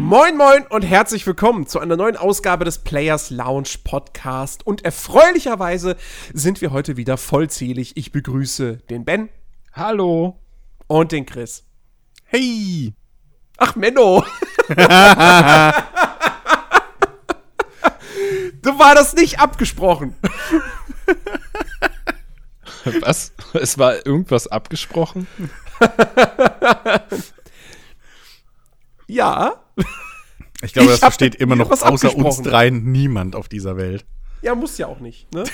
Moin moin und herzlich willkommen zu einer neuen Ausgabe des Players Lounge Podcast. Und erfreulicherweise sind wir heute wieder vollzählig. Ich begrüße den Ben. Hallo. Und den Chris. Hey. Ach, Menno. Du war das nicht abgesprochen. Was? Es war irgendwas abgesprochen? Ja. Ich glaube, das versteht immer noch was außer uns abgesprochen. dreien niemand auf dieser Welt. Ja, muss ja auch nicht, ne?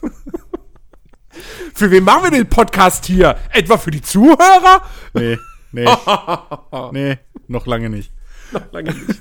Für wen machen wir den Podcast hier? Etwa für die Zuhörer? Nee, nee, noch lange nicht. Noch lange nicht.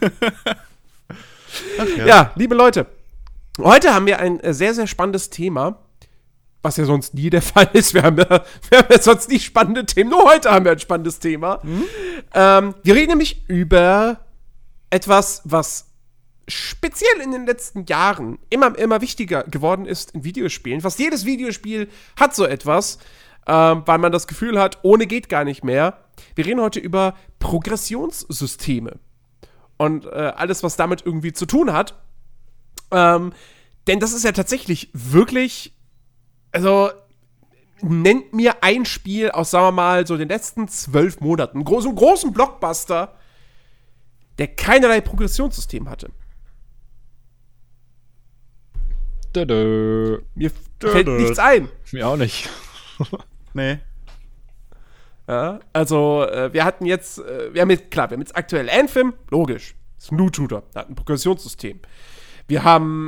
Ja, liebe Leute, heute haben wir ein sehr, sehr spannendes Thema, was ja sonst nie der Fall ist. Wir haben ja sonst nie spannende Themen, nur heute haben wir ein spannendes Thema. Wir reden nämlich über etwas, was speziell in den letzten Jahren immer wichtiger geworden ist in Videospielen. Fast jedes Videospiel hat so etwas, weil man das Gefühl hat, ohne geht gar nicht mehr. Wir reden heute über Progressionssysteme und alles, was damit irgendwie zu tun hat. Denn das ist ja tatsächlich wirklich, also nennt mir ein Spiel aus, sagen wir mal, so den letzten 12 Monaten, so einen großen Blockbuster, der keinerlei Progressionssystem hatte. Mir fällt nichts ein. Mir auch nicht. Nee. Ja, also, wir haben jetzt aktuell Anthem, logisch, ist ein Loot-Shooter, hat ein Progressionssystem. Wir hatten,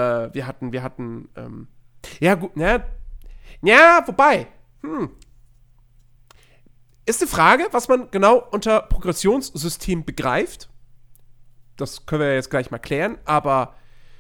ja gut, wobei, ist die Frage, was man genau unter Progressionssystem begreift. Das können wir jetzt gleich mal klären, aber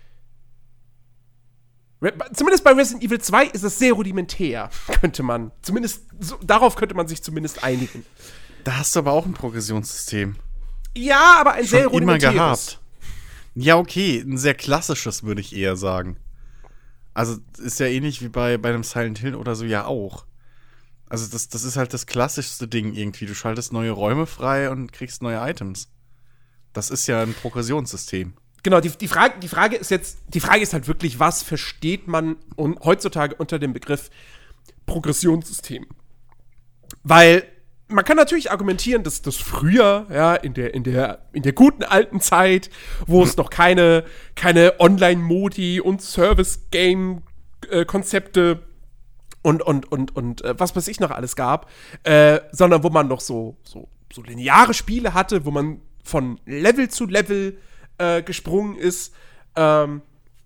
zumindest bei Resident Evil 2 ist es sehr rudimentär, darauf könnte man sich zumindest einigen. Da hast du aber auch ein Progressionssystem. Ja, aber ein sehr Schon immer rudimentäres. gehabt. Ja, okay, ein sehr klassisches, würde ich eher sagen. Also, ist ja ähnlich wie bei einem Silent Hill oder so ja auch. Also, das ist halt das klassischste Ding irgendwie. Du schaltest neue Räume frei und kriegst neue Items. Das ist ja ein Progressionssystem. Genau, die Frage ist halt wirklich, was versteht man heutzutage unter dem Begriff Progressionssystem? Weil man kann natürlich argumentieren, dass das früher, ja, in der guten alten Zeit, wo es noch keine Online-Modi und Service-Game-Konzepte und was weiß ich noch alles gab, sondern wo man noch so lineare Spiele hatte, wo man von Level zu Level gesprungen ist, bin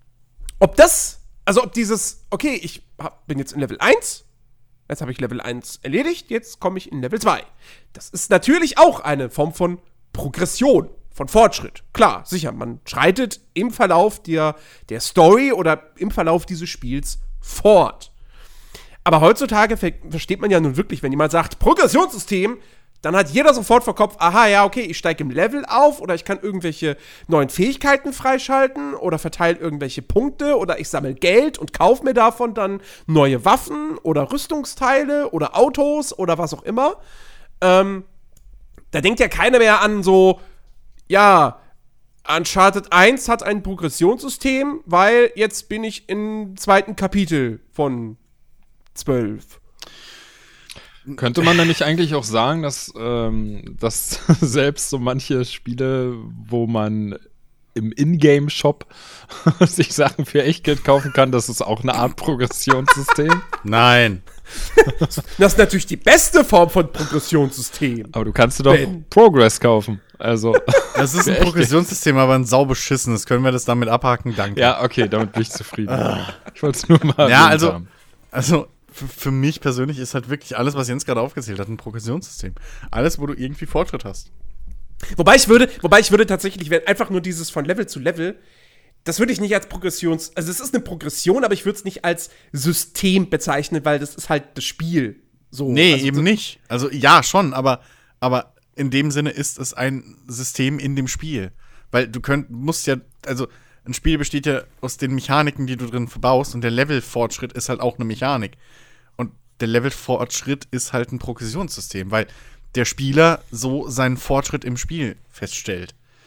jetzt in Level 1, jetzt habe ich Level 1 erledigt, jetzt komme ich in Level 2. Das ist natürlich auch eine Form von Progression, von Fortschritt. Klar, sicher, man schreitet im Verlauf der Story oder im Verlauf dieses Spiels fort. Aber heutzutage versteht man ja nun wirklich, wenn jemand sagt, Progressionssystem, dann hat jeder sofort vor Kopf, aha, ja, okay, ich steige im Level auf oder ich kann irgendwelche neuen Fähigkeiten freischalten oder verteile irgendwelche Punkte oder ich sammle Geld und kaufe mir davon dann neue Waffen oder Rüstungsteile oder Autos oder was auch immer. Da denkt ja keiner mehr an so, ja, Uncharted 1 hat ein Progressionssystem, weil jetzt bin ich im 2. Kapitel von 12. Könnte man dann nicht eigentlich auch sagen, dass selbst so manche Spiele, wo man im Ingame-Shop sich Sachen für Echtgeld kaufen kann, das ist auch eine Art Progressionssystem? Nein. Das ist natürlich die beste Form von Progressionssystem. Aber du kannst dir doch Progress kaufen. Also, Das ist ein Progressionssystem, aber ein saubeschissenes. Können wir das damit abhaken? Danke. ja, okay, damit bin ich zufrieden. Ich wollte es nur mal Ja, erwähnt haben. also für mich persönlich ist halt wirklich alles, was Jens gerade aufgezählt hat, ein Progressionssystem. Alles, wo du irgendwie Fortschritt hast. Wobei ich würde tatsächlich, wenn einfach nur dieses von Level zu Level, das würde ich nicht als also es ist eine Progression, aber ich würde es nicht als System bezeichnen, weil das ist halt das Spiel. So. Nee, also, eben nicht. Also ja, schon, aber in dem Sinne ist es ein System in dem Spiel. Weil musst ja, also ein Spiel besteht ja aus den Mechaniken, die du drin verbaust und der Levelfortschritt ist halt auch eine Mechanik. Und der Levelfortschritt ist halt ein Progressionssystem, weil der Spieler so seinen Fortschritt im Spiel feststellt.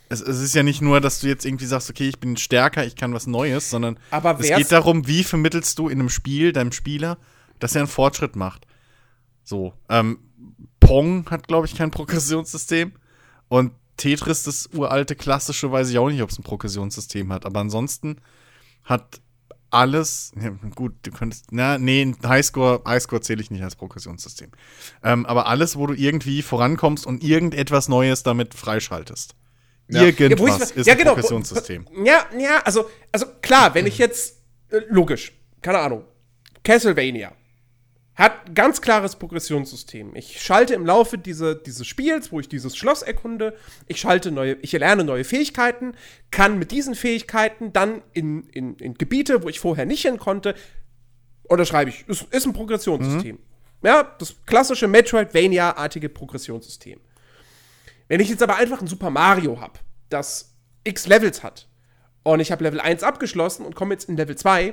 es ist ja nicht nur, dass du jetzt irgendwie sagst, okay, ich bin stärker, ich kann was Neues, sondern Aber es geht darum, wie vermittelst du in einem Spiel deinem Spieler, dass er einen Fortschritt macht. So, Pong hat, glaube ich, kein Progressionssystem und Tetris, das uralte, klassische, weiß ich auch nicht, ob es ein Progressionssystem hat, aber ansonsten hat alles, ja, gut, du könntest, Highscore zähle ich nicht als Progressionssystem. Aber alles, wo du irgendwie vorankommst und irgendetwas Neues damit freischaltest. Ja. Irgendwas ist ein Progressionssystem. Ja, also klar, wenn ich jetzt, logisch, keine Ahnung, Castlevania hat ganz klares Progressionssystem. Ich schalte im Laufe dieses Spiels, wo ich dieses Schloss erkunde, ich erlerne neue Fähigkeiten, kann mit diesen Fähigkeiten dann in Gebiete, wo ich vorher nicht hin konnte, unterschreibe ich, ist ein Progressionssystem. Ja, das klassische Metroidvania-artige Progressionssystem. Wenn ich jetzt aber einfach ein Super Mario habe, das x Levels hat, und ich habe Level 1 abgeschlossen und komme jetzt in Level 2,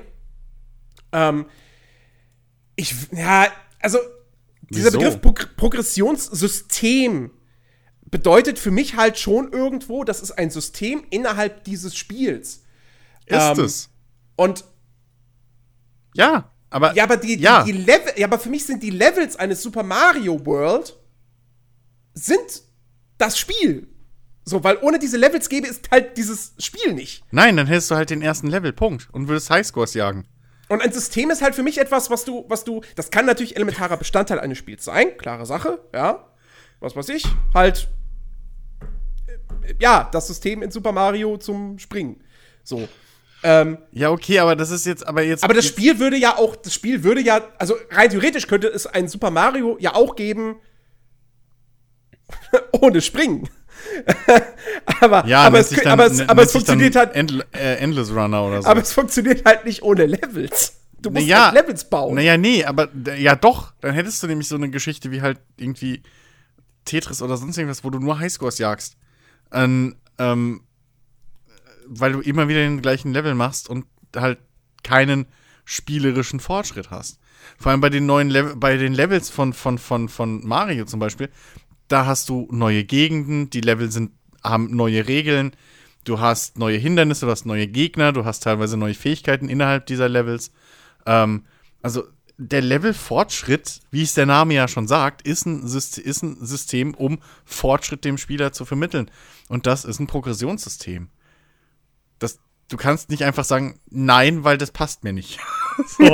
dieser Begriff Progressionssystem bedeutet für mich halt schon irgendwo, das ist ein System innerhalb dieses Spiels. Ist es. Und ja, aber die Level, aber für mich sind die Levels eines Super Mario World sind das Spiel. So, weil ohne diese Levels gäbe es halt dieses Spiel nicht. Nein, dann hättest du halt den ersten Level, Punkt. Und würdest Highscores jagen. Und ein System ist halt für mich etwas, was du, das kann natürlich elementarer Bestandteil eines Spiels sein, klare Sache, ja. Was weiß ich, halt, ja, das System in Super Mario zum Springen. So. Ja, okay, aber das ist jetzt, Aber das Spiel würde ja, also rein theoretisch könnte es ein Super Mario ja auch geben, ohne Springen. aber es funktioniert halt. Endless Runner oder so. Aber es funktioniert halt nicht ohne Levels. Du musst halt Levels bauen. Ja doch. Dann hättest du nämlich so eine Geschichte wie halt irgendwie Tetris oder sonst irgendwas, wo du nur Highscores jagst. Weil du immer wieder den gleichen Level machst und halt keinen spielerischen Fortschritt hast. Vor allem bei den Levels von Mario zum Beispiel. Da hast du neue Gegenden, die Level haben neue Regeln, du hast neue Hindernisse, du hast neue Gegner, du hast teilweise neue Fähigkeiten innerhalb dieser Levels. Also der Level-Fortschritt, wie es der Name ja schon sagt, ist ein System, um Fortschritt dem Spieler zu vermitteln. Und das ist ein Progressionssystem. Du kannst nicht einfach sagen, nein, weil das passt mir nicht. So.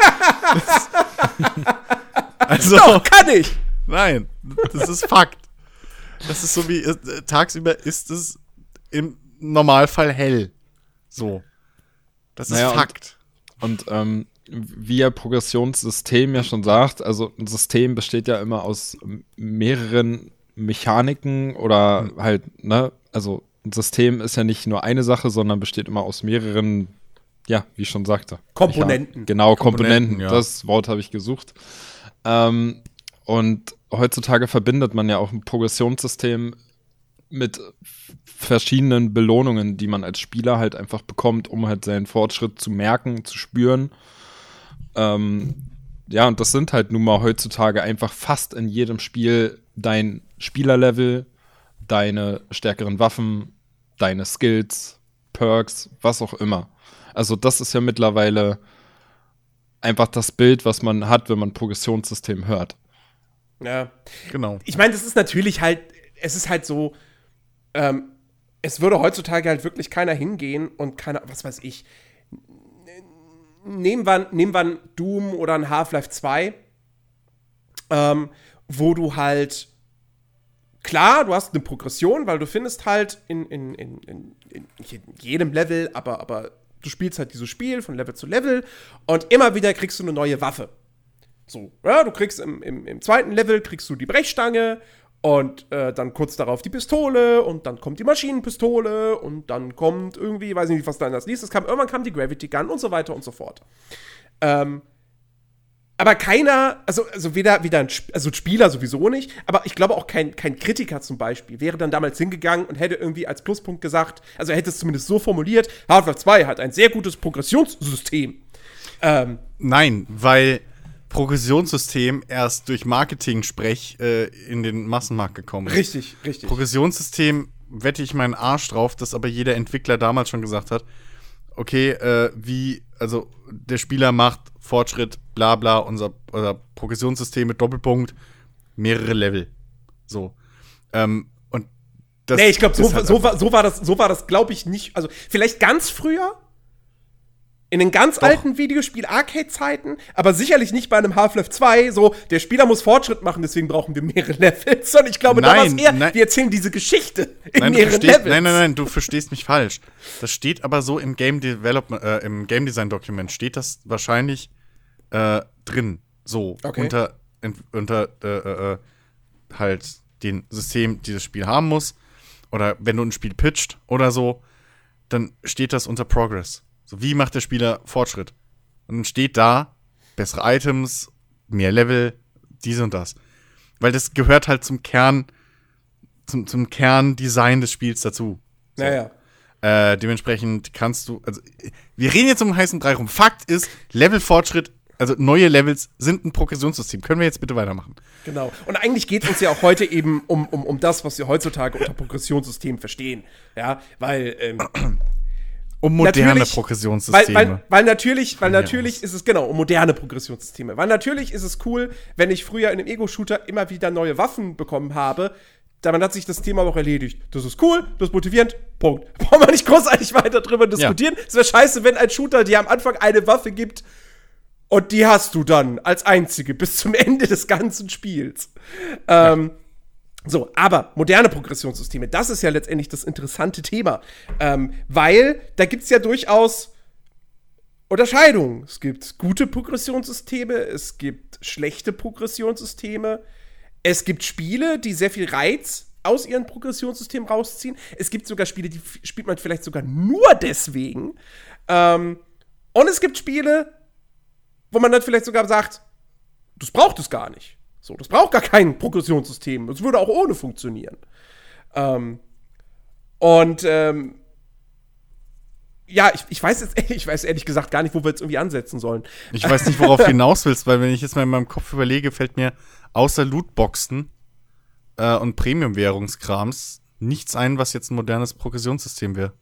Also, doch, kann ich! Nein, das ist Fakt. Das ist so wie, tagsüber ist es im Normalfall hell. So. Das ist Fakt. Und wie ja Progressionssystem ja schon sagt, also ein System besteht ja immer aus mehreren Mechaniken oder halt, ne, also ein System ist ja nicht nur eine Sache, sondern besteht immer aus mehreren, ja, wie ich schon sagte. Komponenten. Genau, Komponenten. Ja. Das Wort habe ich gesucht. Und heutzutage verbindet man ja auch ein Progressionssystem mit verschiedenen Belohnungen, die man als Spieler halt einfach bekommt, um halt seinen Fortschritt zu merken, zu spüren. Ja, und das sind halt nun mal heutzutage einfach fast in jedem Spiel dein Spielerlevel, deine stärkeren Waffen, deine Skills, Perks, was auch immer. Also das ist ja mittlerweile einfach das Bild, was man hat, wenn man Progressionssystem hört. Ja. Genau. Ich meine, das ist natürlich halt, es ist halt so, es würde heutzutage halt wirklich keiner hingehen und keiner, was weiß ich, nehmen wir ein Doom oder ein Half-Life 2, wo du halt, klar, du hast eine Progression, weil du findest halt in jedem Level, aber du spielst halt dieses Spiel von Level zu Level und immer wieder kriegst du eine neue Waffe. So, ja, du kriegst im zweiten Level kriegst du die Brechstange und dann kurz darauf die Pistole und dann kommt die Maschinenpistole und dann kommt irgendwie, weiß nicht, was dann als nächstes kam, irgendwann kam die Gravity Gun und so weiter und so fort. Aber keiner, also weder ein Spieler sowieso nicht, aber ich glaube auch kein Kritiker zum Beispiel wäre dann damals hingegangen und hätte irgendwie als Pluspunkt gesagt, also er hätte es zumindest so formuliert, Half-Life 2 hat ein sehr gutes Progressionssystem. Nein, weil Progressionssystem erst durch Marketing-Sprech in den Massenmarkt gekommen ist. Richtig. Progressionssystem wette ich meinen Arsch drauf, dass aber jeder Entwickler damals schon gesagt hat, okay, also der Spieler macht Fortschritt, bla bla, unser Progressionssystem mit Doppelpunkt, mehrere Level. So. Und das Nee, ich glaube, so halt war das, glaube ich, nicht. Also, vielleicht ganz früher, in den ganz alten Videospiel-Arcade-Zeiten, aber sicherlich nicht bei einem Half-Life 2, so, der Spieler muss Fortschritt machen, deswegen brauchen wir mehrere Levels. Sondern ich glaube, da war es eher, wir erzählen diese Geschichte in mehreren Levels. Nein, du verstehst mich falsch. Das steht aber so im Game Design-Dokument, steht das wahrscheinlich drin. So, Okay. unter halt den System, die das Spiel haben muss. Oder wenn du ein Spiel pitcht oder so, dann steht das unter Progress. So, wie macht der Spieler Fortschritt? Und dann steht da, bessere Items, mehr Level, dies und das. Weil das gehört halt zum zum Kerndesign des Spiels dazu. So. Naja. Dementsprechend kannst du, also, wir reden jetzt um den heißen Brei rum. Fakt ist, Levelfortschritt, also neue Levels sind ein Progressionssystem. Können wir jetzt bitte weitermachen? Genau. Und eigentlich geht es uns ja auch heute eben um das, was wir heutzutage unter Progressionssystem verstehen. Ja, weil Um moderne natürlich, Progressionssysteme. Weil natürlich ist es, genau, um moderne Progressionssysteme. Weil natürlich ist es cool, wenn ich früher in einem Ego-Shooter immer wieder neue Waffen bekommen habe. Damit hat sich das Thema auch erledigt. Das ist cool, das ist motivierend, Punkt. Brauchen wir nicht großartig weiter drüber diskutieren. Es wäre scheiße, wenn ein Shooter dir am Anfang eine Waffe gibt und die hast du dann als einzige bis zum Ende des ganzen Spiels. So, aber moderne Progressionssysteme, das ist ja letztendlich das interessante Thema. Weil da gibt es ja durchaus Unterscheidungen. Es gibt gute Progressionssysteme, es gibt schlechte Progressionssysteme. Es gibt Spiele, die sehr viel Reiz aus ihren Progressionssystemen rausziehen. Es gibt sogar Spiele, die spielt man vielleicht sogar nur deswegen. Und es gibt Spiele, wo man dann vielleicht sogar sagt, das braucht es gar nicht. So, das braucht gar kein Progressionssystem. Das würde auch ohne funktionieren. Ja, ich weiß ehrlich gesagt gar nicht, wo wir jetzt irgendwie ansetzen sollen. Ich weiß nicht, worauf du hinaus willst, weil wenn ich jetzt mal in meinem Kopf überlege, fällt mir außer Lootboxen und Premium-Währungskrams nichts ein, was jetzt ein modernes Progressionssystem wäre.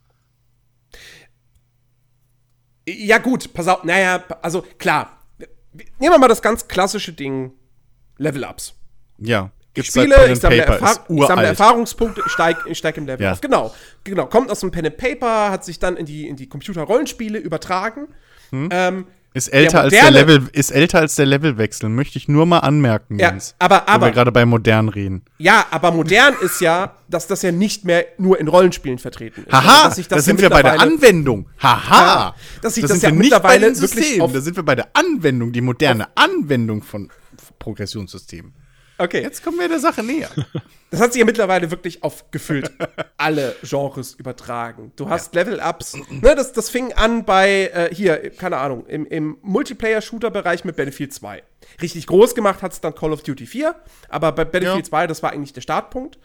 Ja gut, pass auf, naja, also klar. Nehmen wir mal das ganz klassische Ding Level-Ups. Ja. Ich spiele, ich sammle Erfahrungspunkte, ich steig im Level auf. Genau. Kommt aus dem Pen and Paper, hat sich dann in die Computer-Rollenspiele übertragen. Ist älter als der Levelwechsel, möchte ich nur mal anmerken, Jens. Ja, aber wo wir gerade bei modern reden. Ja, aber modern ist ja, dass das ja nicht mehr nur in Rollenspielen vertreten ist. Haha, da sind wir bei der Anwendung. Haha. Dass sich das ja mittlerweile wirklich da sind wir bei der Anwendung, die moderne Anwendung von Progressionssystemen. Okay. Jetzt kommen wir der Sache näher. Das hat sich ja mittlerweile wirklich auf gefühlt alle Genres übertragen. Du hast Level-Ups. Ne, das fing an bei, keine Ahnung, im Multiplayer-Shooter-Bereich mit Battlefield 2. Richtig groß gemacht hat es dann Call of Duty 4, aber bei Battlefield 2, das war eigentlich der Startpunkt.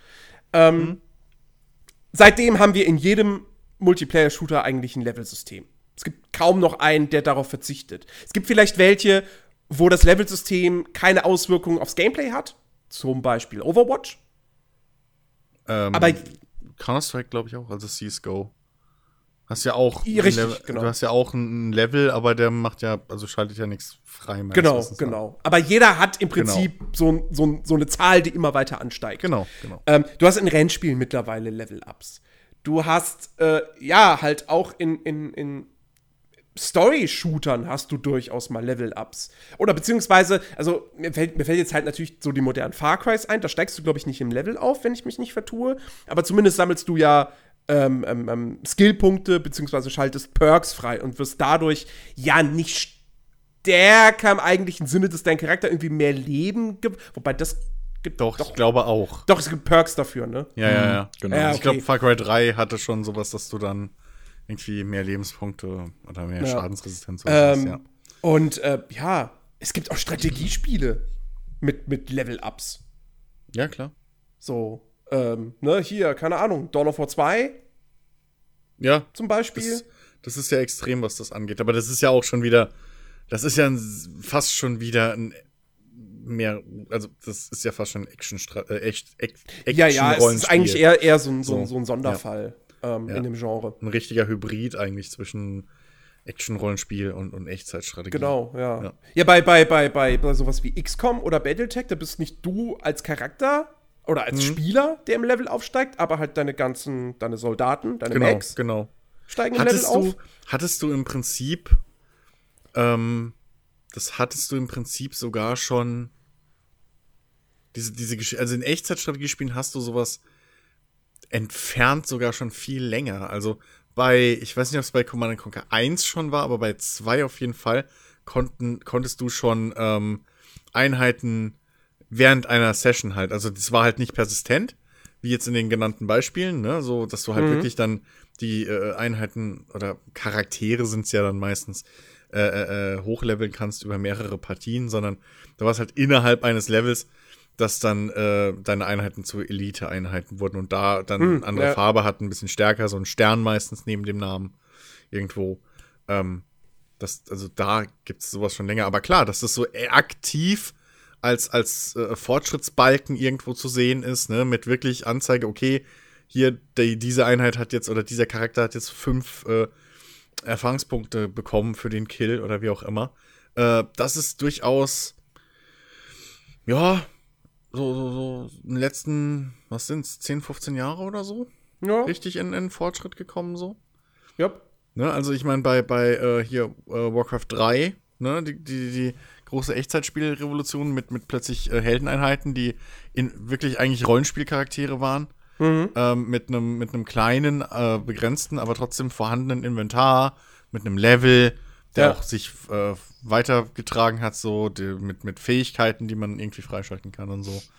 Seitdem haben wir in jedem Multiplayer-Shooter eigentlich ein Level-System. Es gibt kaum noch einen, der darauf verzichtet. Es gibt vielleicht welche, wo das Level-System keine Auswirkungen aufs Gameplay hat. Zum Beispiel Overwatch. Aber Counter-Strike, glaube ich, auch, also CSGO. Hast ja auch genau. Du hast ja auch ein Level, aber der macht ja, also schaltet ja nichts frei. Genau. Aber jeder hat im Prinzip so eine Zahl, die immer weiter ansteigt. Genau. Du hast in Rennspielen mittlerweile Level-Ups. Du hast, halt auch in Story-Shootern hast du durchaus mal Level-Ups. Oder beziehungsweise, also mir fällt jetzt halt natürlich so die modernen Far Crys ein. Da steigst du, glaube ich, nicht im Level auf, wenn ich mich nicht vertue. Aber zumindest sammelst du ja Skillpunkte, beziehungsweise schaltest Perks frei und wirst dadurch ja nicht stärker im eigentlichen Sinne, dass dein Charakter irgendwie mehr Leben gibt. Wobei das gibt doch, ich glaube auch. Doch, es gibt Perks dafür, ne? Ja, genau. Ja, okay. Ich glaube, Far Cry 3 hatte schon sowas, dass du dann irgendwie mehr Lebenspunkte oder mehr Schadensresistenz oder sowas, ja. Und es gibt auch Strategiespiele mit Level-Ups. Ja, klar. So, hier, keine Ahnung, Dawn of War 2 zum Beispiel. Das ist ja extrem, was das angeht. Aber das ist ja auch schon wieder, fast schon wieder ein mehr, also das ist ja fast schon Action-Rollenspiel. Ja, es ist eigentlich eher so ein Sonderfall Ja. in dem Genre. Ein richtiger Hybrid eigentlich zwischen Action-Rollenspiel und Echtzeitstrategie. Genau, ja. Ja, bei sowas wie XCOM oder Battletech, da bist nicht du als Charakter oder als Spieler, der im Level aufsteigt, aber halt deine Soldaten, deine Mechs steigen im Level auf. Hattest du im Prinzip sogar schon also in Echtzeitstrategiespielen hast du sowas entfernt sogar schon viel länger. Also ich weiß nicht, ob es bei Command & Conquer 1 schon war, aber bei 2 auf jeden Fall konntest du schon Einheiten während einer Session halt, also das war halt nicht persistent, wie jetzt in den genannten Beispielen, ne, so, dass du halt wirklich dann die Einheiten oder Charaktere sind's ja dann meistens hochleveln kannst über mehrere Partien, sondern da war es halt innerhalb eines Levels, dass dann deine Einheiten zu Elite-Einheiten wurden und da dann andere Farbe hatten, ein bisschen stärker, so ein Stern meistens neben dem Namen irgendwo. Also da gibt's sowas schon länger. Aber klar, dass das so aktiv als Fortschrittsbalken irgendwo zu sehen ist, ne, mit wirklich Anzeige, okay, hier diese Einheit hat jetzt oder dieser Charakter hat jetzt 5 Erfahrungspunkte bekommen für den Kill oder wie auch immer. Das ist durchaus, ja, so in den letzten, was sind's, 10, 15 Jahre oder so? Ja. Richtig in Fortschritt gekommen so. Ja. Ne, also ich meine, bei Warcraft 3, ne, die große Echtzeitspielrevolution mit plötzlich Heldeneinheiten, die wirklich eigentlich Rollenspielcharaktere waren. Mit einem kleinen, begrenzten, aber trotzdem vorhandenen Inventar, mit einem Level, der auch sich weitergetragen hat, so mit Fähigkeiten, die man irgendwie freischalten kann und so.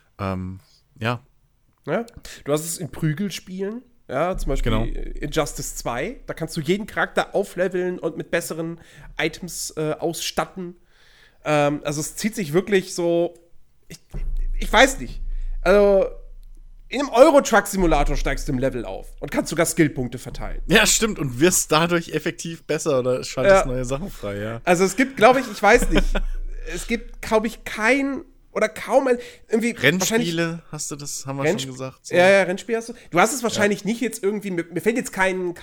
Ja. Du hast es in Prügelspielen, ja, zum Beispiel Injustice 2. Da kannst du jeden Charakter aufleveln und mit besseren Items ausstatten. Also es zieht sich wirklich so, ich weiß nicht. Also in einem Euro-Truck-Simulator steigst du im Level auf und kannst sogar Skillpunkte verteilen. Ja, stimmt. Und wirst dadurch effektiv besser oder schaltest neue Sachen frei, ja. Also es gibt, glaube ich weiß nicht, es gibt, glaube ich, kaum irgendwie Rennspiele, hast du das, haben wir schon gesagt. So. Ja, Rennspiel hast du. Du hast es wahrscheinlich nicht jetzt irgendwie, mir fällt jetzt kein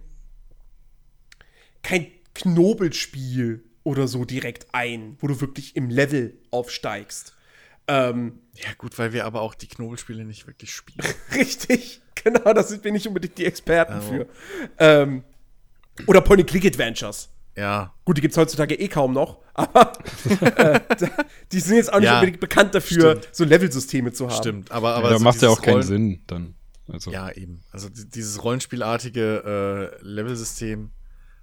Knobelspiel oder so direkt ein, wo du wirklich im Level aufsteigst. Ja, gut, weil wir aber auch die Knobelspiele nicht wirklich spielen. Richtig, genau, da sind wir nicht unbedingt die Experten für. Oder Point-and-Click-Adventures. Ja. Gut, die gibt's heutzutage kaum noch, aber die sind jetzt auch nicht unbedingt bekannt dafür, so Levelsysteme zu haben. Stimmt, aber da so macht ja auch keinen Sinn dann. Also. Ja, eben. Also dieses rollenspielartige Levelsystem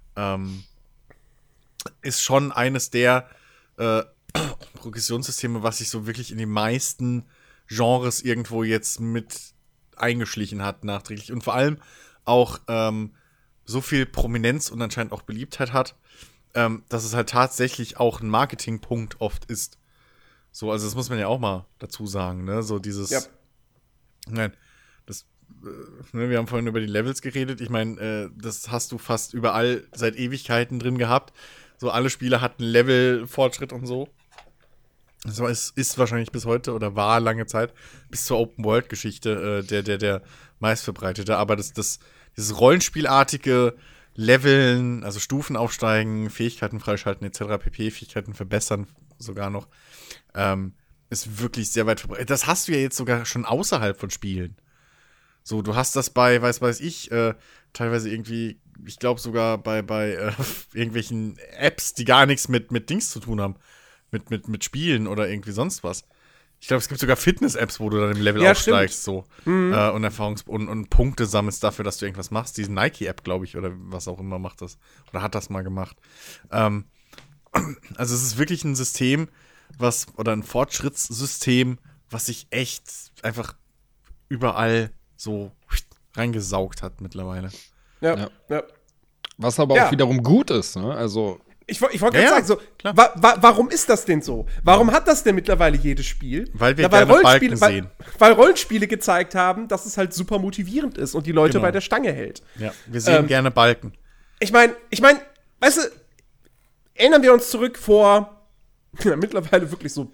ist schon eines der Progressionssysteme, was sich so wirklich in die meisten Genres irgendwo jetzt mit eingeschlichen hat, nachträglich. Und vor allem auch so viel Prominenz und anscheinend auch Beliebtheit hat, dass es halt tatsächlich auch ein Marketingpunkt oft ist. So, also das muss man ja auch mal dazu sagen, ne? So dieses. Ja. Nein, das. Wir haben vorhin über die Levels geredet. Ich meine, das hast du fast überall seit Ewigkeiten drin gehabt. So, alle Spiele hatten Level-Fortschritt und so. Das ist wahrscheinlich bis heute oder war lange Zeit bis zur Open-World-Geschichte der meistverbreitete. Aber dieses rollenspielartige Leveln, also Stufen aufsteigen, Fähigkeiten freischalten etc., pp, Fähigkeiten verbessern sogar noch, ist wirklich sehr weit verbreitet. Das hast du ja jetzt sogar schon außerhalb von Spielen. So, du hast das bei, weiß ich, teilweise irgendwie, ich glaube sogar bei irgendwelchen Apps, die gar nichts mit Dings zu tun haben. Mit Spielen oder irgendwie sonst was. Ich glaube, es gibt sogar Fitness-Apps, wo du dann im Level aufsteigst, so. Und und Punkte sammelst dafür, dass du irgendwas machst. Diese Nike-App, glaube ich, oder was auch immer macht das. Oder hat das mal gemacht. Also es ist wirklich ein System, oder ein Fortschrittssystem, was sich echt einfach überall so reingesaugt hat mittlerweile. Ja. Was aber auch wiederum gut ist, ne? Also Ich wollte gerade sagen, so, warum ist das denn so? Warum hat das denn mittlerweile jedes Spiel? Weil wir gerne Balken sehen. Weil Rollenspiele gezeigt haben, dass es halt super motivierend ist und die Leute bei der Stange hält. Ja, wir sehen gerne Balken. Ich meine, weißt du, erinnern wir uns zurück vor mittlerweile wirklich so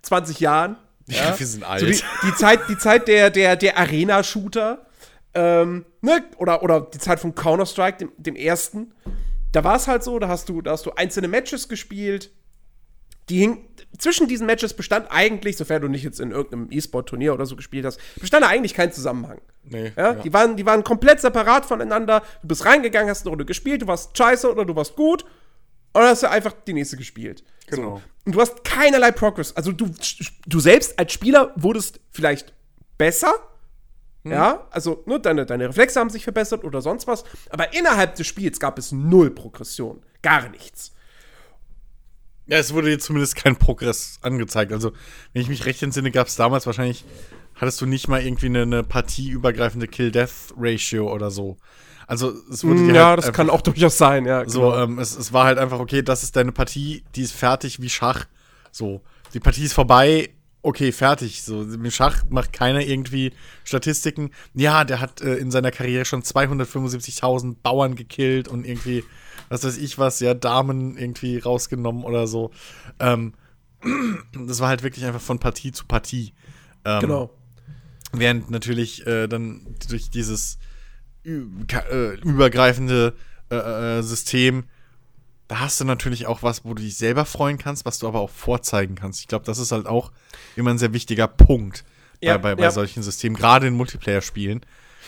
20 Jahren. Ja, wir sind alt. So die Zeit der Arena-Shooter, ne? Oder die Zeit von Counter-Strike, dem ersten. Da war es halt so, da hast du einzelne Matches gespielt. Zwischen diesen Matches bestand eigentlich, sofern du nicht jetzt in irgendeinem E-Sport-Turnier oder so gespielt hast, bestand da eigentlich kein Zusammenhang. Nee, ja? Die waren komplett separat voneinander. Du bist reingegangen, hast eine Runde gespielt, du warst scheiße oder du warst gut. Und dann hast du einfach die nächste gespielt. Genau. So. Und du hast keinerlei Progress. Also du selbst als Spieler wurdest vielleicht besser. Ja, also ne, deine Reflexe haben sich verbessert oder sonst was. Aber innerhalb des Spiels gab es null Progression. Gar nichts. Ja, es wurde jetzt zumindest kein Progress angezeigt. Also, wenn ich mich recht entsinne, gab es damals wahrscheinlich, hattest du nicht mal irgendwie eine partieübergreifende Kill-Death-Ratio oder so. Also, es wurde dir ja, halt das einfach, kann auch durchaus sein, ja. so, es war halt einfach, okay, das ist deine Partie, die ist fertig wie Schach. So, die Partie ist vorbei, okay, fertig. So, mit Schach macht keiner irgendwie Statistiken. Ja, der hat in seiner Karriere schon 275.000 Bauern gekillt und irgendwie, was weiß ich was, ja, Damen irgendwie rausgenommen oder so. Das war halt wirklich einfach von Partie zu Partie. Genau. Während natürlich dann durch dieses übergreifende System, da hast du natürlich auch was, wo du dich selber freuen kannst, was du aber auch vorzeigen kannst. Ich glaube, das ist halt auch immer ein sehr wichtiger Punkt bei solchen Systemen, gerade in Multiplayer-Spielen.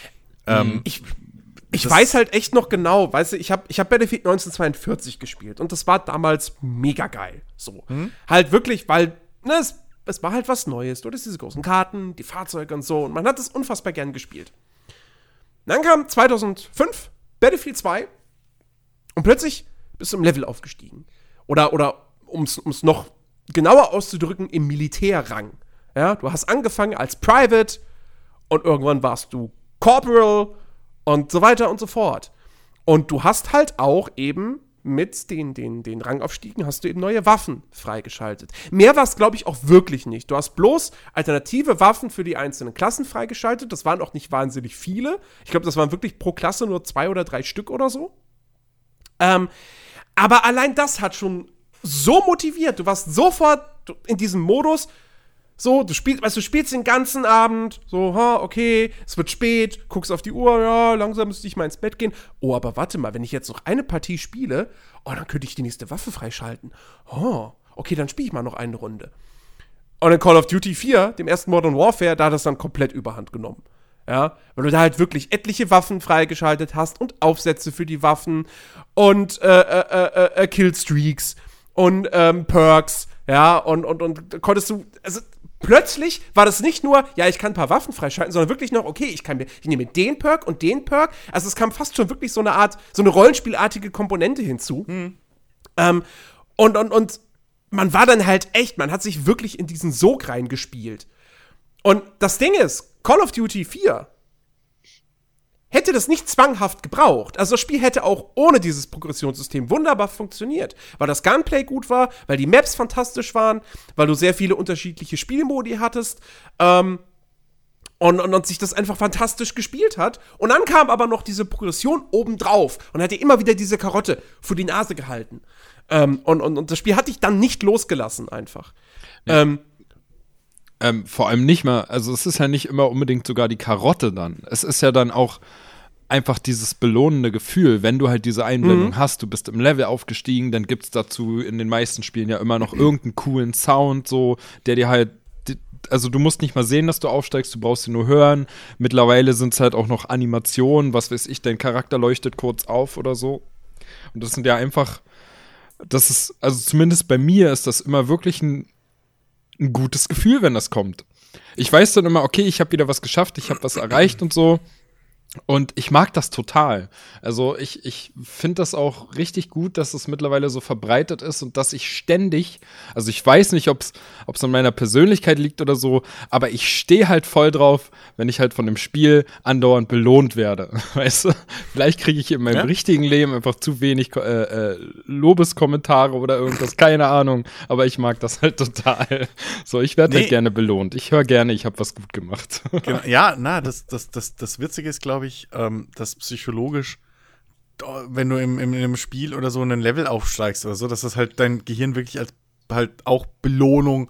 Ich weiß halt echt noch genau, weißt du, ich hab Battlefield 1942 gespielt und das war damals mega geil. So. Halt wirklich, weil, ne, es war halt was Neues. Du hattest diese großen Karten, die Fahrzeuge und so und man hat es unfassbar gern gespielt. Dann kam 2005 Battlefield 2 und plötzlich bist du im Level aufgestiegen. Oder um es noch genauer auszudrücken, im Militärrang. Ja, du hast angefangen als Private und irgendwann warst du Corporal und so weiter und so fort. Und du hast halt auch eben mit den Rangaufstiegen hast du eben neue Waffen freigeschaltet. Mehr war es, glaube ich, auch wirklich nicht. Du hast bloß alternative Waffen für die einzelnen Klassen freigeschaltet. Das waren auch nicht wahnsinnig viele. Ich glaube, das waren wirklich pro Klasse nur 2 oder 3 Stück oder so. Aber allein das hat schon so motiviert. Du warst sofort in diesem Modus. So, du spielst den ganzen Abend, so, okay, es wird spät, guckst auf die Uhr, ja, langsam müsste ich mal ins Bett gehen. Oh, aber warte mal, wenn ich jetzt noch eine Partie spiele, dann könnte ich die nächste Waffe freischalten. Oh, okay, dann spiele ich mal noch eine Runde. Und in Call of Duty 4, dem ersten Modern Warfare, da hat das dann komplett überhand genommen. Ja, weil du da halt wirklich etliche Waffen freigeschaltet hast und Aufsätze für die Waffen und Killstreaks und Perks, ja, und konntest du, also plötzlich war das nicht nur, ja, ich kann ein paar Waffen freischalten, sondern wirklich noch, okay, ich nehme den Perk und den Perk. Also es kam fast schon wirklich so eine Rollenspielartige Komponente hinzu. Und man war dann halt echt, man hat sich wirklich in diesen Sog reingespielt. Und das Ding ist, Call of Duty 4 hätte das nicht zwanghaft gebraucht. Also das Spiel hätte auch ohne dieses Progressionssystem wunderbar funktioniert, weil das Gunplay gut war, weil die Maps fantastisch waren, weil du sehr viele unterschiedliche Spielmodi hattest und sich das einfach fantastisch gespielt hat. Und dann kam aber noch diese Progression obendrauf und hat dir immer wieder diese Karotte vor die Nase gehalten. Und das Spiel hat dich dann nicht losgelassen einfach. Ja. Vor allem nicht mal, also es ist ja nicht immer unbedingt sogar die Karotte dann. Es ist ja dann auch einfach dieses belohnende Gefühl, wenn du halt diese Einblendung hast, du bist im Level aufgestiegen, dann gibt's dazu in den meisten Spielen ja immer noch irgendeinen coolen Sound, so, der dir halt, also du musst nicht mal sehen, dass du aufsteigst, du brauchst ihn nur hören. Mittlerweile sind's halt auch noch Animationen, was weiß ich, dein Charakter leuchtet kurz auf oder so. Und das sind ja einfach, das ist, also zumindest bei mir ist das immer wirklich ein gutes Gefühl, wenn das kommt. Ich weiß dann immer, okay, ich habe wieder was geschafft, ich habe was erreicht und so. Und ich mag das total. Also ich finde das auch richtig gut, dass es mittlerweile so verbreitet ist und dass ich ständig, also ich weiß nicht, ob es an meiner Persönlichkeit liegt oder so, aber ich stehe halt voll drauf, wenn ich halt von dem Spiel andauernd belohnt werde. Weißt du? Vielleicht kriege ich in meinem richtigen Leben einfach zu wenig Lobeskommentare oder irgendwas, keine Ahnung, aber ich mag das halt total. So, ich werde halt gerne belohnt. Ich höre gerne, ich habe was gut gemacht. Genau. Ja, das Witzige ist, glaube ich, dass psychologisch, wenn du in einem Spiel oder so einen Level aufsteigst oder so, dass das halt dein Gehirn wirklich als halt auch Belohnung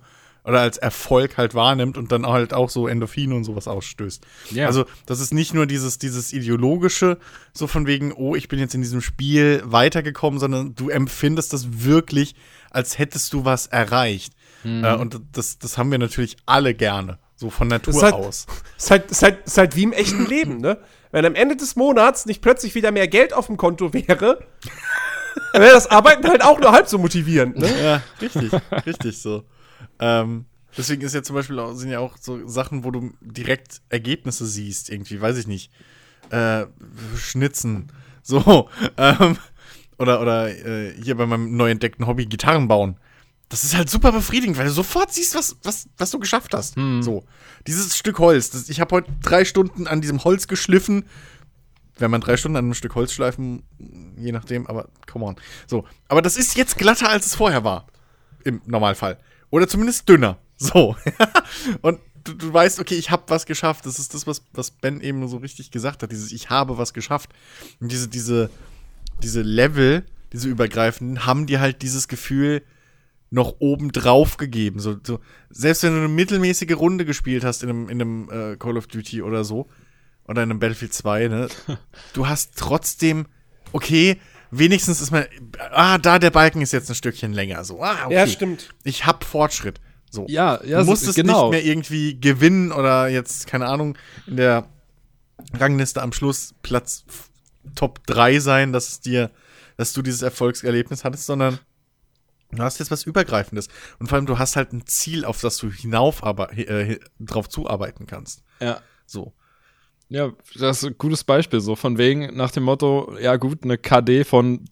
oder als Erfolg halt wahrnimmt und dann halt auch so Endorphine und sowas ausstößt. Ja. Also, das ist nicht nur dieses ideologische, so von wegen, oh, ich bin jetzt in diesem Spiel weitergekommen, sondern du empfindest das wirklich, als hättest du was erreicht. Und das haben wir natürlich alle gerne, so von Natur aus. Ist halt wie im echten Leben, ne? Wenn am Ende des Monats nicht plötzlich wieder mehr Geld auf dem Konto wäre, dann wäre das Arbeiten halt auch nur halb so motivierend, ne? Ja, richtig so. Deswegen ist ja zum Beispiel sind ja auch so Sachen, wo du direkt Ergebnisse siehst, irgendwie, weiß ich nicht. Schnitzen, so. Oder hier bei meinem neu entdeckten Hobby Gitarren bauen. Das ist halt super befriedigend, weil du sofort siehst, was du geschafft hast. So. Dieses Stück Holz. Ich habe heute 3 Stunden an diesem Holz geschliffen. Wenn man 3 Stunden an einem Stück Holz schleifen, je nachdem, aber come on. So. Aber das ist jetzt glatter, als es vorher war. Im Normalfall. Oder zumindest dünner. So. Und du weißt, okay, ich habe was geschafft. Das ist das, was Ben eben so richtig gesagt hat. Dieses Ich habe was geschafft. Und diese Level, diese übergreifenden, haben dir halt dieses Gefühl noch oben drauf gegeben. So, selbst wenn du eine mittelmäßige Runde gespielt hast in einem Call of Duty oder so, oder in einem Battlefield 2, ne, du hast trotzdem, okay, wenigstens ist man, da der Balken ist jetzt ein Stückchen länger. So, okay. Ja, stimmt. Ich hab Fortschritt. So. Ja, du musstest nicht mehr irgendwie gewinnen oder jetzt, keine Ahnung, in der Rangliste am Schluss Platz Top 3 sein, dass du dieses Erfolgserlebnis hattest, sondern du hast jetzt was Übergreifendes. Und vor allem, du hast halt ein Ziel, auf das du drauf zuarbeiten kannst. Ja. So. Ja, das ist ein gutes Beispiel. So von wegen nach dem Motto, ja gut, eine KD von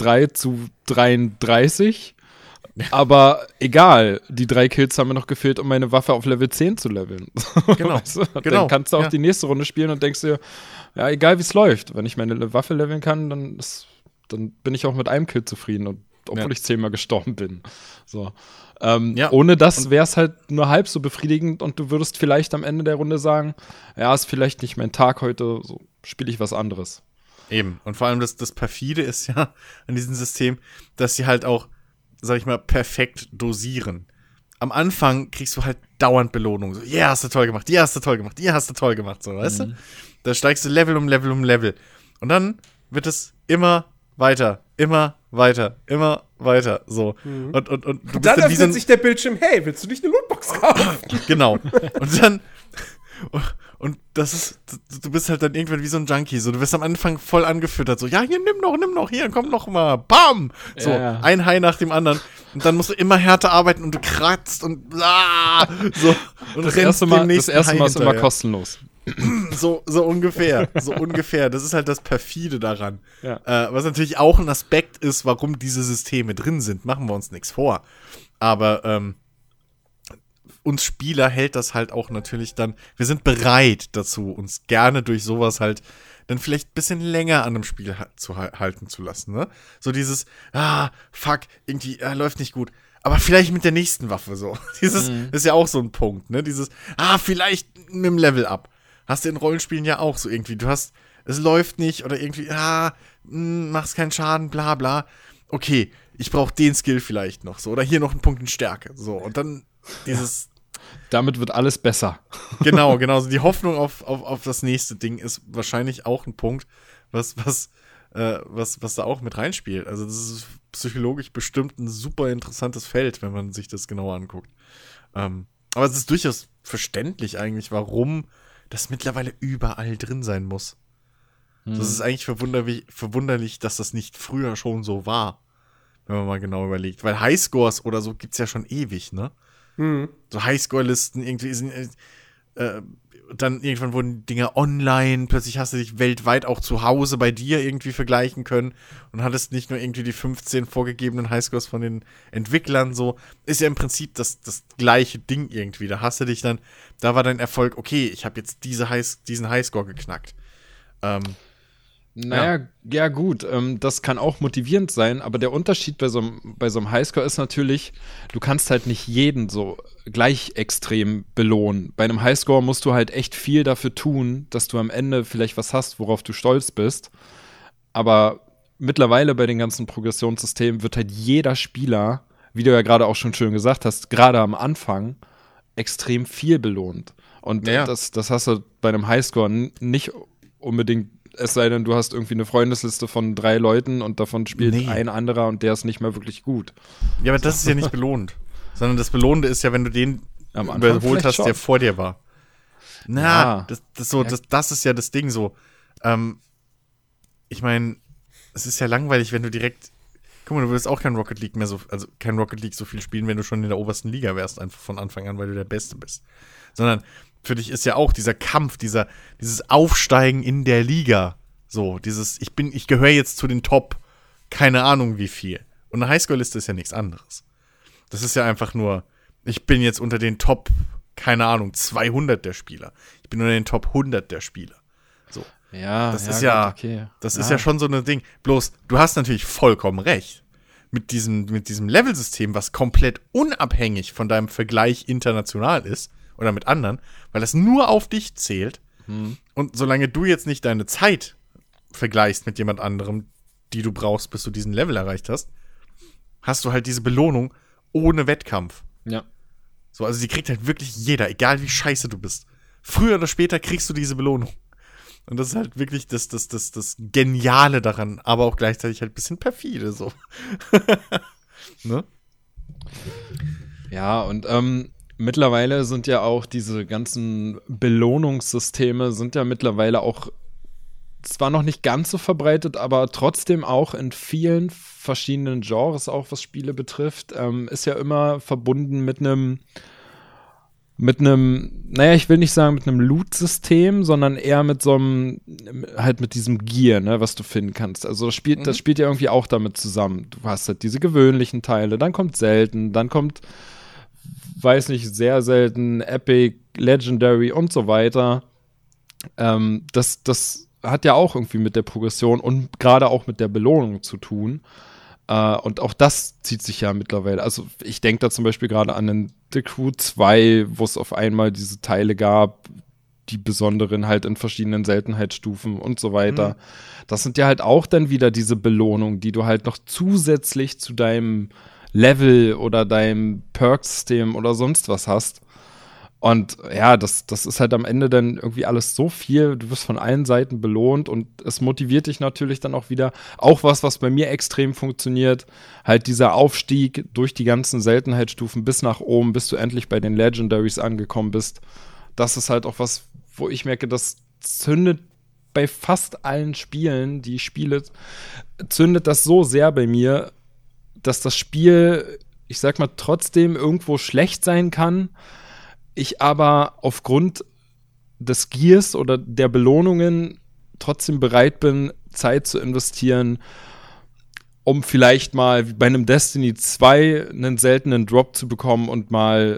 3:33. Aber egal, die 3 Kills haben mir noch gefehlt, um meine Waffe auf Level 10 zu leveln. Genau. Weißt du? Dann kannst du auch die nächste Runde spielen und denkst dir, ja, egal wie es läuft. Wenn ich meine Waffe leveln kann, dann bin ich auch mit einem Kill zufrieden. Und obwohl ich 10-mal gestorben bin. So. Ohne das wäre es halt nur halb so befriedigend und du würdest vielleicht am Ende der Runde sagen, ja, ist vielleicht nicht mein Tag heute, so spiele ich was anderes. Eben. Und vor allem das Perfide ist ja an diesem System, dass sie halt auch, sag ich mal, perfekt dosieren. Am Anfang kriegst du halt dauernd Belohnung. So, ja, hast du toll gemacht, hast du toll gemacht, hast du toll gemacht, so, weißt du? Da steigst du Level um Level um Level. Und dann wird es immer weiter, so. Und du bist dann öffnet sich der Bildschirm, hey, willst du nicht eine Lootbox kaufen? Genau. Und das ist, du bist halt dann irgendwann wie so ein Junkie, so, du wirst am Anfang voll angefüttert, so, ja, hier, nimm noch, hier, komm noch mal, bam! So, ein High nach dem anderen. Und dann musst du immer härter arbeiten und du kratzt und bla! So, und das erste Mal ist immer kostenlos. So ungefähr. Das ist halt das Perfide daran. Ja. Was natürlich auch ein Aspekt ist, warum diese Systeme drin sind. Machen wir uns nichts vor. Aber uns Spieler hält das halt auch natürlich dann, wir sind bereit dazu, uns gerne durch sowas halt dann vielleicht ein bisschen länger an einem Spiel halten zu lassen. Ne? So dieses, fuck, irgendwie läuft nicht gut. Aber vielleicht mit der nächsten Waffe so. Dieses ist ja auch so ein Punkt. Ne? Dieses, vielleicht mit dem Level up. Hast du in Rollenspielen ja auch so irgendwie. Es läuft nicht oder irgendwie, machst keinen Schaden, bla bla. Okay, ich brauche den Skill vielleicht noch so. Oder hier noch einen Punkt in Stärke. So, und dann dieses. Damit wird alles besser. Genau. So die Hoffnung auf das nächste Ding ist wahrscheinlich auch ein Punkt, was da auch mit reinspielt. Also, das ist psychologisch bestimmt ein super interessantes Feld, wenn man sich das genauer anguckt. Aber es ist durchaus verständlich eigentlich, warum das mittlerweile überall drin sein muss. Das ist eigentlich verwunderlich, dass das nicht früher schon so war, wenn man mal genau überlegt. Weil Highscores oder so gibt's ja schon ewig, ne? So Highscore-Listen irgendwie sind, dann irgendwann wurden Dinge online, plötzlich hast du dich weltweit auch zu Hause bei dir irgendwie vergleichen können und hattest nicht nur irgendwie die 15 vorgegebenen Highscores von den Entwicklern, so. Ist ja im Prinzip das gleiche Ding irgendwie. Da hast du dich dann, da war dein Erfolg, okay, ich habe jetzt diesen Highscore geknackt. Ja gut, das kann auch motivierend sein, aber der Unterschied bei so einem Highscore ist natürlich, du kannst halt nicht jeden so gleich extrem belohnen. Bei einem Highscore musst du halt echt viel dafür tun, dass du am Ende vielleicht was hast, worauf du stolz bist. Aber mittlerweile bei den ganzen Progressionssystemen wird halt jeder Spieler, wie du ja gerade auch schon schön gesagt hast, gerade am Anfang, extrem viel belohnt. Und das hast du bei einem Highscore nicht unbedingt, es sei denn, du hast irgendwie eine Freundesliste von 3 Leuten und davon spielt ein anderer und der ist nicht mehr wirklich gut. Ja, aber das ist ja nicht belohnt. Sondern das Belohnende ist ja, wenn du den überholt hast, der vor dir war. Das ist ja das Ding so. Ich meine, es ist ja langweilig, wenn du direkt. Guck mal, du würdest auch kein Rocket League mehr kein Rocket League so viel spielen, wenn du schon in der obersten Liga wärst, einfach von Anfang an, weil du der Beste bist. Sondern für dich ist ja auch dieser Kampf, dieses Aufsteigen in der Liga. So, ich gehöre jetzt zu den Top, keine Ahnung wie viel. Und eine Highscore-Liste ist ja nichts anderes. Das ist ja einfach nur, ich bin jetzt unter den Top, keine Ahnung, 200 der Spieler. Ich bin unter den Top 100 der Spieler. So. Ja, das ist ja, okay. Das ist ja schon so ein Ding. Bloß, du hast natürlich vollkommen recht. Mit diesem Level-System, was komplett unabhängig von deinem Vergleich international ist, oder mit anderen, weil das nur auf dich zählt. Und solange du jetzt nicht deine Zeit vergleichst mit jemand anderem, die du brauchst, bis du diesen Level erreicht hast, hast du halt diese Belohnung ohne Wettkampf. Ja. So, also die kriegt halt wirklich jeder, egal wie scheiße du bist. Früher oder später kriegst du diese Belohnung. Und das ist halt wirklich das Geniale daran, aber auch gleichzeitig halt ein bisschen perfide, so. Ne? Ja, und mittlerweile sind ja auch diese ganzen Belohnungssysteme sind ja mittlerweile auch zwar noch nicht ganz so verbreitet, aber trotzdem auch in vielen verschiedenen Genres, auch was Spiele betrifft, ist ja immer verbunden mit einem, naja, ich will nicht sagen mit einem Loot-System, sondern eher mit so einem, halt mit diesem Gear, ne, was du finden kannst. Also das spielt ja irgendwie auch damit zusammen. Du hast halt diese gewöhnlichen Teile, dann kommt selten, dann kommt, weiß nicht, sehr selten, Epic, Legendary und so weiter. Das hat ja auch irgendwie mit der Progression und gerade auch mit der Belohnung zu tun. Und auch das zieht sich ja mittlerweile. Also ich denke da zum Beispiel gerade an den The Crew 2, wo es auf einmal diese Teile gab, die besonderen halt in verschiedenen Seltenheitsstufen und so weiter. Das sind ja halt auch dann wieder diese Belohnungen, die du halt noch zusätzlich zu deinem Level oder deinem Perk-System oder sonst was hast. Und ja, das ist halt am Ende dann irgendwie alles so viel. Du wirst von allen Seiten belohnt und es motiviert dich natürlich dann auch wieder. Auch was bei mir extrem funktioniert, halt dieser Aufstieg durch die ganzen Seltenheitsstufen bis nach oben, bis du endlich bei den Legendaries angekommen bist. Das ist halt auch was, wo ich merke, das zündet bei fast allen Spielen, die ich spiele, zündet das so sehr bei mir, dass das Spiel, ich sag mal, trotzdem irgendwo schlecht sein kann, ich aber aufgrund des Gears oder der Belohnungen trotzdem bereit bin, Zeit zu investieren, um vielleicht mal wie bei einem Destiny 2 einen seltenen Drop zu bekommen und mal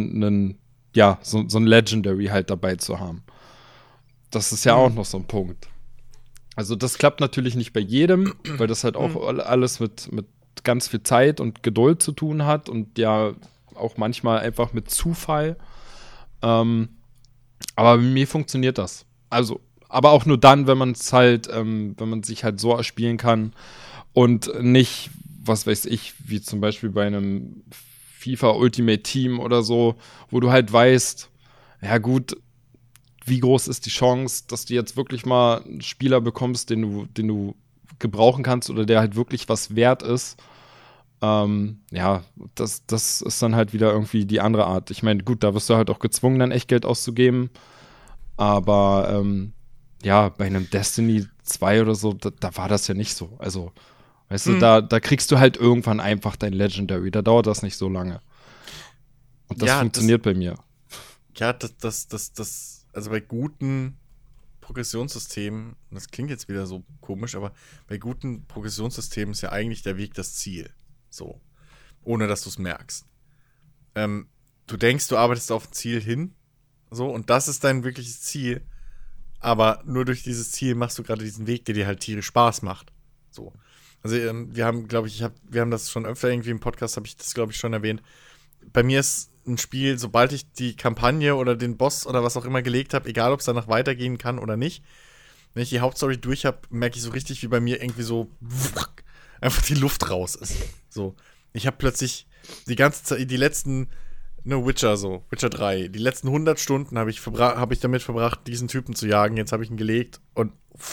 so ein Legendary halt dabei zu haben. Das ist ja auch noch so ein Punkt. Also das klappt natürlich nicht bei jedem, weil das halt auch alles mit ganz viel Zeit und Geduld zu tun hat und ja auch manchmal einfach mit Zufall. Aber bei mir funktioniert das. Also, aber auch nur dann, wenn man es halt, wenn man sich halt so erspielen kann und nicht, was weiß ich, wie zum Beispiel bei einem FIFA Ultimate Team oder so, wo du halt weißt, ja gut, wie groß ist die Chance, dass du jetzt wirklich mal einen Spieler bekommst, den du gebrauchen kannst oder der halt wirklich was wert ist. Ja, das ist dann halt wieder irgendwie die andere Art. Ich meine, gut, da wirst du halt auch gezwungen, dann Echtgeld auszugeben. Aber ja, bei einem Destiny 2 oder so, da war das ja nicht so. Also, weißt du, da kriegst du halt irgendwann einfach dein Legendary. Da dauert das nicht so lange. Und das funktioniert bei mir. Ja, also bei guten Progressionssystemen, das klingt jetzt wieder so komisch, aber bei guten Progressionssystemen ist ja eigentlich der Weg das Ziel. So. Ohne dass du es merkst. Du denkst, du arbeitest auf ein Ziel hin. So, und das ist dein wirkliches Ziel. Aber nur durch dieses Ziel machst du gerade diesen Weg, der dir halt tierisch Spaß macht. So. Also, wir haben, glaube ich, wir haben das schon öfter irgendwie im Podcast, habe ich das, glaube ich, schon erwähnt. Bei mir ist ein Spiel, sobald ich die Kampagne oder den Boss oder was auch immer gelegt habe, egal ob es danach weitergehen kann oder nicht, wenn ich die Hauptstory durch habe, merke ich so richtig, wie bei mir irgendwie so einfach die Luft raus ist. So. Ich habe plötzlich die ganze Zeit, die letzten Witcher 3. Die letzten 100 Stunden habe ich damit verbracht, diesen Typen zu jagen. Jetzt habe ich ihn gelegt und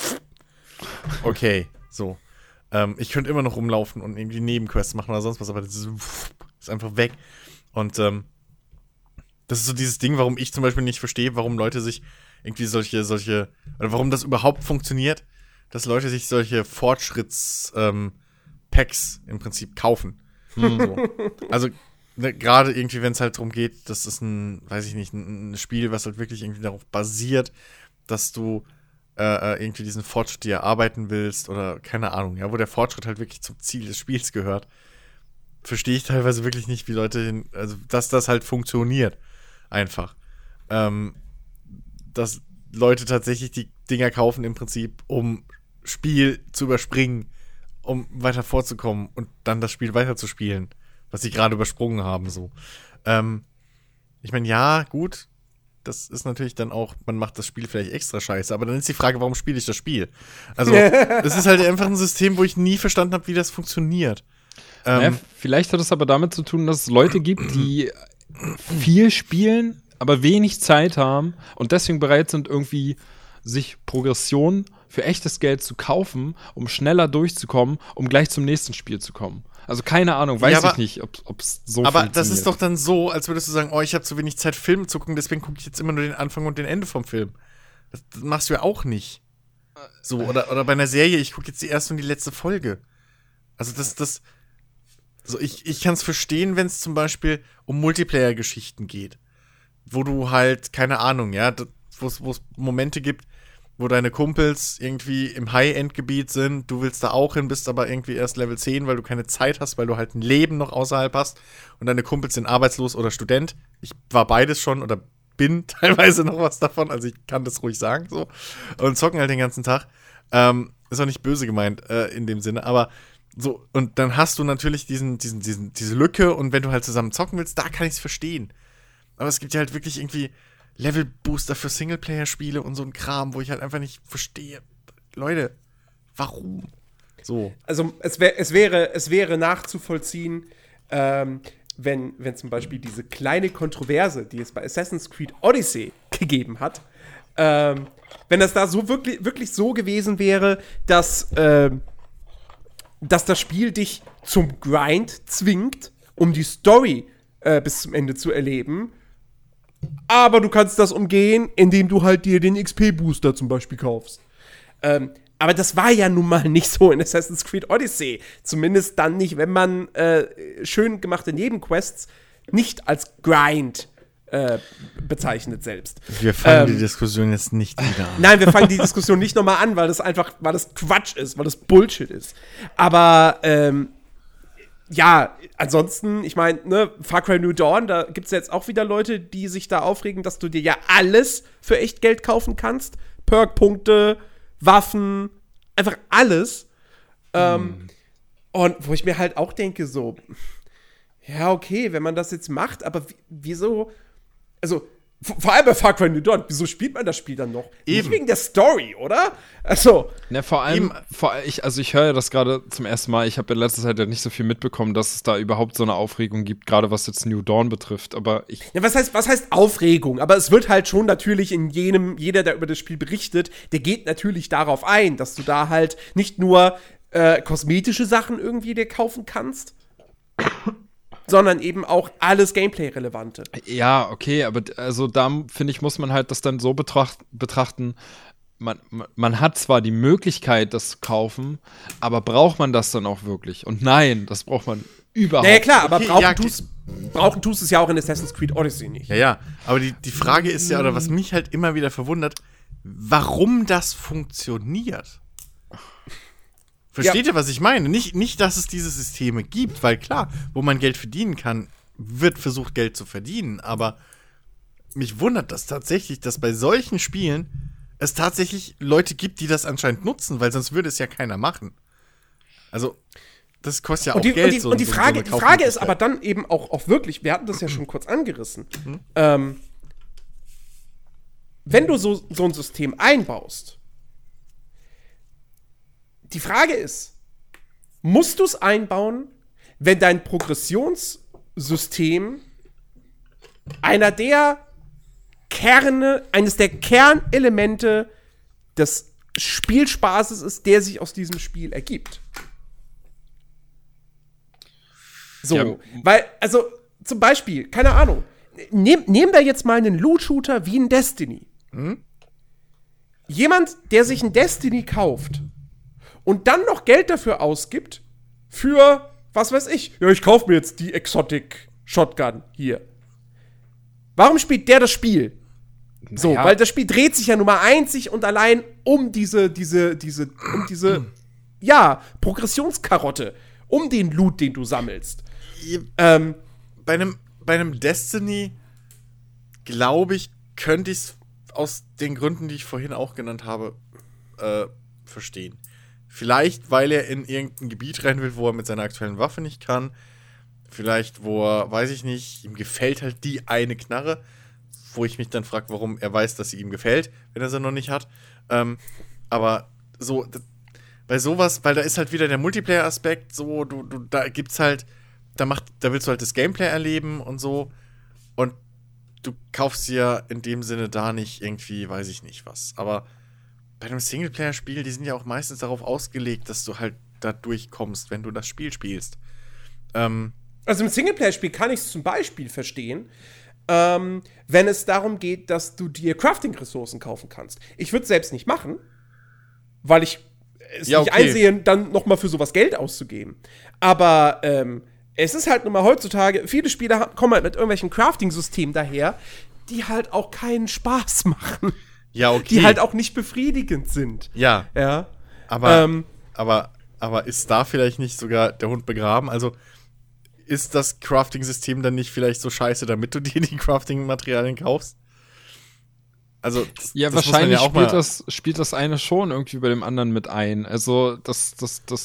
okay, so. Ich könnte immer noch rumlaufen und irgendwie Nebenquests machen oder sonst was, aber das ist einfach weg. Und das ist so dieses Ding, warum ich zum Beispiel nicht verstehe, warum Leute sich irgendwie solche, oder warum das überhaupt funktioniert, dass Leute sich solche Fortschritts-Packs im Prinzip kaufen. So. Also, gerade irgendwie, wenn es halt darum geht, das ist ein Spiel, was halt wirklich irgendwie darauf basiert, dass du irgendwie diesen Fortschritt dir erarbeiten willst oder keine Ahnung, ja, wo der Fortschritt halt wirklich zum Ziel des Spiels gehört, verstehe ich teilweise wirklich nicht, wie Leute dass das halt funktioniert. Einfach. Dass Leute tatsächlich die Dinger kaufen im Prinzip, um Spiel zu überspringen, um weiter vorzukommen und dann das Spiel weiterzuspielen, was sie gerade übersprungen haben, so. Ich meine, ja, gut, das ist natürlich dann auch, man macht das Spiel vielleicht extra scheiße, aber dann ist die Frage, warum spiele ich das Spiel? Also, das ist halt einfach ein System, wo ich nie verstanden habe, wie das funktioniert. Vielleicht hat es aber damit zu tun, dass es Leute gibt, die viel spielen, aber wenig Zeit haben und deswegen bereit sind, irgendwie sich Progression für echtes Geld zu kaufen, um schneller durchzukommen, um gleich zum nächsten Spiel zu kommen. Also keine Ahnung, weiß ich nicht, ob es so aber funktioniert. Das ist doch dann so, als würdest du sagen, ich habe zu wenig Zeit, Filme zu gucken, deswegen gucke ich jetzt immer nur den Anfang und den Ende vom Film. Das machst du ja auch nicht. So, oder bei einer Serie, ich gucke jetzt die erste und die letzte Folge. Also so, ich kann es verstehen, wenn es zum Beispiel um Multiplayer-Geschichten geht. Wo du halt, keine Ahnung, ja, wo es Momente gibt, wo deine Kumpels irgendwie im High-End-Gebiet sind, du willst da auch hin, bist aber irgendwie erst Level 10, weil du keine Zeit hast, weil du halt ein Leben noch außerhalb hast und deine Kumpels sind arbeitslos oder Student. Ich war beides schon oder bin teilweise noch was davon, also ich kann das ruhig sagen, so. Und zocken halt den ganzen Tag. Ist auch nicht böse gemeint, in dem Sinne, aber so, und dann hast du natürlich diese Lücke und wenn du halt zusammen zocken willst, da kann ich es verstehen. Aber es gibt ja halt wirklich irgendwie Level-Booster für Singleplayer-Spiele und so ein Kram, wo ich halt einfach nicht verstehe. Leute, warum? So. Also es wäre nachzuvollziehen, wenn zum Beispiel diese kleine Kontroverse, die es bei Assassin's Creed Odyssey gegeben hat, wenn das da so wirklich so gewesen wäre, dass das Spiel dich zum Grind zwingt, um die Story bis zum Ende zu erleben. Aber du kannst das umgehen, indem du halt dir den XP-Booster zum Beispiel kaufst. Aber das war ja nun mal nicht so in Assassin's Creed Odyssey. Zumindest dann nicht, wenn man schön gemachte Nebenquests nicht als Grind bezeichnet selbst. Wir fangen die Diskussion jetzt nicht wieder an. Nein, wir fangen die Diskussion nicht nochmal an, weil das Quatsch ist, weil das Bullshit ist. Aber ja, ansonsten, ich meine, ne, Far Cry New Dawn, da gibt es jetzt auch wieder Leute, die sich da aufregen, dass du dir ja alles für echt Geld kaufen kannst. Perk-Punkte, Waffen, einfach alles. Und wo ich mir halt auch denke, so, ja, okay, wenn man das jetzt macht, aber wieso, also, vor allem bei Far Cry New Dawn, wieso spielt man das Spiel dann noch? Eben. Nicht wegen der Story, oder? Also. Ne, vor allem, ich höre das gerade zum ersten Mal, ich habe in letzter Zeit ja nicht so viel mitbekommen, dass es da überhaupt so eine Aufregung gibt, gerade was jetzt New Dawn betrifft, aber Ja, was heißt Aufregung? Aber es wird halt schon natürlich jeder, der über das Spiel berichtet, der geht natürlich darauf ein, dass du da halt nicht nur kosmetische Sachen irgendwie dir kaufen kannst, sondern eben auch alles Gameplay-Relevante. Ja, okay, aber also da, finde ich, muss man halt das dann so betrachten, man hat zwar die Möglichkeit, das zu kaufen, aber braucht man das dann auch wirklich? Und nein, das braucht man überhaupt Ja, klar, aber Okay, brauchen tust es ja auch in Assassin's Creed Odyssey nicht. Ja, aber die Frage ist ja, oder was mich halt immer wieder verwundert, warum das funktioniert. Versteht ihr, was ich meine? Nicht, dass es diese Systeme gibt, weil klar, wo man Geld verdienen kann, wird versucht, Geld zu verdienen. Aber mich wundert das tatsächlich, dass bei solchen Spielen es tatsächlich Leute gibt, die das anscheinend nutzen, weil sonst würde es ja keiner machen. Also, das kostet ja auch Geld. Und die Frage ist aber dann eben auch wirklich, wir hatten das ja schon kurz angerissen, wenn du so ein System einbaust, die Frage ist, musst du es einbauen, wenn dein Progressionssystem eines der Kernelemente des Spielspaßes ist, der sich aus diesem Spiel ergibt. So, Ja. weil, also, zum Beispiel, keine Ahnung, nehmen wir jetzt mal einen Loot-Shooter wie ein Destiny. Jemand, der sich ein Destiny kauft und dann noch Geld dafür ausgibt für, was weiß ich, ja, ich kaufe mir jetzt die Exotic Shotgun hier. Warum spielt der das Spiel? So, Ja. weil das Spiel dreht sich ja nun mal einzig und allein um diese Progressionskarotte, um den Loot, den du sammelst. Bei einem Destiny, glaube ich, könnte ich es aus den Gründen, die ich vorhin auch genannt habe, verstehen. Vielleicht, weil er in irgendein Gebiet rein will, wo er mit seiner aktuellen Waffe nicht kann. Vielleicht, wo er, weiß ich nicht, ihm gefällt halt die eine Knarre, wo ich mich dann frage, warum er weiß, dass sie ihm gefällt, wenn er sie noch nicht hat. Aber so, bei sowas, weil da ist halt wieder der Multiplayer-Aspekt, so, da gibt's halt, da willst du halt das Gameplay erleben und so. Und du kaufst dir in dem Sinne da nicht irgendwie, weiß ich nicht was. Aber bei einem Singleplayer-Spiel, die sind ja auch meistens darauf ausgelegt, dass du halt da durchkommst, wenn du das Spiel spielst. Also im Singleplayer-Spiel kann ich es zum Beispiel verstehen, wenn es darum geht, dass du dir Crafting-Ressourcen kaufen kannst. Ich würde es selbst nicht machen, weil ich es nicht einsehe, dann noch mal für sowas Geld auszugeben. Aber es ist halt nun mal heutzutage, viele Spieler kommen halt mit irgendwelchen Crafting-Systemen daher, die halt auch keinen Spaß machen. Ja, okay. Die halt auch nicht befriedigend sind. Ja. Ja. Aber ist da vielleicht nicht sogar der Hund begraben? Also ist das Crafting-System dann nicht vielleicht so scheiße, damit du dir die Crafting-Materialien kaufst? Also, ja, wahrscheinlich spielt das eine schon irgendwie bei dem anderen mit ein. Also, das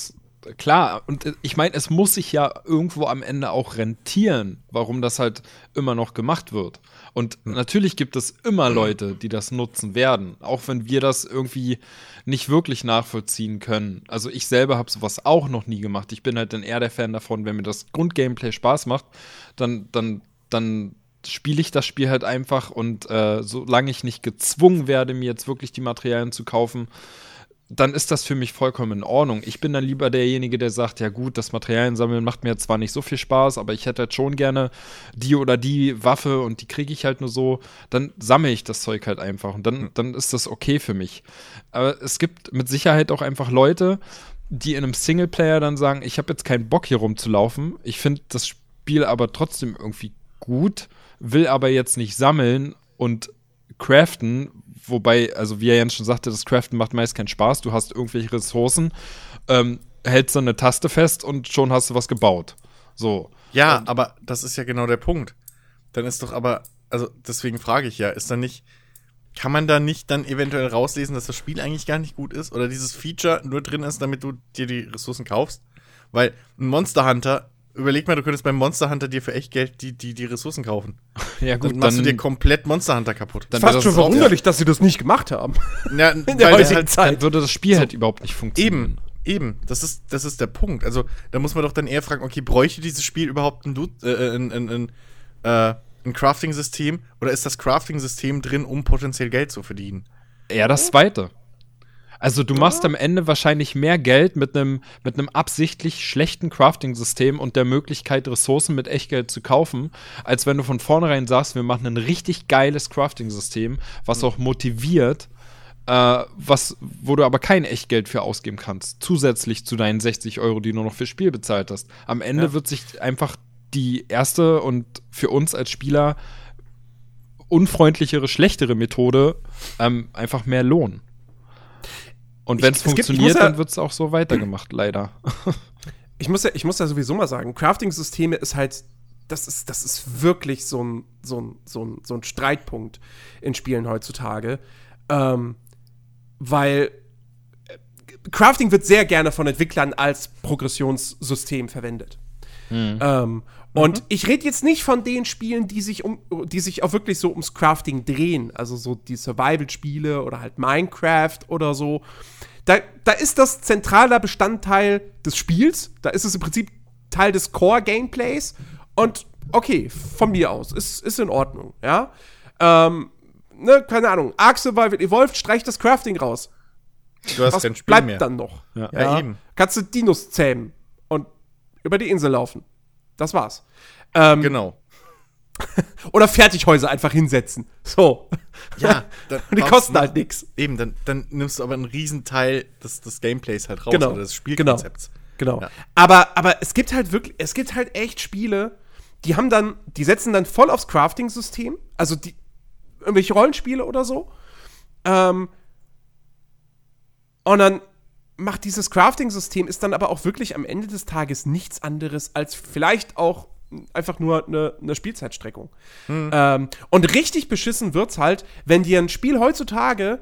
klar. Und ich meine, es muss sich ja irgendwo am Ende auch rentieren, warum das halt immer noch gemacht wird. Und natürlich gibt es immer Leute, die das nutzen werden, auch wenn wir das irgendwie nicht wirklich nachvollziehen können. Also ich selber habe sowas auch noch nie gemacht. Ich bin halt dann eher der Fan davon, wenn mir das Grundgameplay Spaß macht, dann spiele ich das Spiel halt einfach und solange ich nicht gezwungen werde, mir jetzt wirklich die Materialien zu kaufen, dann ist das für mich vollkommen in Ordnung. Ich bin dann lieber derjenige, der sagt, ja gut, das Materialien sammeln macht mir zwar nicht so viel Spaß, aber ich hätte halt schon gerne die oder die Waffe und die kriege ich halt nur so, dann sammle ich das Zeug halt einfach und dann ist das okay für mich. Aber es gibt mit Sicherheit auch einfach Leute, die in einem Singleplayer dann sagen, ich habe jetzt keinen Bock hier rumzulaufen, ich finde das Spiel aber trotzdem irgendwie gut, will aber jetzt nicht sammeln und craften, wobei, also wie er Jens schon sagte, das Craften macht meist keinen Spaß. Du hast irgendwelche Ressourcen, hältst dann eine Taste fest und schon hast du was gebaut. So. Ja, aber das ist ja genau der Punkt. Dann ist doch aber, also deswegen frage ich ja, kann man da nicht dann eventuell rauslesen, dass das Spiel eigentlich gar nicht gut ist oder dieses Feature nur drin ist, damit du dir die Ressourcen kaufst? Weil ein Monster Hunter, überleg mal, du könntest beim Monster Hunter dir für echt Geld die Ressourcen kaufen. Ja, gut, dann machst du dir komplett Monster Hunter kaputt. Dann fast schon verwunderlich, dass sie das nicht gemacht haben. Ja, in der heutigen Zeit. Dann würde das Spiel halt überhaupt nicht funktionieren. Eben. Das ist der Punkt. Also, da muss man doch dann eher fragen, okay, bräuchte dieses Spiel überhaupt ein Crafting-System oder ist das Crafting-System drin, um potenziell Geld zu verdienen? Ja, das Zweite. Also du machst am Ende wahrscheinlich mehr Geld mit einem absichtlich schlechten Crafting-System und der Möglichkeit, Ressourcen mit Echtgeld zu kaufen, als wenn du von vornherein sagst, wir machen ein richtig geiles Crafting-System, was auch motiviert, wo du aber kein Echtgeld für ausgeben kannst, zusätzlich zu deinen 60 €, die du noch fürs Spiel bezahlt hast. Am Ende wird sich einfach die erste und für uns als Spieler unfreundlichere, schlechtere Methode einfach mehr lohnen. Und wenn es funktioniert, dann wird es auch so weitergemacht, leider. Ich muss ja sowieso mal sagen, Crafting-Systeme ist halt, das ist wirklich so ein Streitpunkt in Spielen heutzutage. Weil Crafting wird sehr gerne von Entwicklern als Progressionssystem verwendet. Und ich rede jetzt nicht von den Spielen, die sich auch wirklich so ums Crafting drehen, also so die Survival-Spiele oder halt Minecraft oder so. Da ist das zentraler Bestandteil des Spiels, da ist es im Prinzip Teil des Core-Gameplays und okay, von mir aus, ist in Ordnung, ja. Keine Ahnung, Ark Survival Evolved, streich das Crafting raus. Du hast Was kein Spiel bleibt mehr. dann noch? Ja, eben. Kannst du Dinos zähmen und über die Insel laufen. Das war's. Genau. Oder Fertighäuser einfach hinsetzen. So. Ja, die kosten halt nichts. Eben, dann nimmst du aber einen Riesenteil des Gameplays halt raus, Genau. oder des Spielkonzepts. Genau. Ja. Aber es gibt halt echt Spiele, die setzen dann voll aufs Crafting-System, also irgendwelche Rollenspiele oder so. Und dann macht dieses Crafting-System, ist dann aber auch wirklich am Ende des Tages nichts anderes als vielleicht auch einfach nur eine Spielzeitstreckung. Und richtig beschissen wird's halt, wenn dir ein Spiel heutzutage,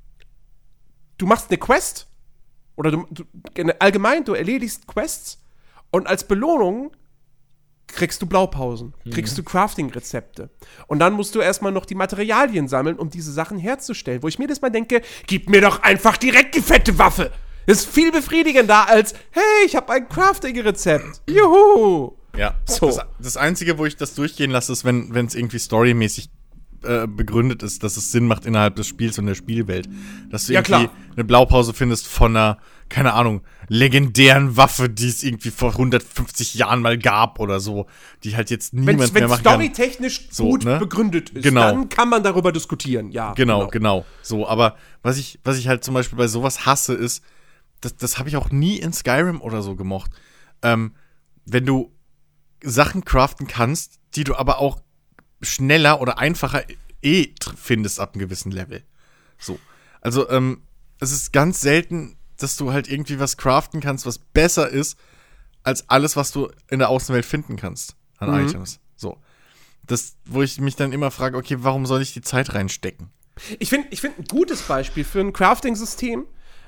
du machst eine Quest oder du erledigst Quests und als Belohnung kriegst du Blaupausen, kriegst du Crafting-Rezepte. Und dann musst du erstmal noch die Materialien sammeln, um diese Sachen herzustellen. Wo ich mir das mal denke, gib mir doch einfach direkt die fette Waffe. Das ist viel befriedigender als, hey, ich habe ein Crafting-Rezept. Juhu. Ja, so. Das Einzige, wo ich das durchgehen lasse, ist, wenn es irgendwie storymäßig begründet ist, dass es Sinn macht innerhalb des Spiels und der Spielwelt. Dass du irgendwie eine Blaupause findest von einer, keine Ahnung, legendären Waffe, die es irgendwie vor 150 Jahren mal gab oder so, die halt jetzt niemand mehr machen kann. Wenn storytechnisch gut begründet ist, genau. Dann kann man darüber diskutieren, ja. Genau. So, aber was ich halt zum Beispiel bei sowas hasse, ist, das habe ich auch nie in Skyrim oder so gemocht. Wenn du Sachen craften kannst, die du aber auch schneller oder einfacher findest ab einem gewissen Level. So. Also, es ist ganz selten, dass du halt irgendwie was craften kannst, was besser ist, als alles, was du in der Außenwelt finden kannst an Items. So. Das, wo ich mich dann immer frage, okay, warum soll ich die Zeit reinstecken? Ich find ein gutes Beispiel für ein Crafting-System,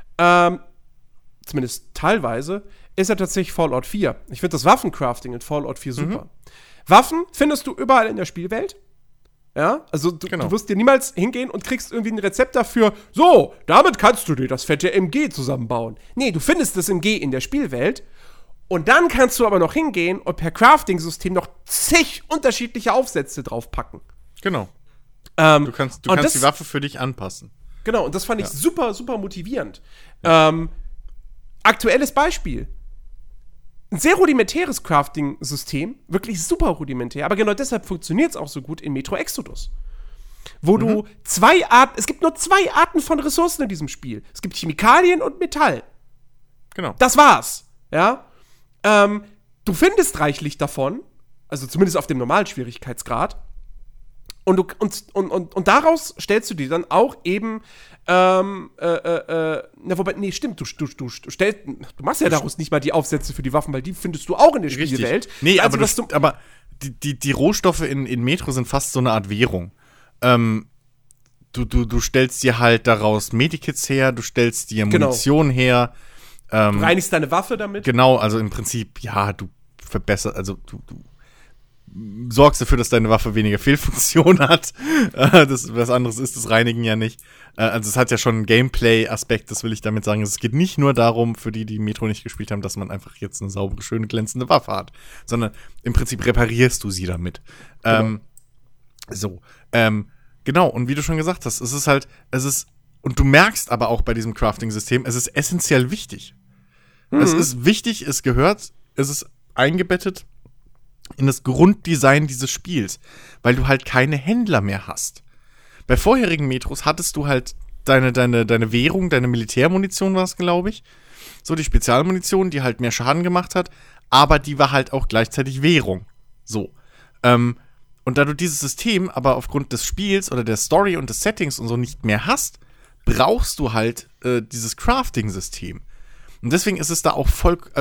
zumindest teilweise, ist ja tatsächlich Fallout 4. Ich finde das Waffencrafting in Fallout 4 super. Waffen findest du überall in der Spielwelt. Ja, also du wirst dir niemals hingehen und kriegst irgendwie ein Rezept dafür, so, damit kannst du dir das fette MG zusammenbauen. Nee, du findest das MG in der Spielwelt und dann kannst du aber noch hingehen und per Crafting-System noch zig unterschiedliche Aufsätze draufpacken. Genau. Du kannst die Waffe für dich anpassen. Genau, und das fand ich super, super motivierend. Aktuelles Beispiel. Ein sehr rudimentäres Crafting-System, wirklich super rudimentär, aber genau deshalb funktioniert es auch so gut in Metro Exodus. Wo du es gibt nur 2 Arten von Ressourcen in diesem Spiel. Es gibt Chemikalien und Metall. Genau. Das war's, ja. Du findest reichlich davon, also zumindest auf dem normalen Schwierigkeitsgrad. Und daraus stellst du dir dann auch eben, stimmt, du machst ja daraus nicht mal die Aufsätze für die Waffen, weil die findest du auch in der Spielwelt. Nee, also, aber die Rohstoffe in Metro sind fast so eine Art Währung. Du stellst dir halt daraus Medikits her, du stellst dir Munition her. Du reinigst deine Waffe damit. Genau, also im Prinzip, ja, du verbesserst, also du sorgst dafür, dass deine Waffe weniger Fehlfunktion hat. Was anderes ist das Reinigen ja nicht. Also es hat ja schon einen Gameplay-Aspekt, das will ich damit sagen. Es geht nicht nur darum, für die Metro nicht gespielt haben, dass man einfach jetzt eine saubere, schöne, glänzende Waffe hat, sondern im Prinzip reparierst du sie damit. Genau, und wie du schon gesagt hast, und du merkst aber auch bei diesem Crafting-System, es ist essentiell wichtig. Es ist wichtig, es ist eingebettet in das Grunddesign dieses Spiels, weil du halt keine Händler mehr hast. Bei vorherigen Metros hattest du halt deine Währung, deine Militärmunition war es, glaube ich. So die Spezialmunition, die halt mehr Schaden gemacht hat, aber die war halt auch gleichzeitig Währung. So. Und da du dieses System aber aufgrund des Spiels oder der Story und des Settings und so nicht mehr hast, brauchst du halt dieses Crafting-System. Und deswegen ist es da auch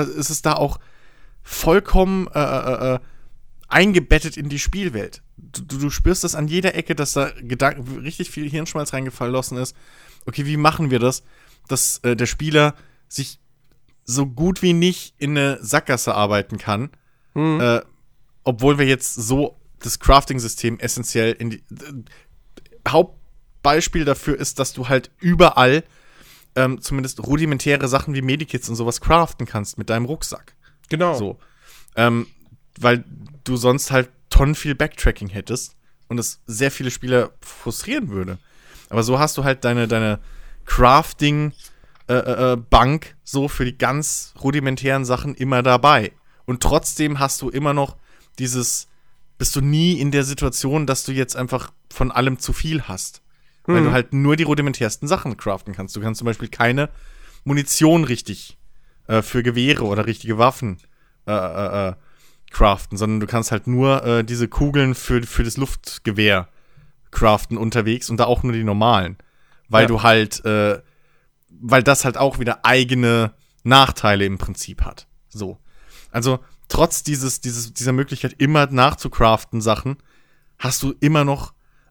vollkommen eingebettet in die Spielwelt. Du spürst das an jeder Ecke, dass da richtig viel Hirnschmalz reingeflossen ist. Okay, wie machen wir das, dass der Spieler sich so gut wie nicht in eine Sackgasse arbeiten kann, obwohl wir jetzt so das Crafting-System essentiell Hauptbeispiel dafür ist, dass du halt überall zumindest rudimentäre Sachen wie Medikits und sowas craften kannst mit deinem Rucksack. Genau. So. Weil du sonst halt tonnen viel Backtracking hättest und es sehr viele Spieler frustrieren würde. Aber so hast du halt deine Crafting Bank so für die ganz rudimentären Sachen immer dabei. Und trotzdem hast du immer noch bist du nie in der Situation, dass du jetzt einfach von allem zu viel hast. Weil du halt nur die rudimentärsten Sachen craften kannst. Du kannst zum Beispiel keine Munition richtig für Gewehre oder richtige Waffen craften, sondern du kannst halt nur diese Kugeln für das Luftgewehr craften unterwegs und da auch nur die normalen. Weil du halt, weil das halt auch wieder eigene Nachteile im Prinzip hat. So. Also, trotz dieser Möglichkeit, immer nachzucraften Sachen, hast du immer noch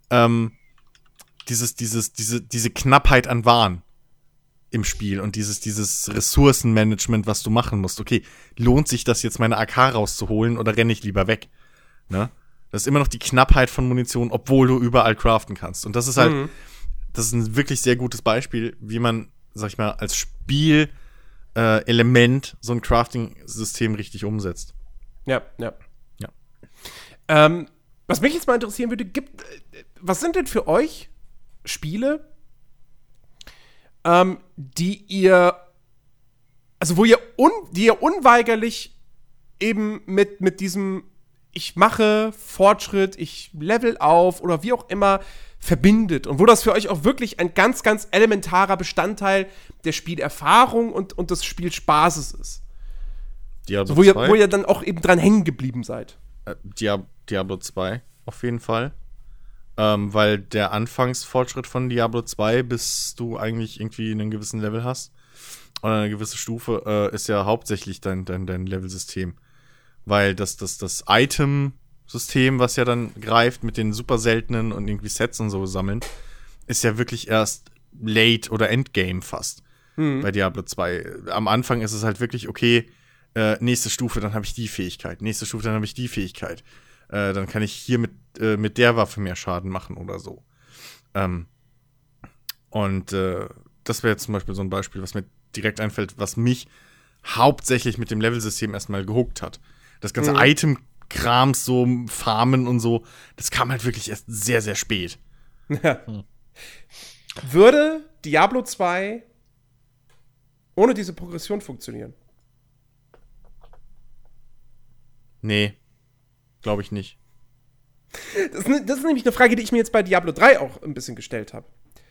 diese Knappheit an Waren im Spiel und dieses Ressourcenmanagement, was du machen musst. Okay, lohnt sich das jetzt, meine AK rauszuholen oder renne ich lieber weg? Ne? Das ist immer noch die Knappheit von Munition, obwohl du überall craften kannst. Und das ist halt, das ist ein wirklich sehr gutes Beispiel, wie man, sag ich mal, als Spiel Element so ein Crafting-System richtig umsetzt. Ja. Was mich jetzt mal interessieren würde, was sind denn für euch Spiele, die ihr unweigerlich eben mit diesem ich mache Fortschritt, ich level auf oder wie auch immer verbindet und wo das für euch auch wirklich ein ganz, ganz elementarer Bestandteil der Spielerfahrung und des Spielspaßes ist. Diablo so, 2. Wo ihr dann auch eben dran hängen geblieben seid. Diablo 2 auf jeden Fall. Weil der Anfangsfortschritt von Diablo 2, bis du eigentlich irgendwie einen gewissen Level hast oder eine gewisse Stufe, ist ja hauptsächlich dein Levelsystem. Weil das Item-System, was ja dann greift mit den super seltenen und irgendwie Sets und so sammeln, ist ja wirklich erst Late oder Endgame fast bei Diablo 2. Am Anfang ist es halt wirklich, okay, nächste Stufe, dann habe ich die Fähigkeit. Nächste Stufe, dann habe ich die Fähigkeit. Dann kann ich hier mit der Waffe mehr Schaden machen oder so. Das wäre jetzt zum Beispiel so ein Beispiel, was mir direkt einfällt, was mich hauptsächlich mit dem Level-System erstmal gehuckt hat. Das ganze Item-Krams, so Farmen und so, das kam halt wirklich erst sehr, sehr spät. Ja. Würde Diablo 2 ohne diese Progression funktionieren? Nee. Glaube ich nicht. Das ist nämlich eine Frage, die ich mir jetzt bei Diablo 3 auch ein bisschen gestellt habe.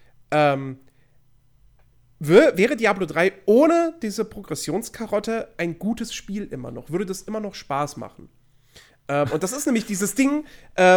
Wäre Diablo 3 ohne diese Progressionskarotte ein gutes Spiel immer noch? Würde das immer noch Spaß machen? Und das ist nämlich dieses Ding,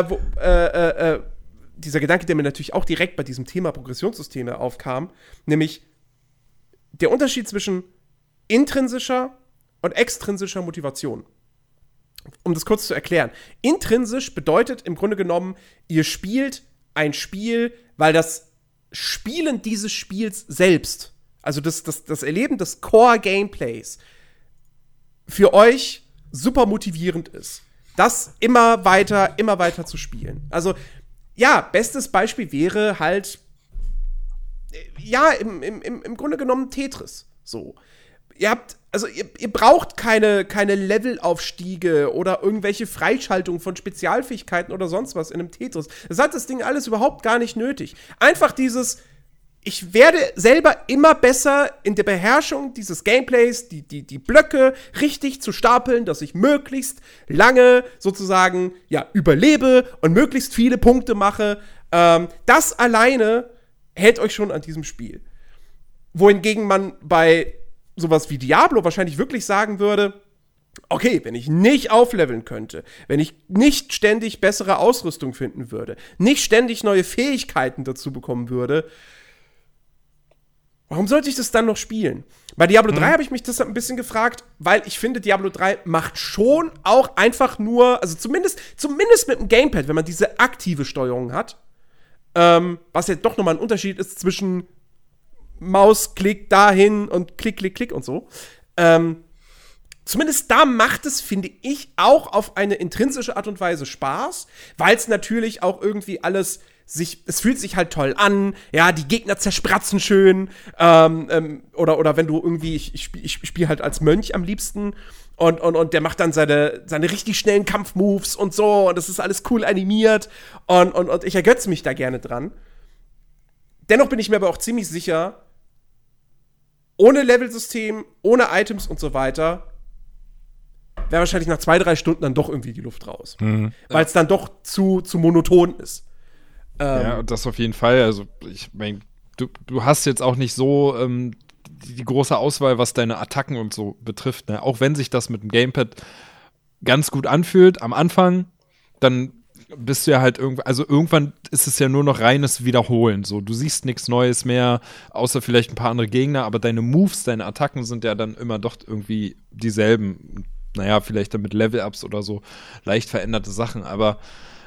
dieser Gedanke, der mir natürlich auch direkt bei diesem Thema Progressionssysteme aufkam, nämlich der Unterschied zwischen intrinsischer und extrinsischer Motivation. Um das kurz zu erklären. Intrinsisch bedeutet im Grunde genommen, ihr spielt ein Spiel, weil das Spielen dieses Spiels selbst, also das Erleben des Core-Gameplays, für euch super motivierend ist. Das immer weiter zu spielen. Also, ja, bestes Beispiel wäre halt, ja, im Grunde genommen Tetris. So. Ihr braucht keine Levelaufstiege oder irgendwelche Freischaltungen von Spezialfähigkeiten oder sonst was in einem Tetris. Das hat das Ding alles überhaupt gar nicht nötig. Einfach ich werde selber immer besser in der Beherrschung dieses Gameplays, die Blöcke richtig zu stapeln, dass ich möglichst lange sozusagen, ja, überlebe und möglichst viele Punkte mache. Das alleine hält euch schon an diesem Spiel. Wohingegen man bei sowas wie Diablo wahrscheinlich wirklich sagen würde, okay, wenn ich nicht aufleveln könnte, wenn ich nicht ständig bessere Ausrüstung finden würde, nicht ständig neue Fähigkeiten dazu bekommen würde, warum sollte ich das dann noch spielen? Bei Diablo 3 habe ich mich das ein bisschen gefragt, weil ich finde, Diablo 3 macht schon auch einfach nur, also zumindest mit dem Gamepad, wenn man diese aktive Steuerung hat, was ja doch nochmal ein Unterschied ist zwischen Mausklick dahin und Klick, Klick, Klick und so. Zumindest da macht es, finde ich, auch auf eine intrinsische Art und Weise Spaß, weil es natürlich auch irgendwie alles es fühlt sich halt toll an, ja, die Gegner zerspratzen schön, oder wenn du irgendwie, ich spiele halt als Mönch am liebsten, Und der macht dann seine richtig schnellen Kampfmoves und so. Und das ist alles cool animiert. Und ich ergötze mich da gerne dran. Dennoch bin ich mir aber auch ziemlich sicher, ohne Levelsystem, ohne Items und so weiter, wäre wahrscheinlich nach 2-3 Stunden dann doch irgendwie die Luft raus. Weil es dann doch zu monoton ist. Ja, das auf jeden Fall. Also, ich meine, du hast jetzt auch nicht so die große Auswahl, was deine Attacken und so betrifft. Ne? Auch wenn sich das mit dem Gamepad ganz gut anfühlt am Anfang, dann bist du ja halt irgendwann ist es ja nur noch reines Wiederholen. So, du siehst nichts Neues mehr, außer vielleicht ein paar andere Gegner, aber deine Moves, deine Attacken sind ja dann immer doch irgendwie dieselben. Naja, vielleicht dann mit Level-Ups oder so leicht veränderte Sachen, aber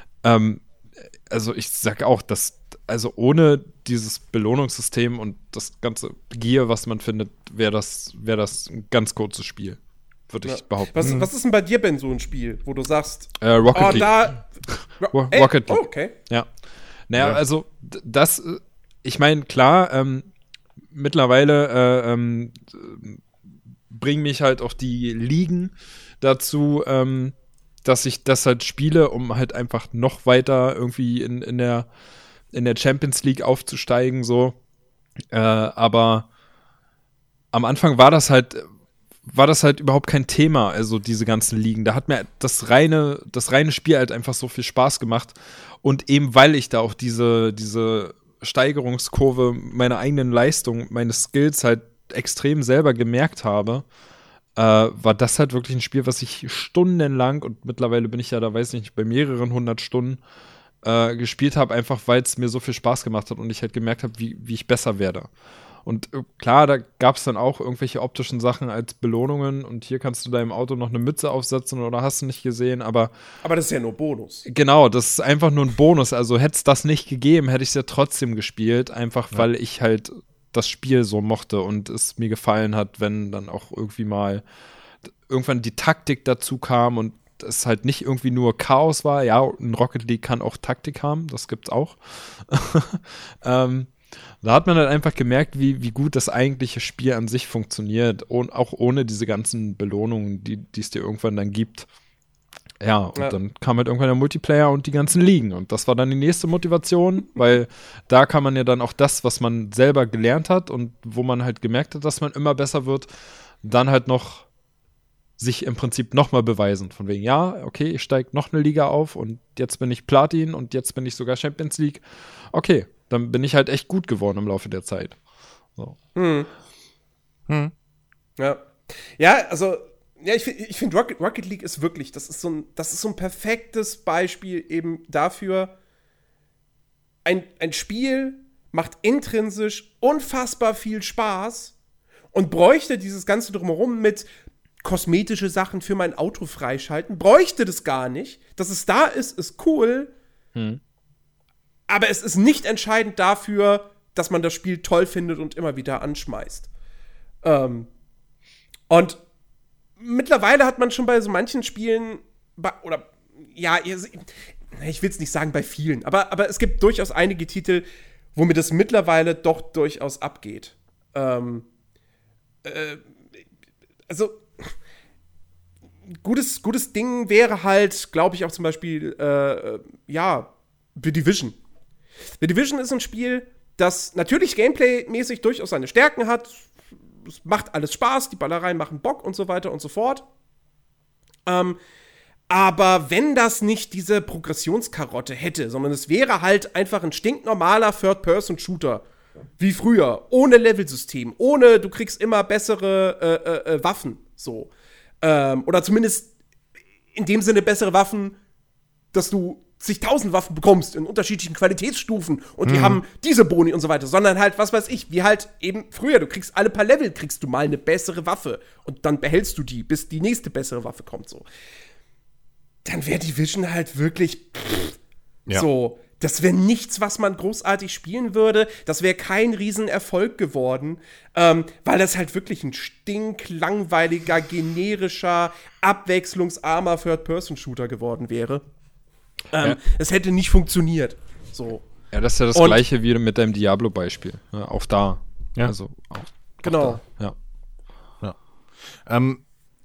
also ich sag auch, also ohne dieses Belohnungssystem und das ganze Gear, was man findet, wäre das ein ganz kurzes Spiel, würde ich behaupten. Was ist denn bei dir, Ben, so ein Spiel, wo du sagst, Rocket League. Rocket League. Oh, okay. Ja. Naja, also das, ich meine, klar, mittlerweile bringen mich halt auch die Ligen dazu, dass ich das halt spiele, um halt einfach noch weiter irgendwie in der Champions League aufzusteigen, so. Aber am Anfang war das halt überhaupt kein Thema, also diese ganzen Ligen. Da hat mir das reine Spiel halt einfach so viel Spaß gemacht. Und eben weil ich da auch diese Steigerungskurve meiner eigenen Leistung, meines Skills halt extrem selber gemerkt habe, war das halt wirklich ein Spiel, was ich stundenlang, und mittlerweile bin ich ja da, weiß ich nicht, bei mehreren 100 Stunden gespielt habe, einfach weil es mir so viel Spaß gemacht hat und ich halt gemerkt habe, wie ich besser werde. Und klar, da gab es dann auch irgendwelche optischen Sachen als Belohnungen und hier kannst du deinem Auto noch eine Mütze aufsetzen oder hast du nicht gesehen, aber das ist ja nur Bonus. Genau, das ist einfach nur ein Bonus. Also hätte es das nicht gegeben, hätte ich es ja trotzdem gespielt, einfach weil ich halt das Spiel so mochte und es mir gefallen hat, wenn dann auch irgendwie mal irgendwann die Taktik dazu kam und es halt nicht irgendwie nur Chaos war. Ja, ein Rocket League kann auch Taktik haben, das gibt's auch. Da hat man halt einfach gemerkt, wie gut das eigentliche Spiel an sich funktioniert, auch ohne diese ganzen Belohnungen, die es dir irgendwann dann gibt. Ja, und dann kam halt irgendwann der Multiplayer und die ganzen Ligen. Und das war dann die nächste Motivation, weil da kann man ja dann auch das, was man selber gelernt hat und wo man halt gemerkt hat, dass man immer besser wird, dann halt noch sich im Prinzip nochmal beweisen. Von wegen, ja, okay, ich steige noch eine Liga auf und jetzt bin ich Platin und jetzt bin ich sogar Champions League. Okay, dann bin ich halt echt gut geworden im Laufe der Zeit. So. Ja, also ja, ich finde Rocket League ist wirklich, das ist so ein perfektes Beispiel eben dafür, ein Spiel macht intrinsisch unfassbar viel Spaß und bräuchte dieses Ganze drumherum mit kosmetische Sachen für mein Auto freischalten, bräuchte das gar nicht. Dass es da ist cool, aber es ist nicht entscheidend dafür, dass man das Spiel toll findet und immer wieder anschmeißt. Und mittlerweile hat man schon bei so manchen Spielen, ich will es nicht sagen bei vielen, aber es gibt durchaus einige Titel, wo mir das mittlerweile doch durchaus abgeht. Also, gutes Ding wäre halt, glaube ich, auch zum Beispiel, The Division. The Division ist ein Spiel, das natürlich Gameplay-mäßig durchaus seine Stärken hat. Es macht alles Spaß, die Ballereien machen Bock und so weiter und so fort. Aber wenn das nicht diese Progressionskarotte hätte, sondern es wäre halt einfach ein stinknormaler Third-Person-Shooter, wie früher, ohne Levelsystem, ohne du kriegst immer bessere Waffen, so. Oder zumindest in dem Sinne bessere Waffen, dass du zigtausend Waffen bekommst in unterschiedlichen Qualitätsstufen und die haben diese Boni und so weiter, sondern halt, was weiß ich, wie halt eben früher, du kriegst alle paar Level, kriegst du mal eine bessere Waffe und dann behältst du die, bis die nächste bessere Waffe kommt, so. Dann wäre Division halt wirklich so, das wäre nichts, was man großartig spielen würde, das wäre kein Riesenerfolg geworden, weil das halt wirklich ein stinklangweiliger, generischer, abwechslungsarmer Third-Person-Shooter geworden wäre. Es hätte nicht funktioniert. So. Ja, das ist ja das Gleiche wie mit deinem Diablo-Beispiel. Ja, auch da. Ja. Also, genau. Da. Ja.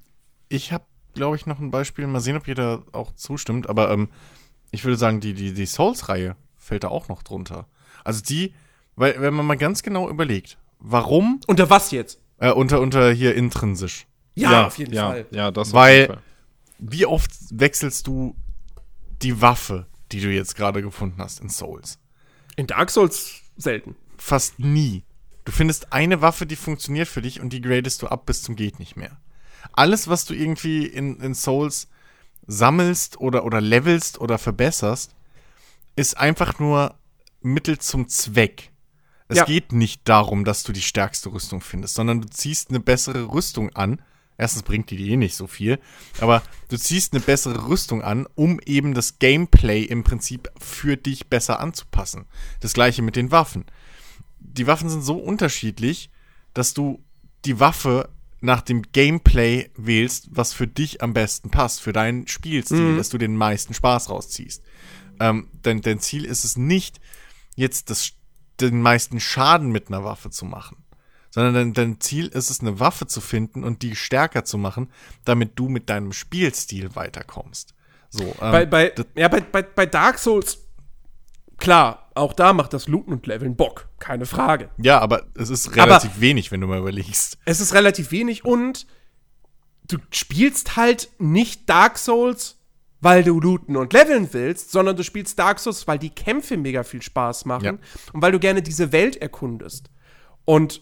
Ich habe, glaube ich, noch ein Beispiel. Mal sehen, ob jeder auch zustimmt. Aber ich würde sagen, die Souls-Reihe fällt da auch noch drunter. Also weil wenn man mal ganz genau überlegt, warum Unter was jetzt? unter hier intrinsisch. Ja, auf jeden Fall. Ja, das Weil- auf jeden Fall. Wie oft wechselst du die Waffe, die du jetzt gerade gefunden hast in Souls? In Dark Souls selten. Fast nie. Du findest eine Waffe, die funktioniert für dich und die gradest du ab bis zum geht nicht mehr. Alles, was du irgendwie in Souls sammelst oder levelst oder verbesserst, ist einfach nur Mittel zum Zweck. Es Ja. geht nicht darum, dass du die stärkste Rüstung findest, sondern du ziehst eine bessere Rüstung an. Erstens bringt die dir eh nicht so viel, aber du ziehst eine bessere Rüstung an, um eben das Gameplay im Prinzip für dich besser anzupassen. Das gleiche mit den Waffen. Die Waffen sind so unterschiedlich, dass du die Waffe nach dem Gameplay wählst, was für dich am besten passt, für deinen Spielstil, dass du den meisten Spaß rausziehst. Denn dein Ziel ist es nicht, jetzt den meisten Schaden mit einer Waffe zu machen, sondern dein Ziel ist es, eine Waffe zu finden und die stärker zu machen, damit du mit deinem Spielstil weiterkommst. So, Bei Dark Souls, klar, auch da macht das Looten und Leveln Bock, keine Frage. ja, aber es ist relativ wenig, wenn du mal überlegst. Es ist relativ wenig und du spielst halt nicht Dark Souls, weil du looten und leveln willst, sondern du spielst Dark Souls, weil die Kämpfe mega viel Spaß machen Ja. und weil du gerne diese Welt erkundest. Und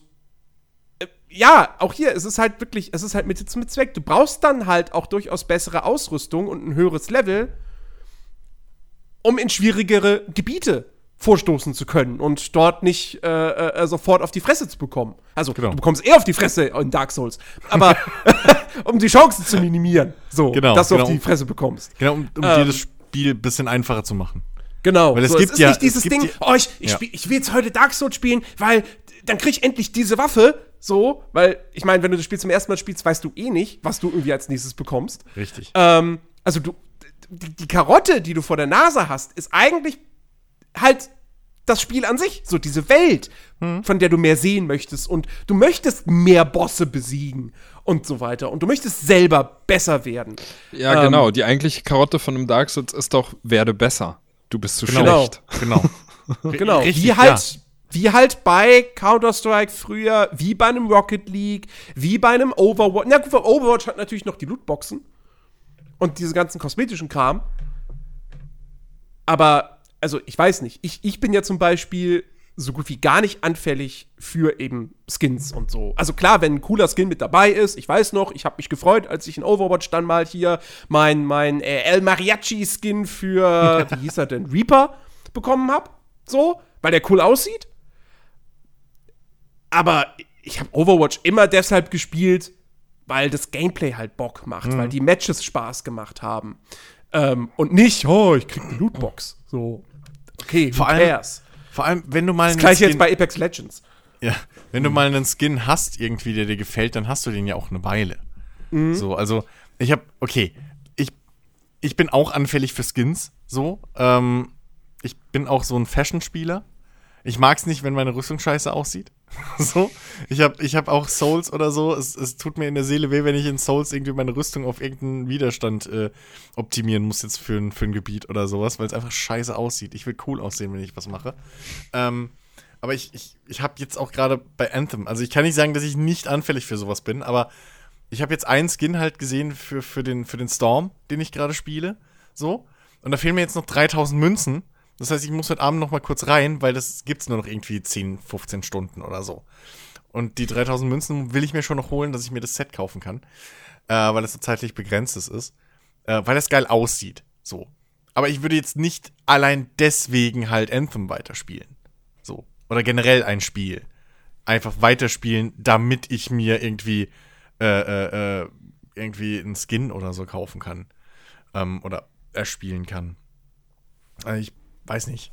ja, auch hier, es ist halt Mittel zum Zweck. Du brauchst dann halt auch durchaus bessere Ausrüstung und ein höheres Level, um in schwierigere Gebiete vorstoßen zu können und dort nicht sofort auf die Fresse zu bekommen. Also, Genau. du bekommst eher auf die Fresse in Dark Souls, aber um die Chancen zu minimieren, so, Genau, dass du auf genau. die Fresse bekommst. Genau, um dir das Spiel ein bisschen einfacher zu machen. Genau. Weil es so, gibt ist ja- nicht dieses es gibt Ding, ja- ich will jetzt heute Dark Souls spielen, weil dann krieg ich endlich diese Waffe, so, weil, ich meine, wenn du das Spiel zum ersten Mal spielst, weißt du eh nicht, was du irgendwie als nächstes bekommst. Richtig. Also die Karotte, die du vor der Nase hast, ist eigentlich halt das Spiel an sich, so diese Welt, von der du mehr sehen möchtest und du möchtest mehr Bosse besiegen und so weiter und du möchtest selber besser werden. Ja, genau. Die eigentliche Karotte von einem Dark Souls ist doch, werde besser. Du bist zu Genau. schlecht. Genau. Genau, Richtig, wie halt bei Counter-Strike früher, wie bei einem Rocket League, wie bei einem Overwatch. Na gut, Overwatch hat natürlich noch die Lootboxen und diese ganzen kosmetischen Kram. Aber, also ich weiß nicht, ich bin ja zum Beispiel so gut wie gar nicht anfällig für eben Skins und so. Also klar, wenn ein cooler Skin mit dabei ist, ich weiß noch, ich habe mich gefreut, als ich in Overwatch dann mal hier mein El Mariachi-Skin für, wie hieß er denn, Reaper bekommen habe. So, weil der cool aussieht. Aber ich habe Overwatch immer deshalb gespielt, weil das Gameplay halt Bock macht, weil die Matches Spaß gemacht haben. Und nicht, ich krieg eine Lootbox. So, okay, Vor allem, wenn du mal das gleiche jetzt bei Apex Legends. Ja, wenn du mal einen Skin hast, irgendwie, der dir gefällt, dann hast du den ja auch eine Weile. So, also, ich bin auch anfällig für Skins, so. Ich bin auch so ein Fashion-Spieler. Ich mag's nicht, wenn meine Rüstung scheiße aussieht. So. Ich hab auch Souls oder so. Es tut mir in der Seele weh, wenn ich in Souls irgendwie meine Rüstung auf irgendeinen Widerstand optimieren muss jetzt für ein Gebiet oder sowas, weil es einfach scheiße aussieht. Ich will cool aussehen, wenn ich was mache. Aber ich habe jetzt auch gerade bei Anthem, also ich kann nicht sagen, dass ich nicht anfällig für sowas bin, aber ich habe jetzt einen Skin halt gesehen für den Storm, den ich gerade spiele. So. Und da fehlen mir jetzt noch 3000 Münzen. Das heißt, ich muss heute Abend noch mal kurz rein, weil das gibt's nur noch irgendwie 10, 15 Stunden oder so. Und die 3000 Münzen will ich mir schon noch holen, dass ich mir das Set kaufen kann. Weil das so zeitlich begrenztes ist. Weil das geil aussieht. So. Aber ich würde jetzt nicht allein deswegen halt Anthem weiterspielen. So. Oder generell ein Spiel. Einfach weiterspielen, damit ich mir irgendwie einen Skin oder so kaufen kann. Oder erspielen kann. Also ich weiß nicht.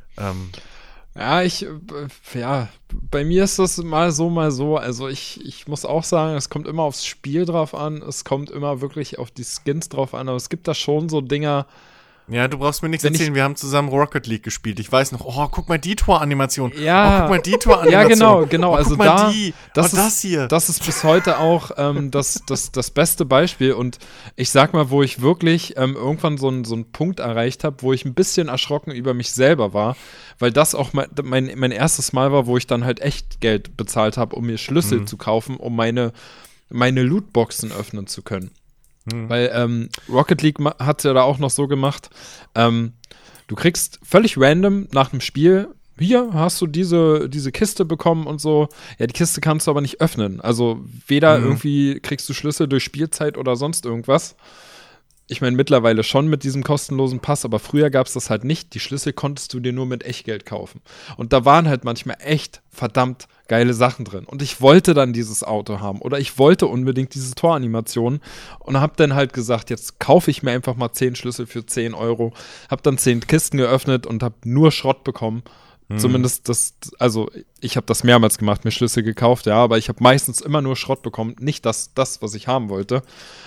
Ja, bei mir ist das mal so, mal so. Also ich muss auch sagen, es kommt immer aufs Spiel drauf an. Es kommt immer wirklich auf die Skins drauf an. Aber es gibt da schon so Dinger, Ja, du brauchst mir nichts Wenn erzählen. Wir haben zusammen Rocket League gespielt. Ich weiß noch, guck mal die Toranimation. Ja. Guck mal die Toranimation. Ja, genau. Also guck mal die. das hier. Das ist bis heute auch das beste Beispiel. Und ich sag mal, wo ich wirklich irgendwann so einen Punkt erreicht habe, wo ich ein bisschen erschrocken über mich selber war, weil das auch mein erstes Mal war, wo ich dann halt echt Geld bezahlt habe, um mir Schlüssel zu kaufen, um meine Lootboxen öffnen zu können. Weil Rocket League hat es ja da auch noch so gemacht, du kriegst völlig random nach dem Spiel, hier hast du diese Kiste bekommen und so. Ja, die Kiste kannst du aber nicht öffnen. Also weder irgendwie kriegst du Schlüssel durch Spielzeit oder sonst irgendwas. Ich meine, mittlerweile schon mit diesem kostenlosen Pass, aber früher gab es das halt nicht. Die Schlüssel konntest du dir nur mit Echtgeld kaufen. Und da waren halt manchmal echt verdammt geile Sachen drin. Und ich wollte dann dieses Auto haben oder ich wollte unbedingt diese Toranimation und habe dann halt gesagt, jetzt kaufe ich mir einfach mal 10 Schlüssel für 10 Euro. Habe dann 10 Kisten geöffnet und habe nur Schrott bekommen. Zumindest also ich habe das mehrmals gemacht, mir Schlüssel gekauft, ja, aber ich habe meistens immer nur Schrott bekommen. Nicht das, was ich haben wollte.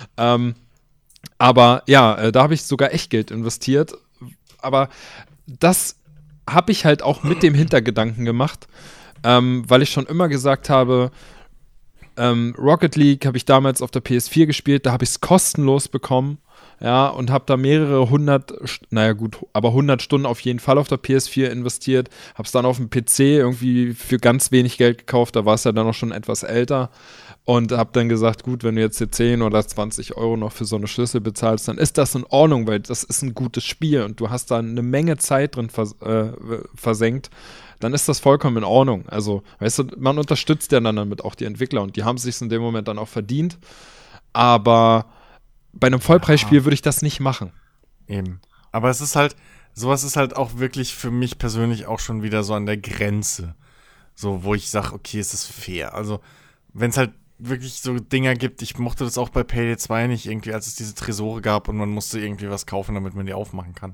Aber ja, da habe ich sogar Echtgeld investiert. Aber das habe ich halt auch mit dem Hintergedanken gemacht, weil ich schon immer gesagt habe, Rocket League habe ich damals auf der PS4 gespielt, da habe ich es kostenlos bekommen, ja, und habe da mehrere 100 Stunden auf jeden Fall auf der PS4 investiert, habe es dann auf dem PC irgendwie für ganz wenig Geld gekauft, da war es ja dann auch schon etwas älter. Und habe dann gesagt, gut, wenn du jetzt hier 10 oder 20 Euro noch für so eine Schlüssel bezahlst, dann ist das in Ordnung, weil das ist ein gutes Spiel und du hast da eine Menge Zeit drin versenkt, dann ist das vollkommen in Ordnung. Also, weißt du, man unterstützt ja dann damit auch die Entwickler und die haben es sich in dem Moment dann auch verdient. Aber bei einem Vollpreisspiel würde ich das nicht machen. Eben. Aber es ist halt, sowas ist halt auch wirklich für mich persönlich auch schon wieder so an der Grenze. So, wo ich sage, okay, es ist fair. Also, wenn es halt wirklich so Dinger gibt, ich mochte das auch bei Payday 2 nicht irgendwie, als es diese Tresore gab und man musste irgendwie was kaufen, damit man die aufmachen kann.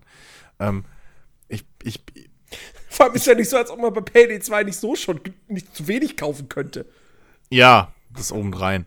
Vor allem ist ja nicht so, als ob man bei Payday 2 nicht zu wenig kaufen könnte. Ja, das obendrein.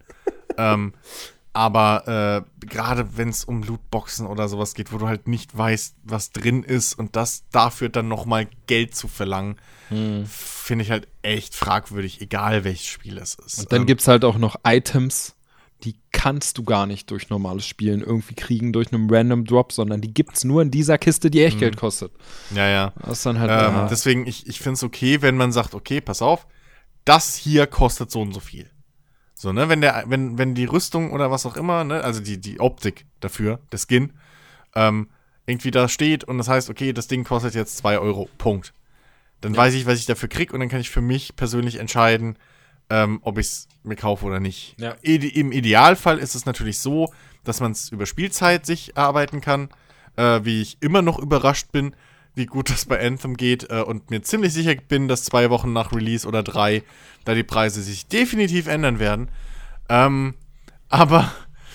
Aber gerade wenn es um Lootboxen oder sowas geht, wo du halt nicht weißt, was drin ist und das dafür dann nochmal Geld zu verlangen, finde ich halt echt fragwürdig, egal welches Spiel es ist. Und dann gibt es halt auch noch Items, die kannst du gar nicht durch normales Spielen irgendwie kriegen, durch einen Random Drop, sondern die gibt es nur in dieser Kiste, die Echtgeld kostet. Ja. Das ist dann halt deswegen, ich finde es okay, wenn man sagt, okay, pass auf, das hier kostet so und so viel. So, ne, wenn die Rüstung oder was auch immer, ne, also die Optik dafür, der Skin, irgendwie da steht und das heißt, okay, das Ding kostet jetzt 2 Euro, Punkt. Dann weiß ich, was ich dafür kriege und dann kann ich für mich persönlich entscheiden, ob ich es mir kaufe oder nicht. Ja. Im Idealfall ist es natürlich so, dass man es über Spielzeit sich erarbeiten kann, wie ich immer noch überrascht bin, wie gut das bei Anthem geht und mir ziemlich sicher bin, dass 2 Wochen nach Release oder 3 da die Preise sich definitiv ändern werden. Aber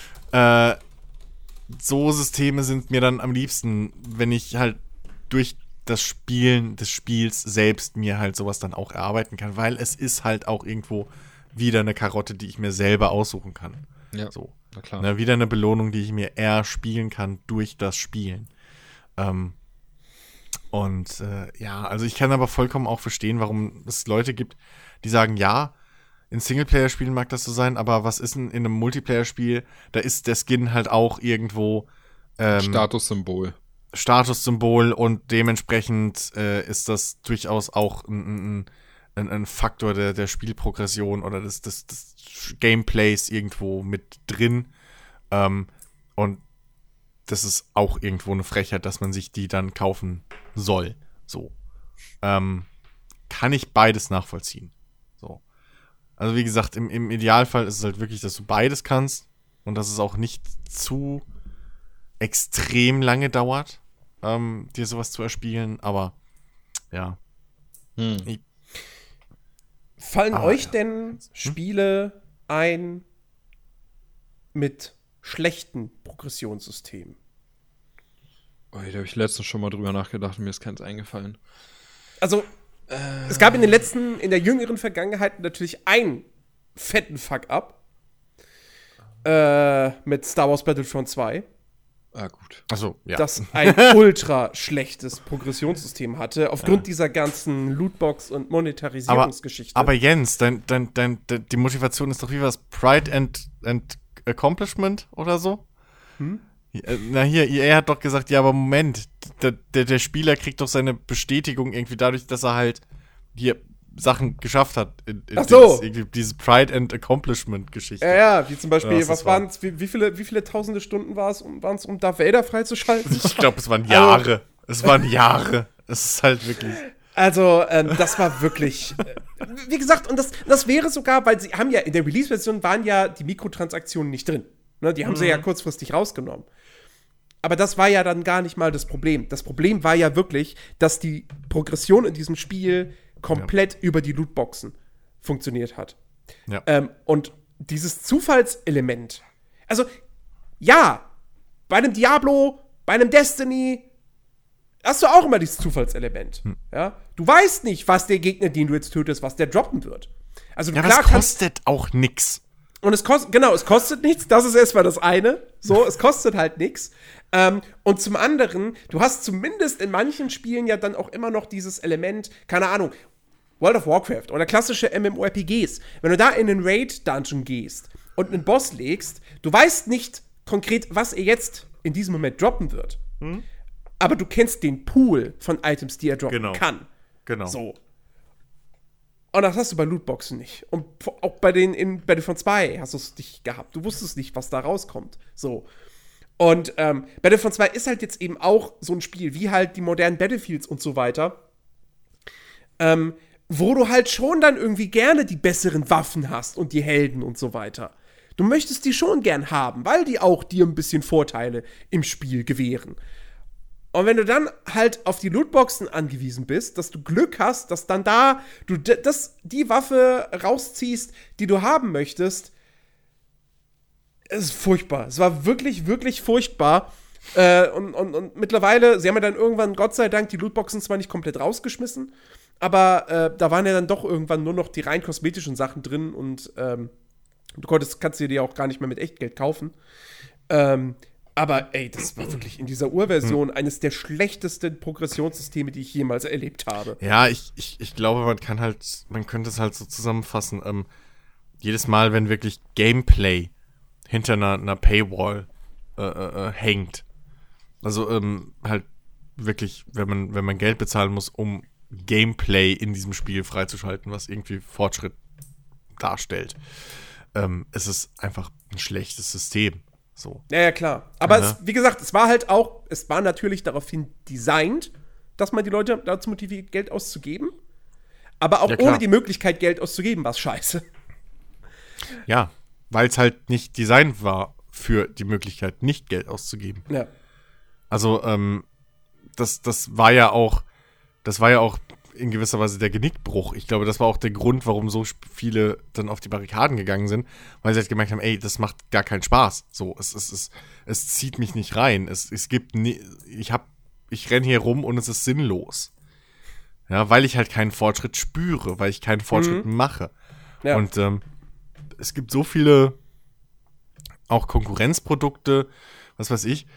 so Systeme sind mir dann am liebsten, wenn ich halt durch das Spielen des Spiels selbst mir halt sowas dann auch erarbeiten kann, weil es ist halt auch irgendwo wieder eine Karotte, die ich mir selber aussuchen kann. Ja, so. Na klar. Na, wieder eine Belohnung, die ich mir erspielen kann durch das Spielen. Also ich kann aber vollkommen auch verstehen, warum es Leute gibt, die sagen, ja, in Singleplayer-Spielen mag das so sein, aber was ist denn in einem Multiplayer-Spiel? Da ist der Skin halt auch irgendwo Statussymbol und dementsprechend ist das durchaus auch ein Faktor der Spielprogression oder des Gameplays irgendwo mit drin. Und das ist auch irgendwo eine Frechheit, dass man sich die dann kaufen soll. So. Kann ich beides nachvollziehen. So. Also wie gesagt, im Idealfall ist es halt wirklich, dass du beides kannst und dass es auch nicht zu extrem lange dauert, dir sowas zu erspielen, aber ja. Fallen euch denn Spiele ein mit schlechten Progressionssystemen? Da habe ich letztens schon mal drüber nachgedacht und mir ist keins eingefallen. Also, es gab in der jüngeren Vergangenheit natürlich einen fetten Fuck-up mit Star Wars Battlefront 2. gut. Achso, ja. das ein ultra schlechtes Progressionssystem hatte, aufgrund dieser ganzen Lootbox- und Monetarisierungsgeschichte. Aber Jens, die Motivation ist doch wie was? Pride and Accomplishment oder so? Na hier, EA hat doch gesagt, ja, aber Moment, der Spieler kriegt doch seine Bestätigung irgendwie dadurch, dass er halt hier Sachen geschafft hat. Ach so. Diese Pride and Accomplishment-Geschichte. Ja, wie zum Beispiel, Ja, was waren es, wie viele tausende Stunden waren es, um Darth Vader freizuschalten? Ich glaube, es waren Jahre. Es ist halt wirklich. Also, das war wirklich, wie gesagt, und das wäre sogar, weil sie haben ja, in der Release-Version waren ja die Mikrotransaktionen nicht drin. Ne, die haben sie ja kurzfristig rausgenommen. Aber das war ja dann gar nicht mal das Problem. Das Problem war ja wirklich, dass die Progression in diesem Spiel komplett über die Lootboxen funktioniert hat. Ja. Und dieses Zufallselement, also ja, bei einem Diablo, bei einem Destiny hast du auch immer dieses Zufallselement. Ja? Du weißt nicht, was der Gegner, den du jetzt tötest, was der droppen wird. Also Ja, klar aber es kostet auch nix. und es kostet nichts, das ist erstmal das eine. So, es kostet halt nichts. Und zum anderen, du hast zumindest in manchen Spielen ja dann auch immer noch dieses Element, keine Ahnung, World of Warcraft oder klassische MMORPGs. Wenn du da in einen Raid-Dungeon gehst und einen Boss legst, du weißt nicht konkret, was er jetzt in diesem Moment droppen wird. Aber du kennst den Pool von Items, die er droppen kann. Genau. So. Und das hast du bei Lootboxen nicht. Und auch bei den Battlefront 2 hast du es nicht gehabt. Du wusstest nicht, was da rauskommt. So. Und Battlefront 2 ist halt jetzt eben auch so ein Spiel, wie halt die modernen Battlefields und so weiter, wo du halt schon dann irgendwie gerne die besseren Waffen hast und die Helden und so weiter. Du möchtest die schon gern haben, weil die auch dir ein bisschen Vorteile im Spiel gewähren. Und wenn du dann halt auf die Lootboxen angewiesen bist, dass du Glück hast, dass dann da du die Waffe rausziehst, die du haben möchtest, es ist furchtbar. Es war wirklich, wirklich furchtbar. Und mittlerweile, sie haben ja dann irgendwann, Gott sei Dank, die Lootboxen zwar nicht komplett rausgeschmissen, aber da waren ja dann doch irgendwann nur noch die rein kosmetischen Sachen drin und kannst du dir auch gar nicht mehr mit Echtgeld kaufen. Aber ey, das war wirklich in dieser Urversion eines der schlechtesten Progressionssysteme, die ich jemals erlebt habe. Ja, ich glaube, man könnte es halt so zusammenfassen. Jedes Mal, wenn wirklich Gameplay hinter einer Paywall hängt, also halt wirklich, wenn man Geld bezahlen muss, um Gameplay in diesem Spiel freizuschalten, was irgendwie Fortschritt darstellt, es ist einfach ein schlechtes System. So. Ja, klar. Aber wie gesagt, es war natürlich daraufhin designt, dass man die Leute dazu motiviert, Geld auszugeben. Aber auch ohne die Möglichkeit, Geld auszugeben, war es scheiße. Ja, weil es halt nicht designt war für die Möglichkeit, nicht Geld auszugeben. Ja. Also, das war ja auch in gewisser Weise der Genickbruch. Ich glaube, das war auch der Grund, warum so viele dann auf die Barrikaden gegangen sind, weil sie halt gemerkt haben, ey, das macht gar keinen Spaß. So, es zieht mich nicht rein. Ich renne hier rum und es ist sinnlos. Ja, weil ich halt keinen Fortschritt spüre, weil ich keinen Fortschritt mache. Ja. Und es gibt so viele auch Konkurrenzprodukte, was weiß ich,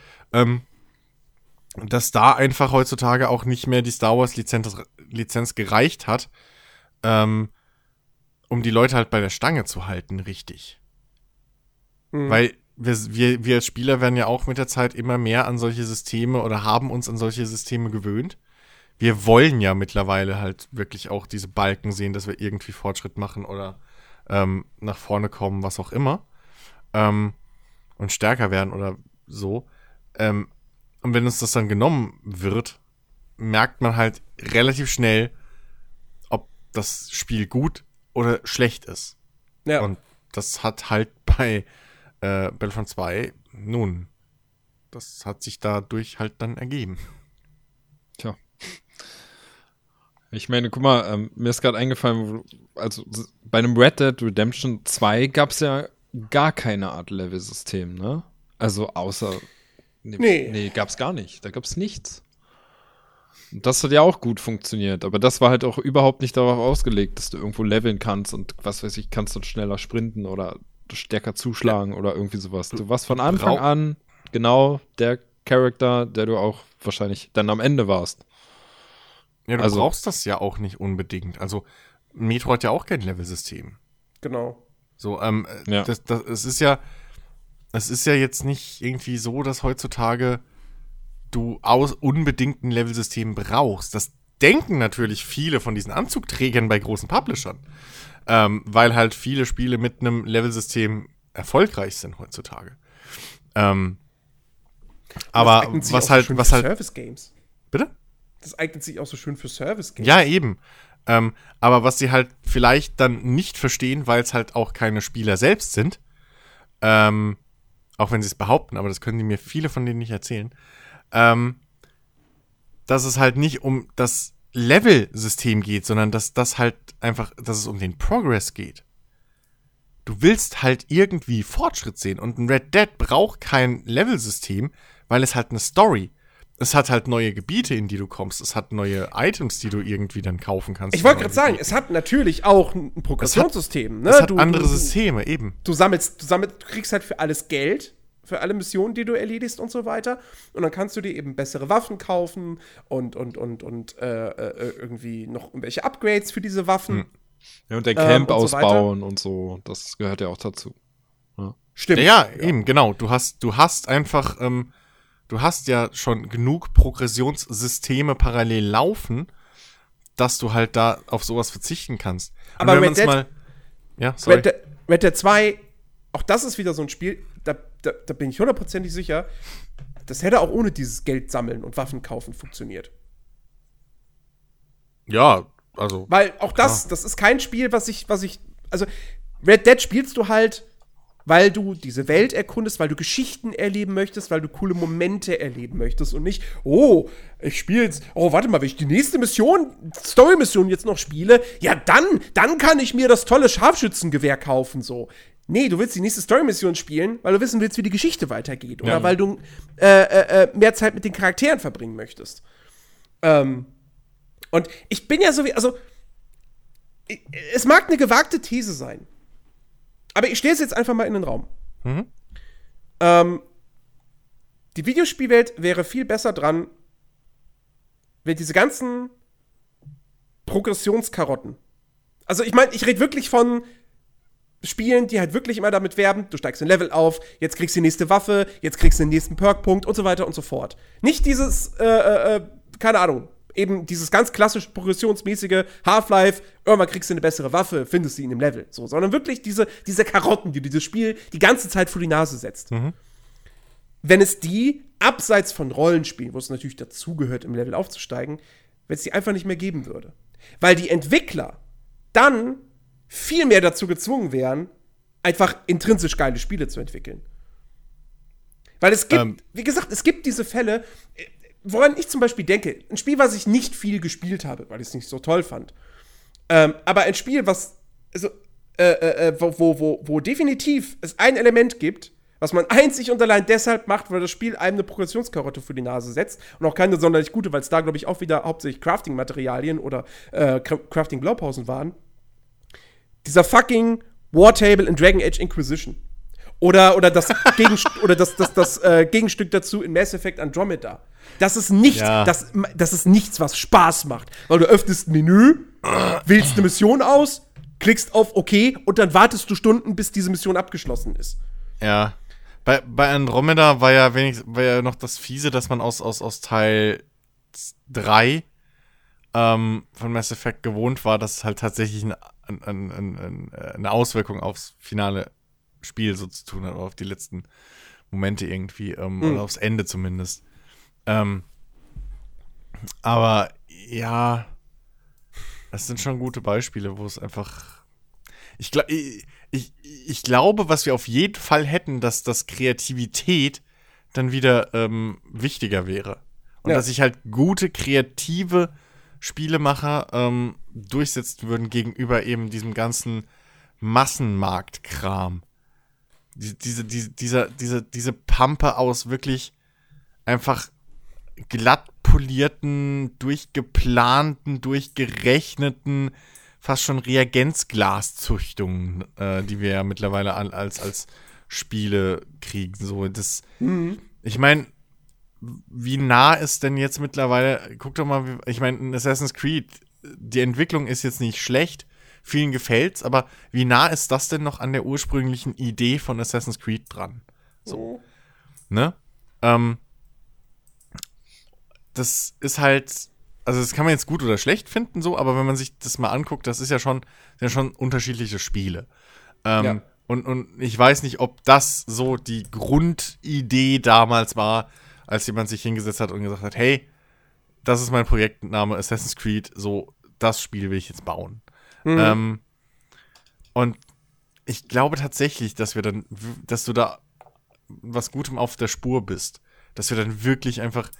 dass da einfach heutzutage auch nicht mehr die Star Wars Lizenz gereicht hat, um die Leute halt bei der Stange zu halten, richtig. Weil wir als Spieler werden ja auch mit der Zeit immer mehr an solche Systeme oder haben uns an solche Systeme gewöhnt. Wir wollen ja mittlerweile halt wirklich auch diese Balken sehen, dass wir irgendwie Fortschritt machen oder nach vorne kommen, was auch immer. Und stärker werden oder so. Und wenn uns das dann genommen wird, merkt man halt relativ schnell, ob das Spiel gut oder schlecht ist. Ja. Und das hat halt bei Battlefront 2, das hat sich dadurch halt dann ergeben. Tja. Ich meine, guck mal, mir ist gerade eingefallen, also bei einem Red Dead Redemption 2 gab es ja gar keine Art Level-System, ne? Also außer Nee, gab's gar nicht. Da gab's nichts. Und das hat ja auch gut funktioniert. Aber das war halt auch überhaupt nicht darauf ausgelegt, dass du irgendwo leveln kannst und was weiß ich, kannst du schneller sprinten oder stärker zuschlagen oder irgendwie sowas. Du warst von Anfang an genau der Charakter, der du auch wahrscheinlich dann am Ende warst. Ja, du brauchst das ja auch nicht unbedingt. Also, Metro hat ja auch kein Level-System. Genau. So, es ist ja jetzt nicht irgendwie so, dass heutzutage du unbedingt ein Level-System brauchst. Das denken natürlich viele von diesen Anzugträgern bei großen Publishern, weil halt viele Spiele mit einem Level-System erfolgreich sind heutzutage. Aber was halt Service-Games. Bitte? Das eignet sich auch so schön für Service-Games. Ja, eben. Aber was sie halt vielleicht dann nicht verstehen, weil es halt auch keine Spieler selbst sind, auch wenn sie es behaupten, aber das können die mir viele von denen nicht erzählen, dass es halt nicht um das Level-System geht, sondern dass es um den Progress geht. Du willst halt irgendwie Fortschritt sehen und ein Red Dead braucht kein Level-System, weil es halt eine Story. Es hat halt neue Gebiete, in die du kommst. Es hat neue Items, die du irgendwie dann kaufen kannst. Ich wollte gerade sagen, es hat natürlich auch ein Progressionssystem. Es hat andere Systeme, eben. Du kriegst halt für alles Geld, für alle Missionen, die du erledigst und so weiter. Und dann kannst du dir eben bessere Waffen kaufen und irgendwie noch irgendwelche Upgrades für diese Waffen. Ja, und dein Camp ausbauen und so. Das gehört ja auch dazu. Ja. Stimmt. Ja, eben, genau. Du hast einfach du hast ja schon genug Progressionssysteme parallel laufen, dass du halt da auf sowas verzichten kannst. Und aber wenn Red Dead 2, auch das ist wieder so ein Spiel, da bin ich hundertprozentig sicher, das hätte auch ohne dieses Geld sammeln und Waffen kaufen funktioniert. Ja, also. Weil auch das ist kein Spiel, also Red Dead spielst du halt, weil du diese Welt erkundest, weil du Geschichten erleben möchtest, weil du coole Momente erleben möchtest und nicht, ich spiele jetzt, warte mal, wenn ich die nächste Story-Mission jetzt noch spiele, ja, dann kann ich mir das tolle Scharfschützengewehr kaufen, so. Nee, du willst die nächste Story-Mission spielen, weil du wissen willst, wie die Geschichte weitergeht. Oder weil du mehr Zeit mit den Charakteren verbringen möchtest. Und ich bin ja es mag eine gewagte These sein, aber ich stelle es jetzt einfach mal in den Raum. Die Videospielwelt wäre viel besser dran, wenn diese ganzen Progressionskarotten. Also ich meine, ich rede wirklich von Spielen, die halt wirklich immer damit werben, du steigst ein Level auf, jetzt kriegst du die nächste Waffe, jetzt kriegst du den nächsten Perkpunkt und so weiter und so fort. Nicht dieses, keine Ahnung, eben dieses ganz klassisch progressionsmäßige Half-Life, irgendwann kriegst du eine bessere Waffe, findest sie in dem Level, so, sondern wirklich diese Karotten, die dieses Spiel die ganze Zeit vor die Nase setzt. Wenn es die, abseits von Rollenspielen, wo es natürlich dazugehört, im Level aufzusteigen, wenn es die einfach nicht mehr geben würde. Weil die Entwickler dann viel mehr dazu gezwungen wären, einfach intrinsisch geile Spiele zu entwickeln. Weil es gibt, wie gesagt, es gibt diese Fälle, woran ich zum Beispiel denke, ein Spiel, was ich nicht viel gespielt habe, weil ich es nicht so toll fand, aber ein Spiel, wo definitiv es ein Element gibt, was man einzig und allein deshalb macht, weil das Spiel einem eine Progressionskarotte für die Nase setzt und auch keine sonderlich gute, weil es da, glaube ich, auch wieder hauptsächlich Crafting-Materialien oder Crafting-Blaupausen waren. Dieser fucking War-Table in Dragon Age Inquisition. Oder das Gegenstück dazu in Mass Effect Andromeda. Das ist nichts, das ist nichts, was Spaß macht. Weil du öffnest ein Menü, wählst eine Mission aus, klickst auf OK und dann wartest du Stunden, bis diese Mission abgeschlossen ist. Ja. Bei Andromeda war ja noch das Fiese, dass man aus Teil 3 von Mass Effect gewohnt war, dass es halt tatsächlich eine Auswirkung aufs finale Spiel so zu tun hat, oder auf die letzten Momente irgendwie, oder aufs Ende zumindest. Aber ja, das sind schon gute Beispiele, wo es einfach. Ich glaube, was wir auf jeden Fall hätten, dass das Kreativität dann wieder wichtiger wäre. Und dass sich halt gute, kreative Spielemacher durchsetzen würden gegenüber eben diesem ganzen Massenmarktkram. Diese Pampe aus wirklich einfach glatt polierten, durchgeplanten, durchgerechneten, fast schon Reagenzglaszüchtungen, die wir ja mittlerweile als Spiele kriegen. So, ich meine, wie nah ist denn jetzt mittlerweile, guck doch mal, ich meine, in Assassin's Creed, die Entwicklung ist jetzt nicht schlecht, vielen gefällt's, aber wie nah ist das denn noch an der ursprünglichen Idee von Assassin's Creed dran? So. Ne? Das ist halt, also das kann man jetzt gut oder schlecht finden, so, aber wenn man sich das mal anguckt, das ist ja schon unterschiedliche Spiele. Ja. Und ich weiß nicht, ob das so die Grundidee damals war, als jemand sich hingesetzt hat und gesagt hat, hey, das ist mein Projektname Assassin's Creed, so, das Spiel will ich jetzt bauen. Und ich glaube tatsächlich, dass du da was Gutem auf der Spur bist. Dass wir dann wirklich einfach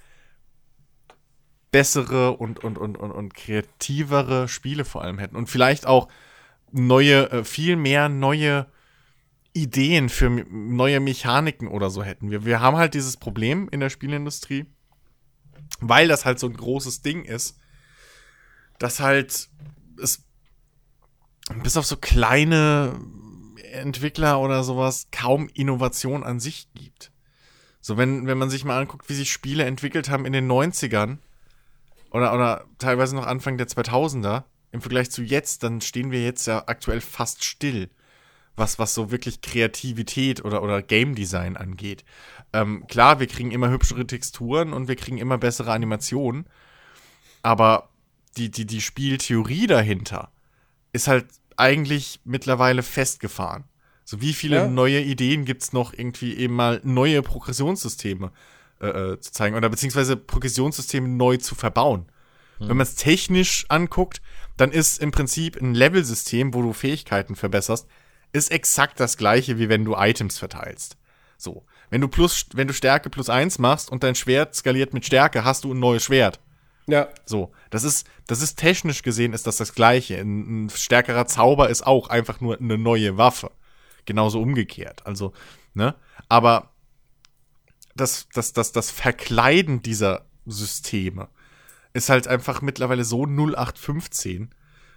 bessere und kreativere Spiele vor allem hätten. Und vielleicht auch viel mehr neue Ideen für neue Mechaniken oder so hätten. Wir haben halt dieses Problem in der Spielindustrie, weil das halt so ein großes Ding ist, dass halt es bis auf so kleine Entwickler oder sowas kaum Innovation an sich gibt. So, wenn man sich mal anguckt, wie sich Spiele entwickelt haben in den 90ern oder teilweise noch Anfang der 2000er, im Vergleich zu jetzt, dann stehen wir jetzt ja aktuell fast still, was so wirklich Kreativität oder Game Design angeht. Klar, wir kriegen immer hübschere Texturen und wir kriegen immer bessere Animationen, aber die Spieltheorie dahinter ist halt eigentlich mittlerweile festgefahren. So, wie viele neue Ideen gibt's noch, irgendwie eben mal neue Progressionssysteme zu zeigen oder beziehungsweise Progressionssysteme neu zu verbauen. Wenn man es technisch anguckt, dann ist im Prinzip ein Level-System, wo du Fähigkeiten verbesserst, ist exakt das gleiche, wie wenn du Items verteilst. So, wenn du Stärke +1 machst und dein Schwert skaliert mit Stärke, hast du ein neues Schwert. Ja. So, das ist technisch gesehen ist das Gleiche. Ein stärkerer Zauber ist auch einfach nur eine neue Waffe. Genauso umgekehrt. Also, ne? Aber das Verkleiden dieser Systeme ist halt einfach mittlerweile so 0815,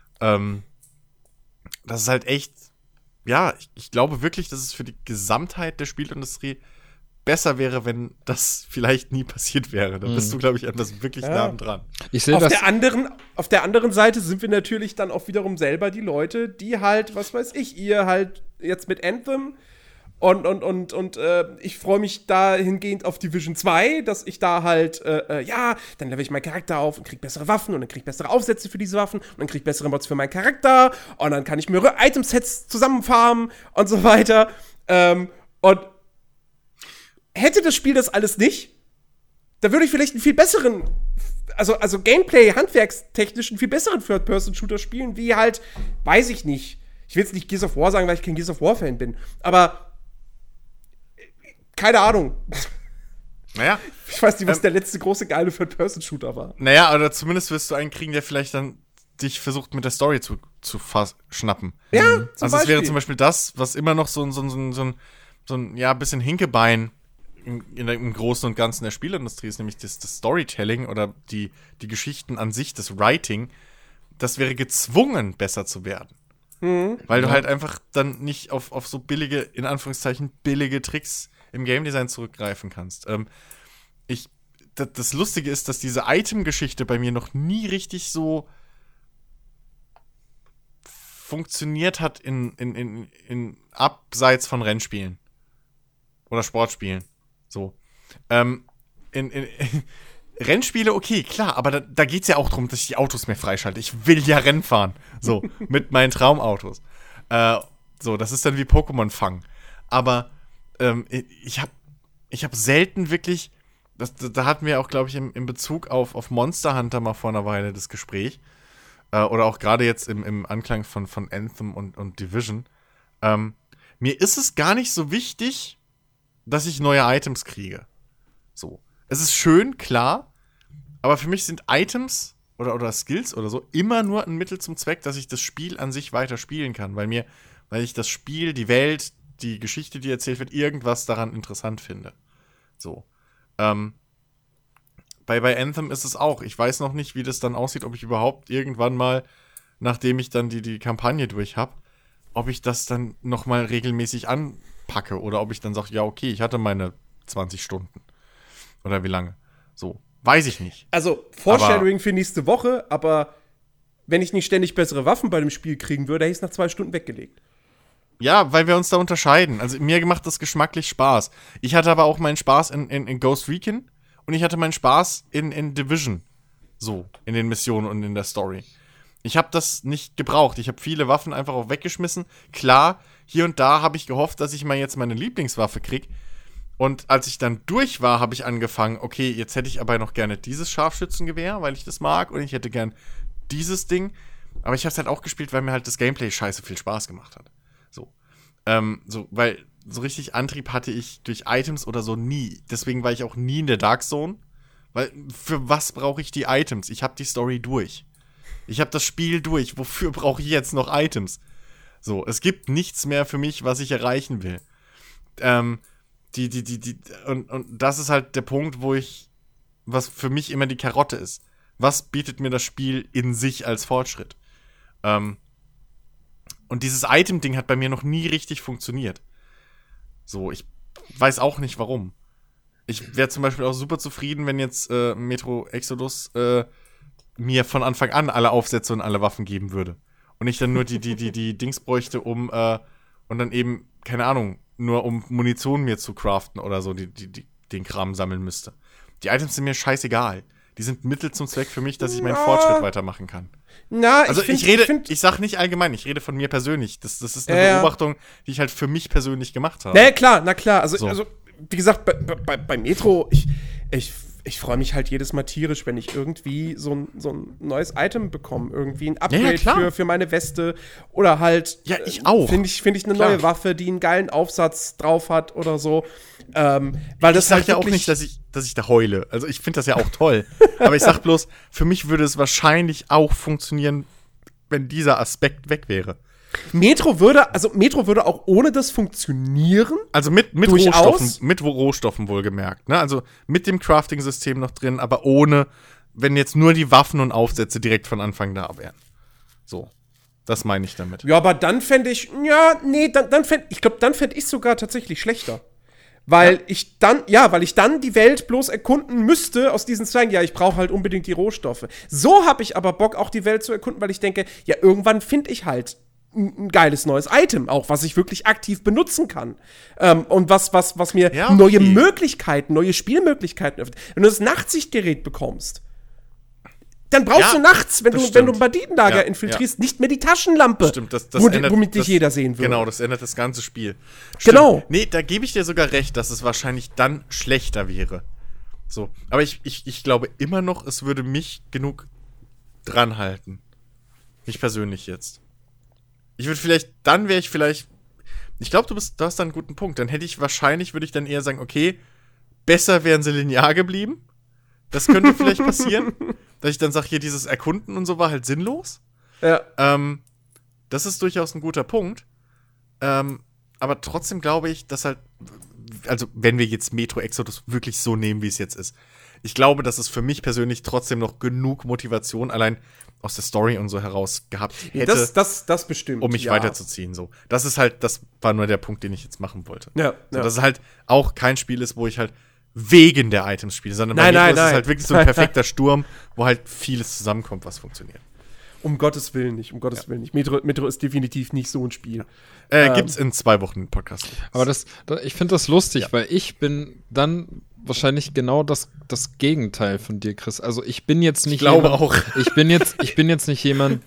das ist halt echt, ja, ich glaube wirklich, dass es für die Gesamtheit der Spielindustrie besser wäre, wenn das vielleicht nie passiert wäre. Da bist du, glaube ich, etwas wirklich nah dran. Ich sehe Auf das. der anderen Seite sind wir natürlich dann auch wiederum selber die Leute, die halt, was weiß ich, ihr halt jetzt mit Anthem und ich freue mich dahingehend auf Division 2, dass ich da halt, dann level ich meinen Charakter auf und krieg bessere Waffen und dann krieg ich bessere Aufsätze für diese Waffen und dann krieg ich bessere Mods für meinen Charakter und dann kann ich mehrere Itemsets zusammenfarmen und so weiter. Und hätte das Spiel das alles nicht, da würde ich vielleicht einen viel besseren, also Gameplay, handwerkstechnisch einen viel besseren Third-Person-Shooter spielen, wie halt, weiß ich nicht. Ich will jetzt nicht Gears of War sagen, weil ich kein Gears of War-Fan bin, aber keine Ahnung. Naja. Ich weiß nicht, was der letzte große geile Third-Person-Shooter war. Naja, oder zumindest wirst du einen kriegen, der vielleicht dann dich versucht, mit der Story zu schnappen. Ja, also es wäre zum Beispiel das, was immer noch so ein bisschen Hinkebein im Großen und Ganzen der Spielindustrie ist, nämlich das Storytelling oder die Geschichten an sich, das Writing, das wäre gezwungen, besser zu werden. Weil du halt einfach dann nicht auf so billige, in Anführungszeichen, billige Tricks im Game Design zurückgreifen kannst. Das Lustige ist, dass diese Item-Geschichte bei mir noch nie richtig so funktioniert hat in abseits von Rennspielen oder Sportspielen. So. Rennspiele, okay, klar, aber da geht's ja auch darum, dass ich die Autos mehr freischalte. Ich will ja Rennen fahren. So, mit meinen Traumautos. So, das ist dann wie Pokémon fangen. Aber ich hab selten wirklich, da hatten wir auch, glaube ich, im Bezug auf Monster Hunter mal vor einer Weile das Gespräch. Oder auch gerade jetzt im Anklang von Anthem und Division. Mir ist es gar nicht so wichtig, dass ich neue Items kriege. So. Es ist schön, klar, aber für mich sind Items oder Skills oder so immer nur ein Mittel zum Zweck, dass ich das Spiel an sich weiter spielen kann, weil ich das Spiel, die Welt, die Geschichte, die erzählt wird, irgendwas daran interessant finde. So. Bei Anthem ist es auch. Ich weiß noch nicht, wie das dann aussieht, ob ich überhaupt irgendwann mal, nachdem ich dann die Kampagne durch habe, ob ich das dann noch mal regelmäßig anpacke oder ob ich dann sage, ja, okay, ich hatte meine 20 Stunden. Oder wie lange? So, weiß ich nicht. Also, Foreshadowing für nächste Woche, aber wenn ich nicht ständig bessere Waffen bei dem Spiel kriegen würde, hätte ich es nach 2 Stunden weggelegt. Ja, weil wir uns da unterscheiden. Also mir macht das geschmacklich Spaß. Ich hatte aber auch meinen Spaß in Ghost Recon und ich hatte meinen Spaß in Division. So, in den Missionen und in der Story. Ich habe das nicht gebraucht. Ich habe viele Waffen einfach auch weggeschmissen. Klar, hier und da habe ich gehofft, dass ich mal jetzt meine Lieblingswaffe krieg. Und als ich dann durch war, habe ich angefangen, okay, jetzt hätte ich aber noch gerne dieses Scharfschützengewehr, weil ich das mag. Und ich hätte gern dieses Ding. Aber ich habe es halt auch gespielt, weil mir halt das Gameplay scheiße viel Spaß gemacht hat. Weil so richtig Antrieb hatte ich durch Items oder so nie. Deswegen war ich auch nie in der Dark Zone. Weil für was brauche ich die Items? Ich habe die Story durch. Ich habe das Spiel durch. Wofür brauche ich jetzt noch Items? So, es gibt nichts mehr für mich, was ich erreichen will. Und das ist halt der Punkt, was für mich immer die Karotte ist. Was bietet mir das Spiel in sich als Fortschritt? Und dieses Item-Ding hat bei mir noch nie richtig funktioniert. So, ich weiß auch nicht warum. Ich wäre zum Beispiel auch super zufrieden, wenn jetzt Metro Exodus mir von Anfang an alle Aufsätze und alle Waffen geben würde. Und ich dann nur die Dings bräuchte, und dann eben, keine Ahnung, nur um Munition mir zu craften oder so, den Kram sammeln müsste. Die Items sind mir scheißegal. Die sind Mittel zum Zweck für mich, dass ich meinen Fortschritt weitermachen kann. Also ich sag nicht allgemein, ich rede von mir persönlich. Das ist eine Beobachtung, die ich halt für mich persönlich gemacht habe. Na klar. Also wie gesagt, bei Metro, ich freue mich halt jedes Mal tierisch, wenn ich irgendwie so ein neues Item bekomme. Irgendwie ein Upgrade für meine Weste. Oder halt, ja, ich auch. Finde ich eine neue Waffe, die einen geilen Aufsatz drauf hat oder so. Weil das ich sag halt ja auch nicht, dass ich da heule. Also ich finde das ja auch toll. Aber ich sag bloß, für mich würde es wahrscheinlich auch funktionieren, wenn dieser Aspekt weg wäre. Metro würde auch ohne das funktionieren. Also mit Rohstoffen wohlgemerkt. Ne? Also mit dem Crafting-System noch drin, aber ohne, wenn jetzt nur die Waffen und Aufsätze direkt von Anfang da wären. So. Das meine ich damit. Ja, aber dann fände ich, dann fände ich sogar tatsächlich schlechter. Weil ich dann die Welt bloß erkunden müsste aus diesen Zweigen. Ja, ich brauche halt unbedingt die Rohstoffe. So habe ich aber Bock, auch die Welt zu erkunden, weil ich denke, ja, irgendwann finde ich halt ein geiles neues Item, auch was ich wirklich aktiv benutzen kann. Und was mir neue Möglichkeiten, neue Spielmöglichkeiten öffnet. Wenn du das Nachtsichtgerät bekommst, dann brauchst du nachts, wenn du ein Banditenlager infiltrierst, nicht mehr die Taschenlampe. Stimmt, womit dich jeder sehen würde. Genau, das ändert das ganze Spiel. Stimmt. Genau. Nee, da gebe ich dir sogar recht, dass es wahrscheinlich dann schlechter wäre. So, aber ich glaube immer noch, es würde mich genug dranhalten. Mich persönlich jetzt. Ich glaube, du hast da einen guten Punkt. Dann würde ich dann eher sagen, okay, besser wären sie linear geblieben. Das könnte vielleicht passieren. Dass ich dann sage, hier dieses Erkunden und so war halt sinnlos. Ja. Das ist durchaus ein guter Punkt. Aber trotzdem glaube ich, dass halt, also wenn wir jetzt Metro Exodus wirklich so nehmen, wie es jetzt ist, ich glaube, dass es für mich persönlich trotzdem noch genug Motivation allein aus der Story und so heraus gehabt hätte, das bestimmt, um mich weiterzuziehen. So. Das war nur der Punkt, den ich jetzt machen wollte. Ja, so, dass es halt auch kein Spiel ist, wo ich halt wegen der Items spiele, sondern bei Metro ist es halt wirklich so ein perfekter Sturm, wo halt vieles zusammenkommt, was funktioniert. Um Gottes Willen nicht. Metro ist definitiv nicht so ein Spiel. Gibt's in 2 Wochen einen Podcast. Aber ich finde das lustig, weil ich bin dann wahrscheinlich genau das Gegenteil von dir, Chris. Also ich bin jetzt nicht Ich bin jetzt nicht jemand,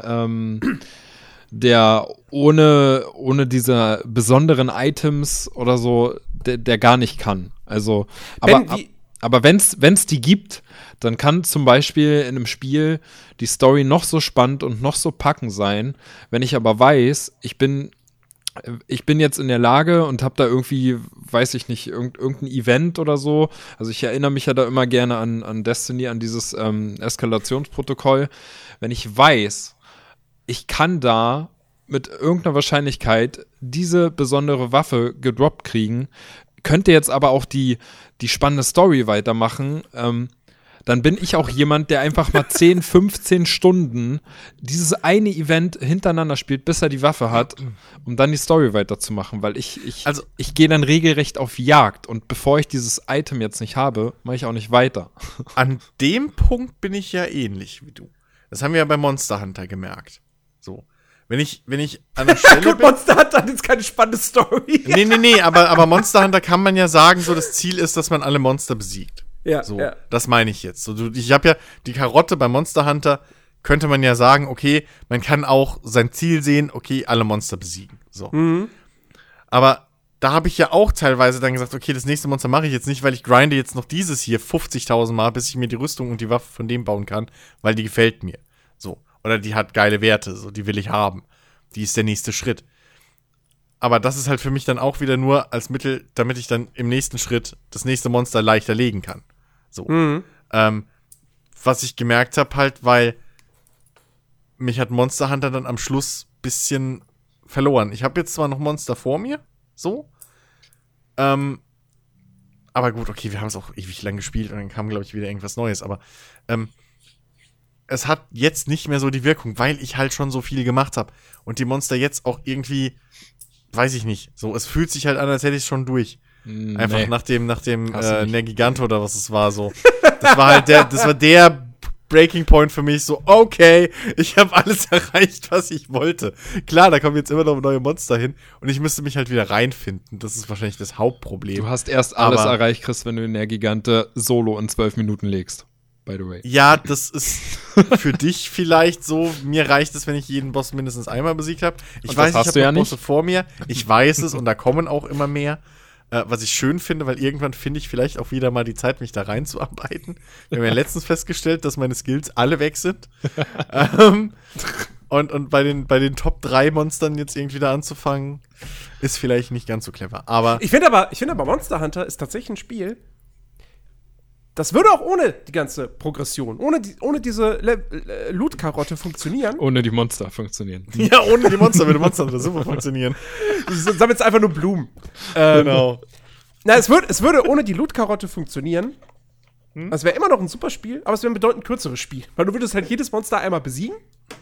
der ohne diese besonderen Items oder so, der gar nicht kann. Also, aber wenn's die gibt, dann kann zum Beispiel in einem Spiel die Story noch so spannend und noch so packend sein. Wenn ich aber weiß, ich bin jetzt in der Lage und habe da irgendwie, weiß ich nicht, irgendein Event oder so. Also ich erinnere mich ja da immer gerne an Destiny, an dieses Eskalationsprotokoll. Wenn ich weiß, ich kann da mit irgendeiner Wahrscheinlichkeit diese besondere Waffe gedroppt kriegen, könnte jetzt aber auch die spannende Story weitermachen, dann bin ich auch jemand, der einfach mal 10, 15 Stunden dieses eine Event hintereinander spielt, bis er die Waffe hat, um dann die Story weiterzumachen, weil ich gehe dann regelrecht auf Jagd und bevor ich dieses Item jetzt nicht habe, mache ich auch nicht weiter. An dem Punkt bin ich ja ähnlich wie du. Das haben wir ja bei Monster Hunter gemerkt. So. Wenn ich an der Stelle Gut, Monster Hunter hat jetzt keine spannende Story. Nee, aber Monster Hunter kann man ja sagen, so das Ziel ist, dass man alle Monster besiegt. Ja, so, ja. Das meine ich jetzt. So, ich habe ja die Karotte bei Monster Hunter, könnte man ja sagen, okay, man kann auch sein Ziel sehen, okay, alle Monster besiegen. So. Aber da habe ich ja auch teilweise dann gesagt, okay, das nächste Monster mache ich jetzt nicht, weil ich grinde jetzt noch dieses hier 50.000 Mal, bis ich mir die Rüstung und die Waffe von dem bauen kann, weil die gefällt mir. So. Oder die hat geile Werte, so, die will ich haben. Die ist der nächste Schritt. Aber das ist halt für mich dann auch wieder nur als Mittel, damit ich dann im nächsten Schritt das nächste Monster leichter legen kann. So. Was ich gemerkt habe halt, weil mich hat Monster Hunter dann am Schluss ein bisschen verloren. Ich habe jetzt zwar noch Monster vor mir, so. Aber gut, okay, wir haben es auch ewig lang gespielt und dann kam, glaube ich, wieder irgendwas Neues. Aber es hat jetzt nicht mehr so die Wirkung, weil ich halt schon so viel gemacht habe. Und die Monster jetzt auch irgendwie, weiß ich nicht, so, es fühlt sich halt an, als hätte ich es schon durch. Einfach nach dem Nergiganto oder was es war, so. Das war halt der Breaking Point für mich, so, okay, ich habe alles erreicht, was ich wollte. Klar, da kommen jetzt immer noch neue Monster hin und ich müsste mich halt wieder reinfinden. Das ist wahrscheinlich das Hauptproblem. Du hast erst alles erreicht, Chris, wenn du den Nergigante solo in 12 Minuten legst. By the way. Ja, das ist für dich vielleicht so. Mir reicht es, wenn ich jeden Boss mindestens einmal besiegt habe. Ich weiß, ich habe noch Bosse vor mir. Ich weiß es und da kommen auch immer mehr. Was ich schön finde, weil irgendwann finde ich vielleicht auch wieder mal die Zeit, mich da reinzuarbeiten. Wir haben ja letztens festgestellt, dass meine Skills alle weg sind. Und bei den Top 3 Monstern jetzt irgendwie da anzufangen, ist vielleicht nicht ganz so clever. Aber Ich finde aber Monster Hunter ist tatsächlich ein Spiel, das würde auch ohne die ganze Progression, ohne diese Loot-Karotte funktionieren. Ohne die Monster funktionieren. Ja, ohne die Monster würde Monster Hunter super funktionieren. Du sammelst einfach nur Blumen. Genau. Na, es würde ohne die Loot-Karotte funktionieren. Es wäre immer noch ein super Spiel, aber es wäre ein bedeutend kürzeres Spiel. Weil du würdest halt jedes Monster einmal besiegen.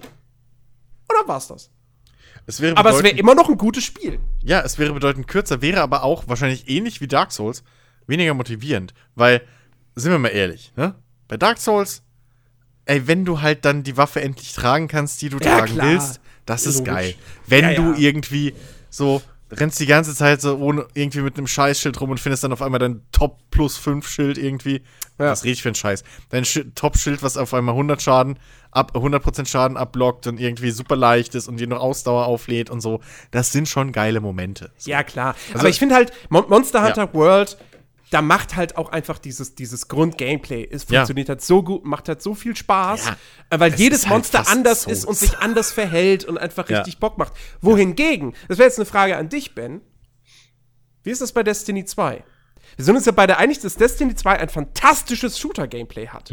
Und dann war's das. Aber es wäre immer noch ein gutes Spiel. Ja, es wäre bedeutend kürzer, wäre aber auch wahrscheinlich ähnlich wie Dark Souls weniger motivierend. Weil, sind wir mal ehrlich, ne? Bei Dark Souls, ey, wenn du halt dann die Waffe endlich tragen kannst, die du tragen willst, das ist geil. Wenn du irgendwie so rennst die ganze Zeit so ohne irgendwie mit einem Scheißschild rum und findest dann auf einmal dein Top plus 5 Schild irgendwie. Ja. Was rede ich für ein Scheiß? Dein Top-Schild, was auf einmal 100% Schaden abblockt und irgendwie super leicht ist und dir noch Ausdauer auflädt und so. Das sind schon geile Momente. So. Ja, klar. Also, aber ich finde halt, Monster Hunter World, da macht halt auch einfach dieses Grund-Gameplay. Es funktioniert halt so gut, macht halt so viel Spaß, weil jedes Monster halt anders ist und sich anders verhält und einfach richtig Bock macht. Wohingegen, das wäre jetzt eine Frage an dich, Ben, wie ist das bei Destiny 2? Wir sind uns ja beide einig, dass Destiny 2 ein fantastisches Shooter-Gameplay hat.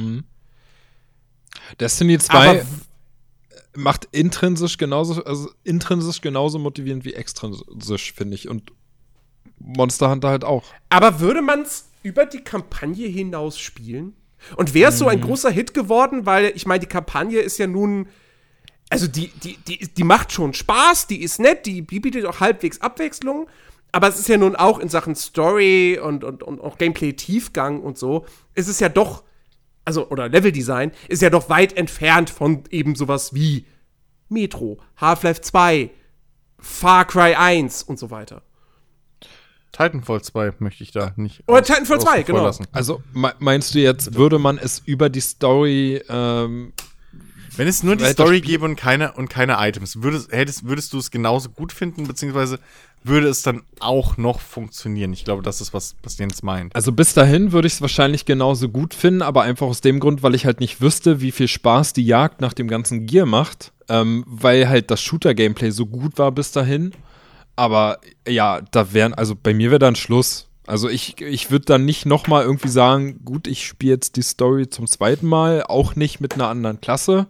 Destiny 2 macht intrinsisch genauso motivierend wie extrinsisch, finde ich. Und Monster Hunter halt auch. Aber würde man es über die Kampagne hinaus spielen? Und wäre es so ein großer Hit geworden, weil, ich meine, die Kampagne ist ja nun, also die macht schon Spaß, die ist nett, die bietet auch halbwegs Abwechslung, aber es ist ja nun auch in Sachen Story und auch Gameplay-Tiefgang und so, ist es ja doch, also, oder Leveldesign, ist ja doch weit entfernt von eben sowas wie Metro, Half-Life 2, Far Cry 1 und so weiter. Titanfall 2 möchte ich da nicht. Oder Titanfall 2, genau. Lassen. Also meinst du jetzt, würde man es über die Story wenn es nur die Story gäbe und keine Items, würdest du es genauso gut finden, beziehungsweise würde es dann auch noch funktionieren? Ich glaube, das ist, was Jens meint. Also bis dahin würde ich es wahrscheinlich genauso gut finden, aber einfach aus dem Grund, weil ich halt nicht wüsste, wie viel Spaß die Jagd nach dem ganzen Gear macht, weil halt das Shooter-Gameplay so gut war bis dahin. Aber ja, also bei mir wäre dann Schluss. Also ich würde dann nicht nochmal irgendwie sagen, gut, ich spiele jetzt die Story zum zweiten Mal, auch nicht mit einer anderen Klasse.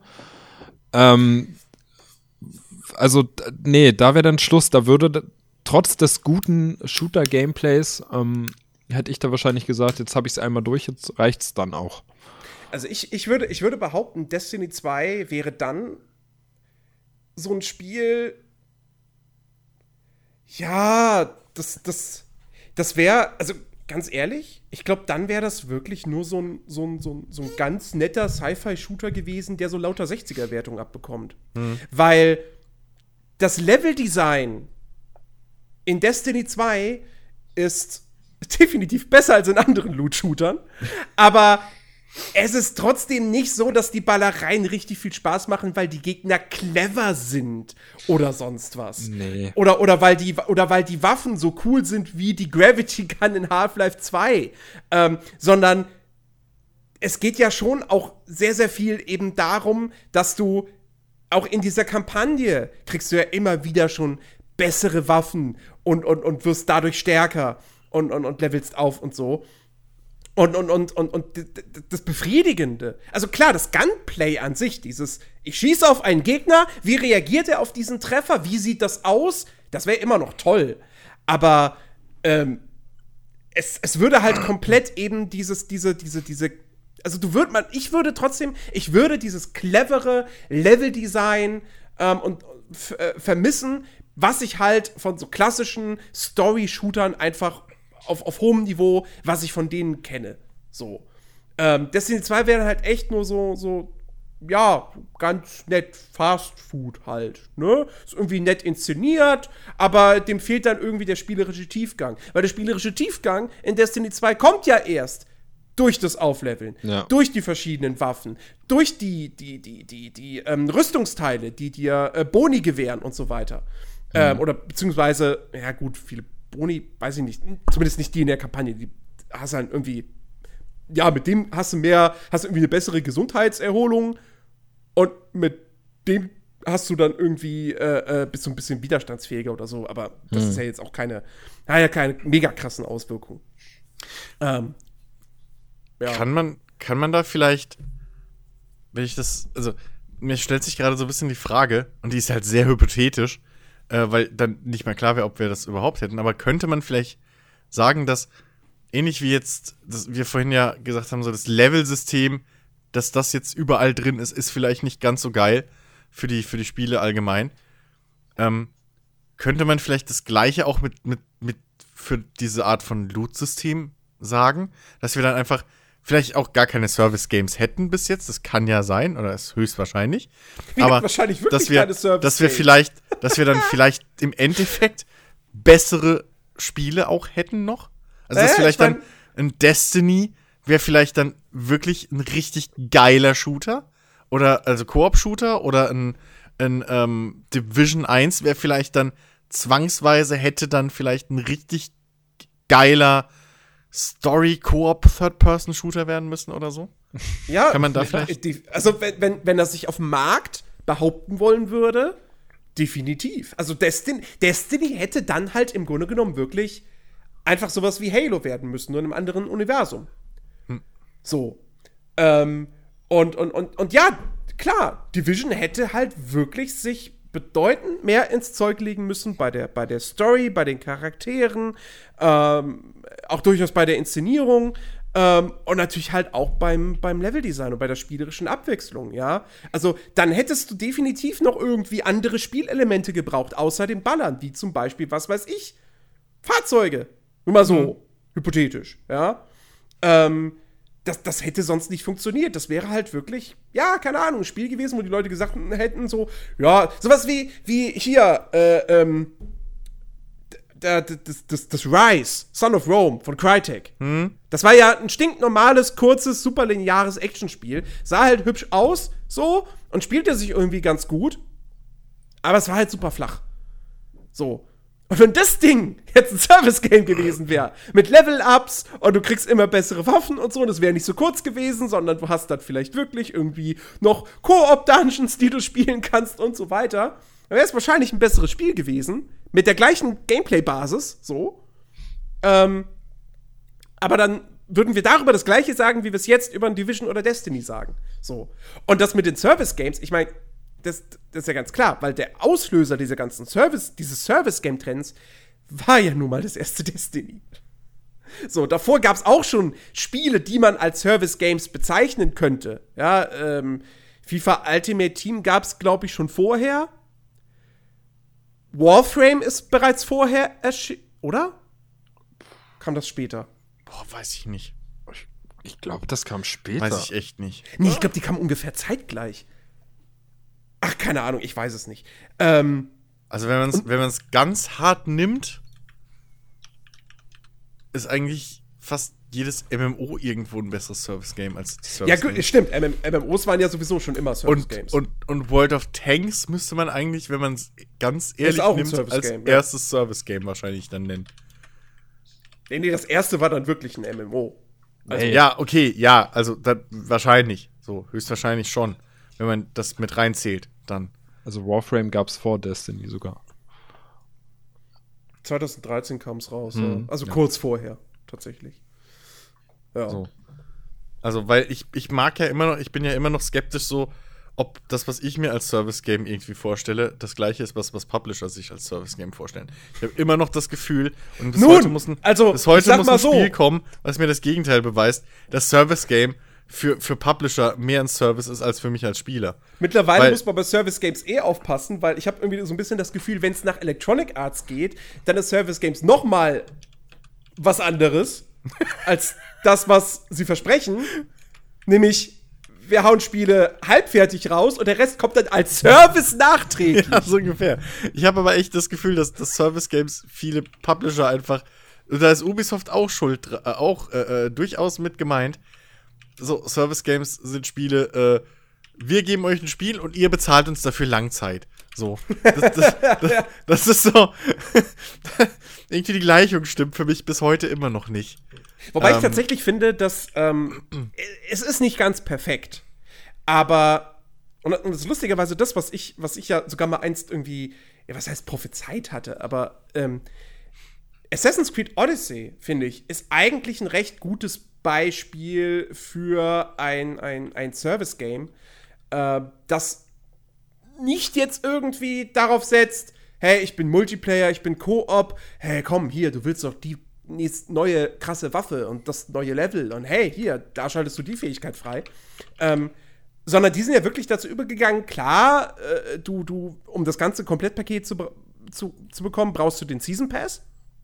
Also, nee, da wäre dann Schluss. Da würde trotz des guten Shooter-Gameplays, hätte ich da wahrscheinlich gesagt, jetzt habe ich es einmal durch, jetzt reicht's dann auch. Also ich würde behaupten, Destiny 2 wäre dann so ein Spiel, ja, das wäre, also ganz ehrlich, ich glaube, dann wäre das wirklich nur so ein ganz netter Sci-Fi-Shooter gewesen, der so lauter 60er-Wertung abbekommt. Weil das Level-Design in Destiny 2 ist definitiv besser als in anderen Loot-Shootern, aber es ist trotzdem nicht so, dass die Ballereien richtig viel Spaß machen, weil die Gegner clever sind oder sonst was. Nee. Oder weil die Waffen so cool sind wie die Gravity Gun in Half-Life 2. Sondern es geht ja schon auch sehr, sehr viel eben darum, dass du auch in dieser Kampagne kriegst du ja immer wieder schon bessere Waffen und wirst dadurch stärker und levelst auf und so. Und das Befriedigende, also klar, das Gunplay an sich, ich schieße auf einen Gegner, wie reagiert er auf diesen Treffer, wie sieht das aus, das wäre immer noch toll. Aber es würde halt komplett eben ich würde dieses clevere Leveldesign vermissen, was ich halt von so klassischen Story-Shootern einfach auf hohem Niveau, was ich von denen kenne. So. Destiny 2 wäre halt echt nur so, ja, ganz nett Fast Food halt, ne? Ist irgendwie nett inszeniert, aber dem fehlt dann irgendwie der spielerische Tiefgang. Weil der spielerische Tiefgang in Destiny 2 kommt ja erst durch das Aufleveln, durch die verschiedenen Waffen, durch die Rüstungsteile, die dir Boni gewähren und so weiter. Oder beziehungsweise, ja gut, viele Boni, weiß ich nicht, zumindest nicht die in der Kampagne, die hast halt irgendwie, ja, mit dem hast du irgendwie eine bessere Gesundheitserholung und mit dem hast du dann irgendwie, bist du ein bisschen widerstandsfähiger oder so, aber das ist ja jetzt auch keine mega krassen Auswirkungen. Ja. Kann man da vielleicht, also mir stellt sich gerade so ein bisschen die Frage, und die ist halt sehr hypothetisch, weil dann nicht mehr klar wäre, ob wir das überhaupt hätten, aber könnte man vielleicht sagen, dass ähnlich wie jetzt, dass wir vorhin ja gesagt haben, so das Level-System, dass das jetzt überall drin ist vielleicht nicht ganz so geil für die Spiele allgemein. Könnte man vielleicht das Gleiche auch mit für diese Art von Loot-System sagen, dass wir dann einfach vielleicht auch gar keine Service-Games hätten bis jetzt, das kann ja sein, oder ist höchstwahrscheinlich. Aber wahrscheinlich wirklich keine Service-Games. Dass wir dann vielleicht im Endeffekt bessere Spiele auch hätten noch. Also dass vielleicht dann ein Destiny wäre vielleicht dann wirklich ein richtig geiler Shooter, oder also Koop-Shooter, oder ein Division 1 wäre vielleicht dann zwangsweise, hätte dann vielleicht ein richtig geiler Story-Koop-Third-Person-Shooter werden müssen oder so? Ja, kann man da vielleicht? Also, wenn er sich auf dem Markt behaupten wollen würde, definitiv. Also, Destiny hätte dann halt im Grunde genommen wirklich einfach sowas wie Halo werden müssen, nur in einem anderen Universum. So. Und ja, klar, Division hätte halt wirklich sich bedeutend mehr ins Zeug legen müssen bei der Story, bei den Charakteren, auch durchaus bei der Inszenierung, und natürlich halt auch beim Leveldesign und bei der spielerischen Abwechslung, ja. Also, dann hättest du definitiv noch irgendwie andere Spielelemente gebraucht, außer dem Ballern, wie zum Beispiel, was weiß ich, Fahrzeuge. Nur mal so, hypothetisch, ja. Das hätte sonst nicht funktioniert. Das wäre halt wirklich, ja, keine Ahnung, ein Spiel gewesen, wo die Leute gesagt hätten, so, ja, sowas wie hier, das Rise, Son of Rome von Crytek. Das war ja ein stinknormales, kurzes, super lineares Actionspiel. Sah halt hübsch aus, so, und spielte sich irgendwie ganz gut. Aber es war halt super flach. So. Und wenn das Ding jetzt ein Service-Game gewesen wäre, mit Level-Ups und du kriegst immer bessere Waffen und so, und es wäre nicht so kurz gewesen, sondern du hast dann vielleicht wirklich irgendwie noch Koop-Dungeons, die du spielen kannst und so weiter, dann wäre es wahrscheinlich ein besseres Spiel gewesen, mit der gleichen Gameplay-Basis, so. Aber dann würden wir darüber das Gleiche sagen, wie wir es jetzt über ein Division oder Destiny sagen. So. Und das mit den Service-Games, ich meine, das ist ja ganz klar, weil der Auslöser dieser ganzen dieses Service-Game-Trends war ja nun mal das erste Destiny. So, davor gab es auch schon Spiele, die man als Service-Games bezeichnen könnte. Ja, FIFA Ultimate Team gab es, glaube ich, schon vorher. Warframe ist bereits vorher erschienen, oder? Kam das später? Boah, weiß ich nicht. Ich glaube, das kam später. Weiß ich echt nicht. Nee, ich glaube, die kamen ungefähr zeitgleich. Ach, keine Ahnung, ich weiß es nicht. Also wenn man es ganz hart nimmt, ist eigentlich fast jedes MMO irgendwo ein besseres Service-Game als Service Game. Ja, gut, stimmt. MMOs waren ja sowieso schon immer Service-Games. Und World of Tanks müsste man eigentlich, wenn man es ganz ehrlich nimmt, als erstes Service-Game wahrscheinlich dann nennen. Nee, das erste war dann wirklich ein MMO. Also, ja, okay, ja, also wahrscheinlich. So, höchstwahrscheinlich schon. Wenn man das mit reinzählt, dann. Also Warframe gab's vor Destiny sogar. 2013 kam es raus, ja. Also kurz vorher, tatsächlich. Ja. So. Also, weil ich mag ja immer noch, ich bin ja immer noch skeptisch so, ob das, was ich mir als Service-Game irgendwie vorstelle, das gleiche ist, was Publisher sich als Service-Game vorstellen. Ich habe immer noch das Gefühl, und bis heute muss ein Spiel kommen, was mir das Gegenteil beweist, dass Service-Game für Publisher mehr ein Service ist als für mich als Spieler. Mittlerweile muss man bei Service Games aufpassen, weil ich habe irgendwie so ein bisschen das Gefühl, wenn es nach Electronic Arts geht, dann ist Service Games noch mal was anderes als das, was sie versprechen. Nämlich, wir hauen Spiele halbfertig raus und der Rest kommt dann als Service nachträglich. Ja, so ungefähr. Ich habe aber echt das Gefühl, dass Service Games viele Publisher einfach, da ist Ubisoft auch schuld, durchaus mit gemeint. So, Service Games sind Spiele, wir geben euch ein Spiel und ihr bezahlt uns dafür Langzeit. So. Das ist so. Irgendwie die Gleichung stimmt für mich bis heute immer noch nicht. Wobei ich tatsächlich finde, dass es ist nicht ganz perfekt. Aber, und das ist lustigerweise das, was ich ja sogar mal einst irgendwie, ja, was heißt prophezeit hatte, aber Assassin's Creed Odyssey, finde ich, ist eigentlich ein recht gutes Beispiel für ein Service-Game, das nicht jetzt irgendwie darauf setzt, hey, ich bin Multiplayer, ich bin Koop, hey, komm, hier, du willst doch die neue krasse Waffe und das neue Level und hey, hier, da schaltest du die Fähigkeit frei. Sondern die sind ja wirklich dazu übergegangen, klar, du um das ganze Komplettpaket zu bekommen, brauchst du den Season Pass.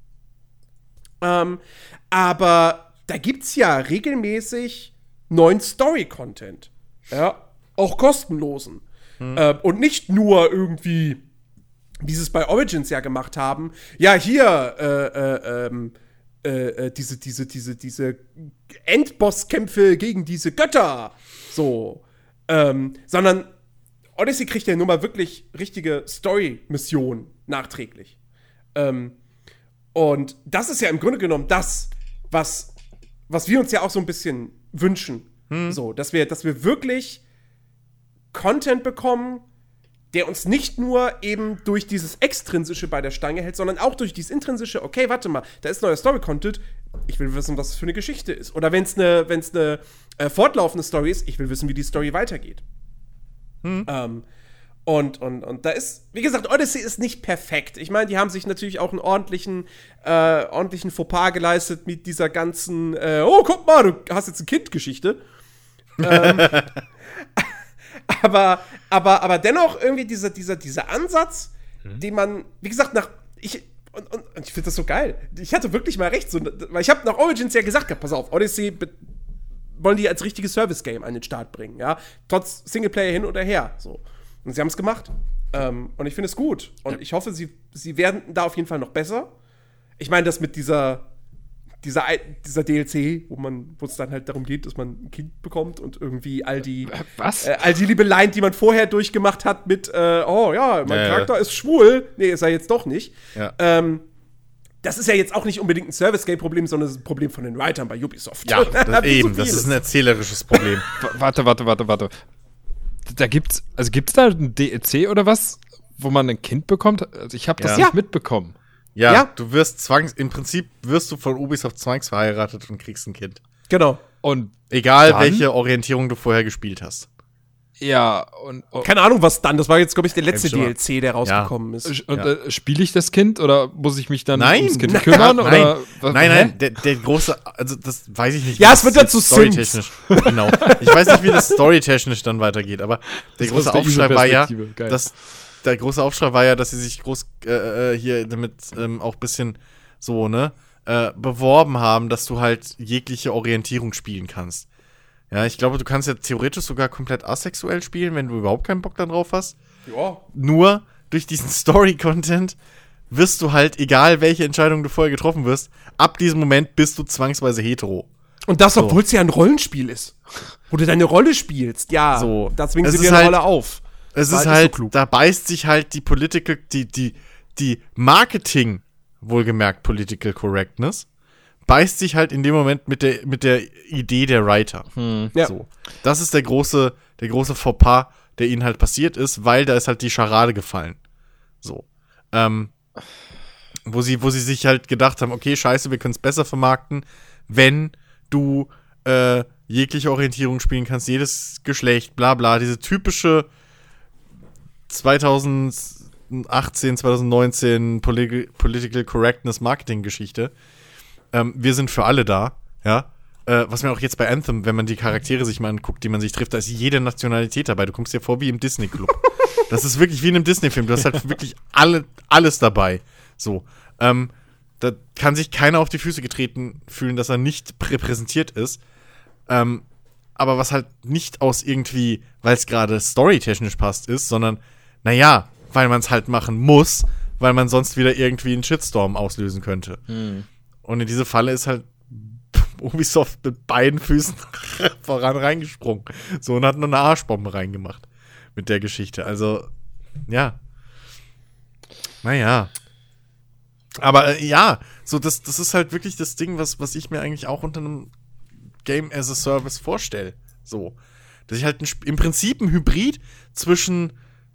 Aber da gibt's ja regelmäßig neuen Story-Content. Ja, auch kostenlosen. Und nicht nur irgendwie, wie sie es bei Origins ja gemacht haben, ja, hier, diese Endbosskämpfe gegen diese Götter. So. Sondern Odyssey kriegt ja nun mal wirklich richtige Story-Missionen nachträglich. Und das ist ja im Grunde genommen das, was wir uns ja auch so ein bisschen wünschen. So, dass wir wirklich Content bekommen, der uns nicht nur eben durch dieses Extrinsische bei der Stange hält, sondern auch durch dieses Intrinsische, okay, warte mal, da ist neuer Story-Content, ich will wissen, was das für eine Geschichte ist. Oder wenn es eine fortlaufende Story ist, ich will wissen, wie die Story weitergeht. Und da ist, wie gesagt, Odyssey ist nicht perfekt. Ich meine, die haben sich natürlich auch einen ordentlichen Fauxpas geleistet mit dieser ganzen, oh, guck mal, du hast jetzt ein Kind-Geschichte. aber dennoch irgendwie dieser Ansatz, den man, wie gesagt, ich finde das so geil. Ich hatte wirklich mal recht, weil ich habe nach Origins ja gesagt, pass auf, Odyssey wollen die als richtiges Service-Game an den Start bringen, ja, trotz Singleplayer hin oder her, so. Und sie haben es gemacht. Und ich finde es gut. Und ich hoffe, sie werden da auf jeden Fall noch besser. Ich meine, das mit dieser DLC, wo es dann halt darum geht, dass man ein Kind bekommt und irgendwie all die Liebeleien, die man vorher durchgemacht hat mit, oh ja, mein Charakter ist schwul. Nee, ist er jetzt doch nicht. Ja. Das ist ja jetzt auch nicht unbedingt ein Service-Game-Problem, sondern es ist ein Problem von den Writern bei Ubisoft. Ja, das ist ein erzählerisches Problem. Warte. Gibt's da ein DLC oder was, wo man ein Kind bekommt? Also ich habe das nicht mitbekommen. Ja, du wirst im Prinzip wirst du von Ubisoft zwangsverheiratet und kriegst ein Kind. Genau. Und egal, welche Orientierung du vorher gespielt hast. Ja, und Keine Ahnung, was dann. Das war jetzt, glaube ich, der letzte schon mal. DLC, der rausgekommen ist. und spiele ich das Kind oder muss ich mich dann Nein, ums Kind nein, kümmern? nein, Oder, nein, der große, also das weiß ich nicht. Ja, wie es wird das dann zu jetzt storytechnisch. Genau. Ich weiß nicht, wie das storytechnisch dann weitergeht, aber der Das große aus der Aufschrei war ja, ISO-Perspektive. Geil. dass sie sich groß hier damit auch ein bisschen so, ne, beworben haben, dass du halt jegliche Orientierung spielen kannst. Ja, ich glaube, du kannst ja theoretisch sogar komplett asexuell spielen, wenn du überhaupt keinen Bock da drauf hast. Ja. Nur durch diesen Story-Content wirst du halt, egal welche Entscheidung du vorher getroffen wirst, ab diesem Moment bist du zwangsweise hetero. Und das, obwohl es ja ein Rollenspiel ist. Wo du deine Rolle spielst. Ja, So. da zwingen Es sie ist dir eine halt- Rolle auf. Es War ist halt halt, nicht so klug. da beißt sich halt die Marketing, wohlgemerkt Political Correctness, beißt sich halt in dem Moment mit der Idee der Writer. Ja. So. Das ist der große Fauxpas, der ihnen halt passiert ist, weil da ist halt die Scharade gefallen. So. Wo sie sich halt gedacht haben, okay, scheiße, wir können es besser vermarkten, wenn du jegliche Orientierung spielen kannst, jedes Geschlecht, bla bla, diese typische 2018, 2019 Political Correctness Marketing Geschichte. Wir sind für alle da, ja. Was mir auch jetzt bei Anthem, wenn man die Charaktere sich mal anguckt, die man sich trifft, da ist jede Nationalität dabei. Du kommst dir vor wie im Disney-Club. Das ist wirklich wie in einem Disney-Film. Du hast halt wirklich alles dabei. So. Da kann sich keiner auf die Füße getreten fühlen, dass er nicht repräsentiert ist. Aber was halt nicht aus irgendwie, weil es gerade storytechnisch passt ist, sondern, naja, weil man es halt machen muss, weil man sonst wieder irgendwie einen Shitstorm auslösen könnte. Und in diese Falle ist halt Ubisoft mit beiden Füßen voran reingesprungen. So, und hat nur eine Arschbombe reingemacht mit der Geschichte. Also, ja. Naja. Aber ja, so das ist halt wirklich das Ding, was ich mir eigentlich auch unter einem Game as a Service vorstelle. So. Dass ich halt im Prinzip ein Hybrid zwischen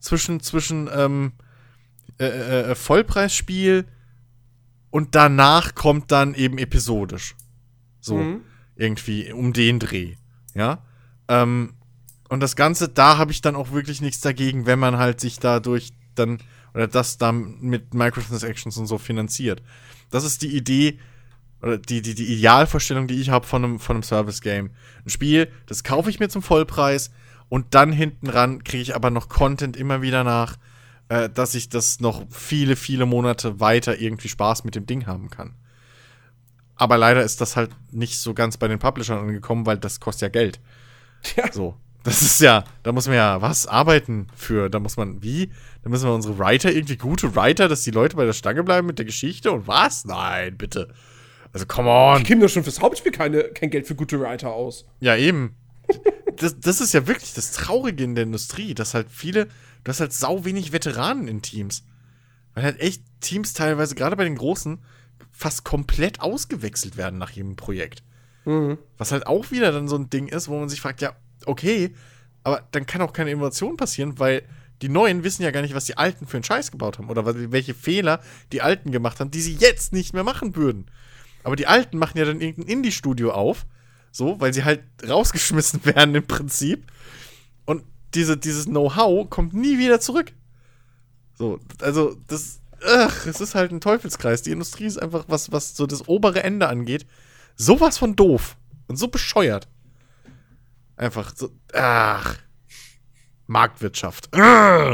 Vollpreisspiel und danach kommt dann eben episodisch. So, irgendwie um den Dreh. Ja. Und das Ganze, da habe ich dann auch wirklich nichts dagegen, wenn man halt sich dadurch dann, oder das dann mit Microtransactions und so finanziert. Das ist die Idee, oder die Idealvorstellung, die ich habe von einem Service-Game. Ein Spiel, das kaufe ich mir zum Vollpreis und dann hinten ran kriege ich aber noch Content immer wieder nach, dass ich das noch viele, viele Monate weiter irgendwie Spaß mit dem Ding haben kann. Aber leider ist das halt nicht so ganz bei den Publishern angekommen, weil das kostet ja Geld. Ja. So. Das ist ja, da muss man ja arbeiten für, da müssen wir unsere Writer, irgendwie gute Writer, dass die Leute bei der Stange bleiben mit der Geschichte und was? Nein, bitte. Also, come on. Die geben doch schon fürs Hauptspiel kein Geld für gute Writer aus. Ja, eben. Das ist ja wirklich das Traurige in der Industrie, dass halt du hast halt sau wenig Veteranen in Teams. Weil halt echt Teams teilweise, gerade bei den Großen, fast komplett ausgewechselt werden nach jedem Projekt. Was halt auch wieder dann so ein Ding ist, wo man sich fragt, ja, okay, aber dann kann auch keine Innovation passieren, weil die Neuen wissen ja gar nicht, was die Alten für einen Scheiß gebaut haben oder welche Fehler die Alten gemacht haben, die sie jetzt nicht mehr machen würden. Aber die Alten machen ja dann irgendein Indie-Studio auf, so, weil sie halt rausgeschmissen werden im Prinzip. Und dieses Know-how kommt nie wieder zurück. So, also, es ist halt ein Teufelskreis. Die Industrie ist einfach, was so das obere Ende angeht, sowas von doof und so bescheuert. Einfach so, Marktwirtschaft. Ach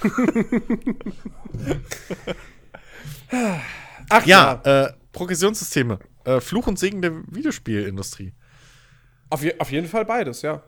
Ja, Progressionssysteme. Fluch und Segen der Videospielindustrie. Auf jeden Fall beides, ja.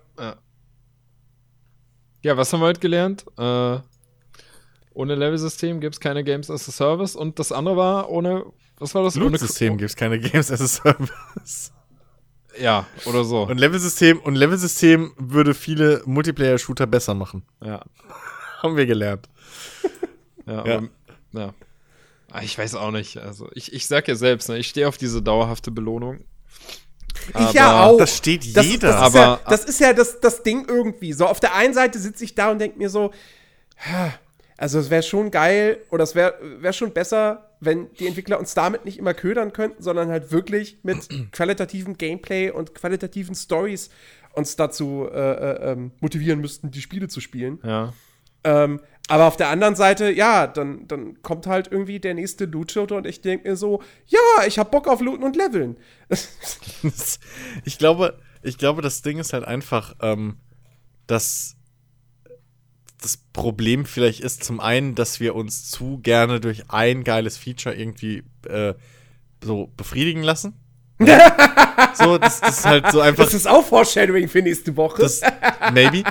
Ja, was haben wir heute gelernt? Ohne Level-System gibt es keine Games as a Service. Und das andere war was war das? Loot-System gibt es keine Games as a Service. Ja, oder so. Und Level-System würde viele Multiplayer-Shooter besser machen. Ja. Haben wir gelernt. Ja. Ja. Aber, ja. Ich weiß auch nicht. Also, ich sag ja selbst, ne, ich stehe auf diese dauerhafte Belohnung. Ich ja auch. Das steht jeder. Das ist ja das Ding irgendwie. So, auf der einen Seite sitze ich da und denke mir so, also es wäre schon geil oder es wär schon besser, wenn die Entwickler uns damit nicht immer ködern könnten, sondern halt wirklich mit qualitativen Gameplay und qualitativen Stories uns dazu motivieren müssten, die Spiele zu spielen. Ja. Aber auf der anderen Seite, ja, dann kommt halt irgendwie der nächste Loot-Shooter und ich denke mir so, ja, ich hab Bock auf Looten und Leveln. Ich glaube, das Ding ist halt einfach, dass das Problem vielleicht ist zum einen, dass wir uns zu gerne durch ein geiles Feature irgendwie so befriedigen lassen. So, das ist halt so einfach. Das ist auch Foreshadowing für nächste Woche. Maybe.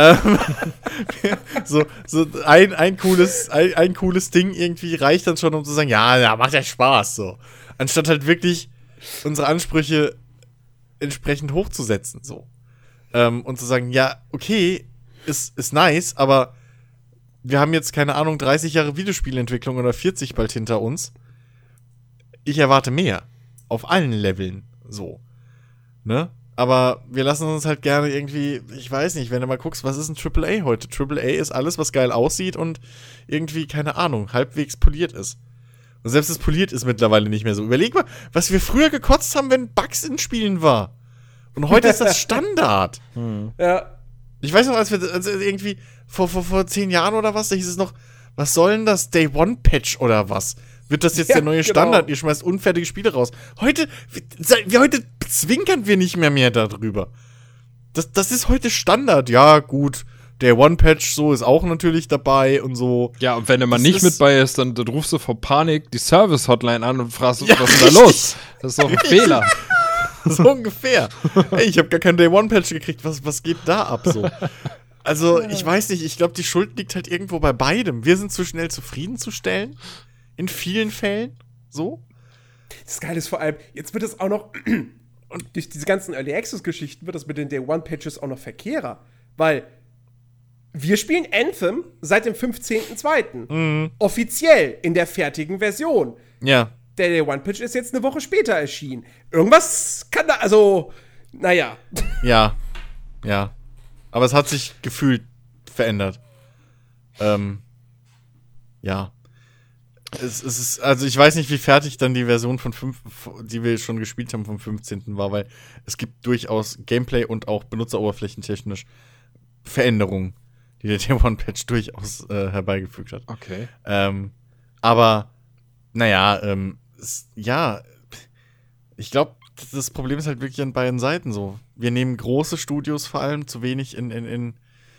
So ein cooles Ding irgendwie reicht dann schon, um zu sagen, ja, macht ja Spaß, so. Anstatt halt wirklich unsere Ansprüche entsprechend hochzusetzen, so. Und zu sagen, ja, okay, ist nice, aber wir haben jetzt, keine Ahnung, 30 Jahre Videospielentwicklung oder 40 bald hinter uns. Ich erwarte mehr. Auf allen Leveln, so. Ne? Aber wir lassen uns halt gerne irgendwie, ich weiß nicht, wenn du mal guckst, was ist ein AAA heute? AAA ist alles, was geil aussieht und irgendwie, keine Ahnung, halbwegs poliert ist. Und selbst das poliert ist mittlerweile nicht mehr so. Überleg mal, was wir früher gekotzt haben, wenn Bugs in Spielen war. Und heute ist das Standard. Ja. Ich weiß noch, als irgendwie vor 10 Jahren oder was, da hieß es noch, was soll denn das? Day-One-Patch oder was? Wird das jetzt der neue Standard? Ihr schmeißt unfertige Spiele raus. Heute zwinkern wir nicht mehr darüber. Das ist heute Standard. Ja, gut. Der One-Patch so ist auch natürlich dabei und so. Ja, und wenn er mal nicht mit bei ist, dann rufst du vor Panik die Service-Hotline an und fragst, was ist da los? Das ist doch ein Fehler. So ungefähr. Ey, ich habe gar keinen Day-One-Patch gekriegt. Was geht da ab so? Also, ich weiß nicht. Ich glaube, die Schuld liegt halt irgendwo bei beidem. Wir sind zu schnell zufriedenzustellen. In vielen Fällen. So. Das Geile ist vor allem, jetzt wird es auch noch, und durch diese ganzen Early Access-Geschichten wird das mit den Day-One-Patches auch noch verkehrer. Weil wir spielen Anthem seit dem 15.02. Offiziell in der fertigen Version. Ja. Der Day-One-Patch ist jetzt eine Woche später erschienen. Irgendwas kann da, also, naja. Ja. Ja. Aber es hat sich gefühlt verändert. Ja. Es ist, also ich weiß nicht, wie fertig dann die Version von 5, die wir schon gespielt haben, vom 15. war, weil es gibt durchaus Gameplay und auch benutzeroberflächentechnisch Veränderungen, die der Day-One-Patch durchaus herbeigefügt hat. Okay. Aber, naja, ja, ich glaube, das Problem ist halt wirklich an beiden Seiten so. Wir nehmen große Studios vor allem zu wenig in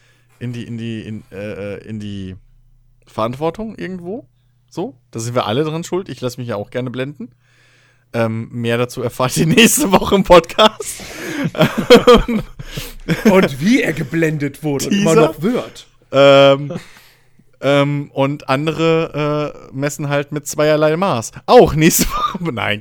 die Verantwortung irgendwo. So, da sind wir alle dran schuld. Ich lasse mich ja auch gerne blenden. Mehr dazu erfahrt ihr nächste Woche im Podcast. Und wie er geblendet wurde und immer noch wird. Und andere messen halt mit zweierlei Maß. Auch nächste Woche. Nein,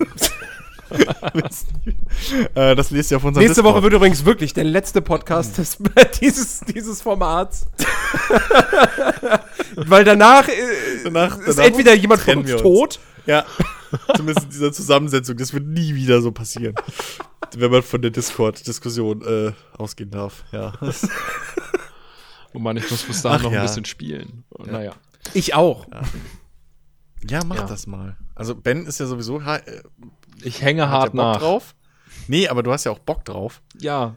das lest ihr auf unserem Nächste Discord. Woche wird übrigens wirklich der letzte Podcast dieses Formats. Weil danach ist entweder jemand von uns tot. Ja, zumindest in dieser Zusammensetzung. Das wird nie wieder so passieren. Wenn man von der Discord-Diskussion ausgehen darf. Ja. Oh Mann, ich muss bis dahin noch ein bisschen spielen. Ja. Naja. Ich auch. Ja, mach das mal. Also Ben ist ja sowieso ich hänge hart Bock nach. drauf. Nee, aber du hast ja auch Bock drauf. Ja.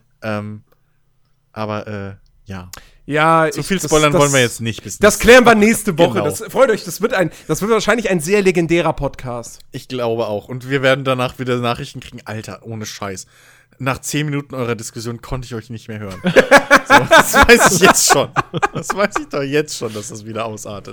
Aber ja. Ja, so viel spoilern wollen wir jetzt nicht. Das klären wir nächste Woche. Genau. Freut euch, das wird wahrscheinlich ein sehr legendärer Podcast. Ich glaube auch. Und wir werden danach wieder Nachrichten kriegen. Alter, ohne Scheiß. Nach 10 Minuten eurer Diskussion konnte ich euch nicht mehr hören. So, das weiß ich jetzt schon. Das weiß ich doch jetzt schon, dass das wieder ausartet.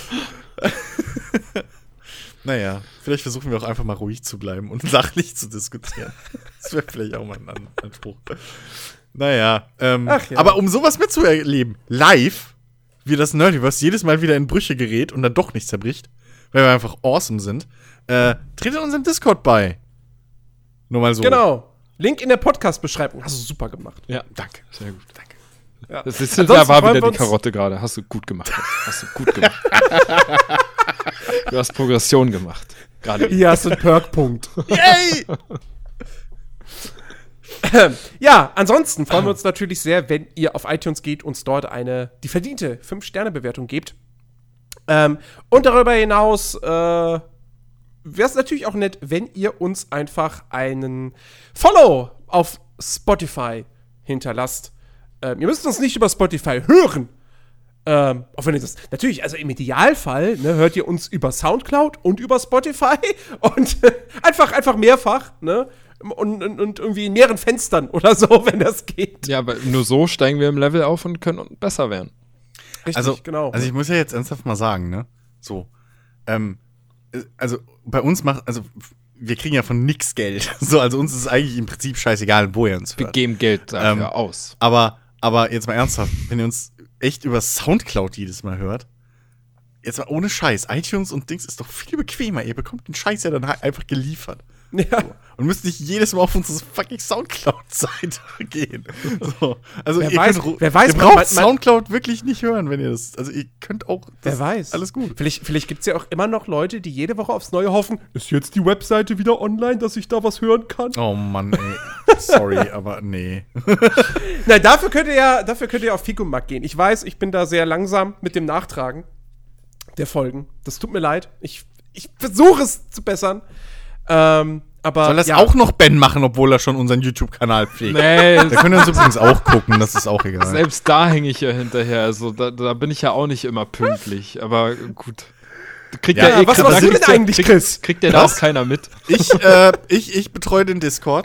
Naja, vielleicht versuchen wir auch einfach mal ruhig zu bleiben und sachlich zu diskutieren. Das wäre vielleicht auch mal ein Anspruch. Naja, aber um sowas mitzuerleben, live, wie das Nerdiverse jedes Mal wieder in Brüche gerät und dann doch nicht zerbricht, weil wir einfach awesome sind, tretet unserem Discord bei. Nur mal so. Genau. Link in der Podcast-Beschreibung. Hast du super gemacht. Ja, Danke. Sehr gut. Danke. Ja. Da war wieder die Karotte gerade. Hast du gut gemacht. Du hast Progression gemacht. Gerade. Hier hast du einen Perk-Punkt. Yay! Ja, ansonsten freuen wir uns natürlich sehr, wenn ihr auf iTunes geht, uns dort die verdiente 5-Sterne-Bewertung gebt. Und darüber hinaus wäre es natürlich auch nett, wenn ihr uns einfach einen Follow auf Spotify hinterlasst. Ihr müsst uns nicht über Spotify hören. Auch wenn ihr das, natürlich, also im Idealfall, ne, hört ihr uns über Soundcloud und über Spotify und einfach mehrfach, ne, und irgendwie in mehreren Fenstern oder so, wenn das geht. Ja, aber nur so steigen wir im Level auf und können besser werden. Richtig, genau. Also ich muss ja jetzt ernsthaft mal sagen, ne, so, also bei uns wir kriegen ja von nix Geld, so, also uns ist es eigentlich im Prinzip scheißegal, wo ihr uns Wir hört. geben Geld dafür aus. Aber jetzt mal ernsthaft, wenn ihr uns echt über Soundcloud jedes Mal hört, jetzt mal ohne Scheiß, iTunes und Dings ist doch viel bequemer. Ihr bekommt den Scheiß ja dann halt einfach geliefert. Ja. Und müsst nicht jedes Mal auf unsere fucking Soundcloud-Seite gehen. So. Also Wer ihr weiß, ihr braucht Soundcloud wirklich nicht hören, wenn ihr das. Also ihr könnt auch. Wer weiß. Alles gut. Vielleicht gibt es ja auch immer noch Leute, die jede Woche aufs Neue hoffen, ist jetzt die Webseite wieder online, dass ich da was hören kann? Oh Mann, ey. Sorry, aber nee. Nein, dafür könnt ihr ja auf Figumac gehen. Ich weiß, ich bin da sehr langsam mit dem Nachtragen der Folgen. Das tut mir leid. Ich versuche es zu bessern. Aber soll das auch noch Ben machen, obwohl er schon unseren YouTube-Kanal pflegt? Nee, Da können wir uns übrigens auch gucken, das ist auch egal. selbst da hänge ich ja hinterher. Also da bin ich ja auch nicht immer pünktlich. Aber gut. Kriegt Ja, was machst du denn eigentlich, Chris? Kriegt der da auch keiner mit? Ich betreue den Discord.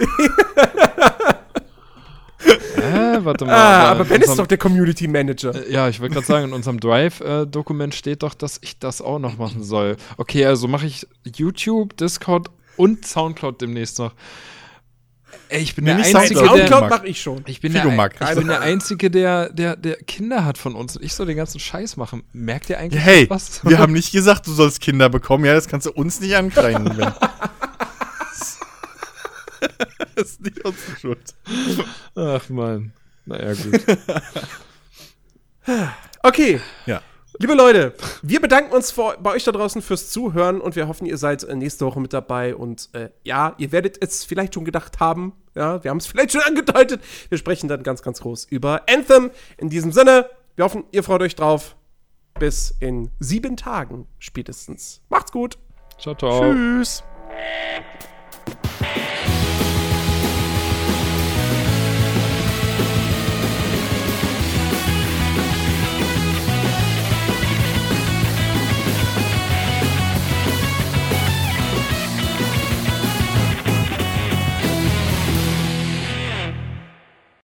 Warte mal. Aber Ben ist doch der Community Manager. Ja, ich wollte gerade sagen, in unserem Drive-Dokument steht doch, dass ich das auch noch machen soll. Okay, also mache ich YouTube, Discord und Soundcloud demnächst noch. Ey, ich bin der Nämlich Einzige, Soundcloud mache ich schon. ich bin Figumac. der Einzige, der Kinder hat von uns und ich soll den ganzen Scheiß machen. Merkt ihr eigentlich Hey, was? wir haben nicht gesagt, du sollst Kinder bekommen. Ja, das kannst du uns nicht ankreiden, Ben. Das ist nicht unsere Schuld. Ach man. Naja, gut. Okay. Ja. Liebe Leute, wir bedanken uns bei euch da draußen fürs Zuhören und wir hoffen, ihr seid nächste Woche mit dabei. Und ja, ihr werdet es vielleicht schon gedacht haben. Ja, wir haben es vielleicht schon angedeutet. Wir sprechen dann ganz, ganz groß über Anthem. In diesem Sinne, wir hoffen, ihr freut euch drauf. Bis in 7 Tagen spätestens. Macht's gut. Ciao, ciao. Tschüss.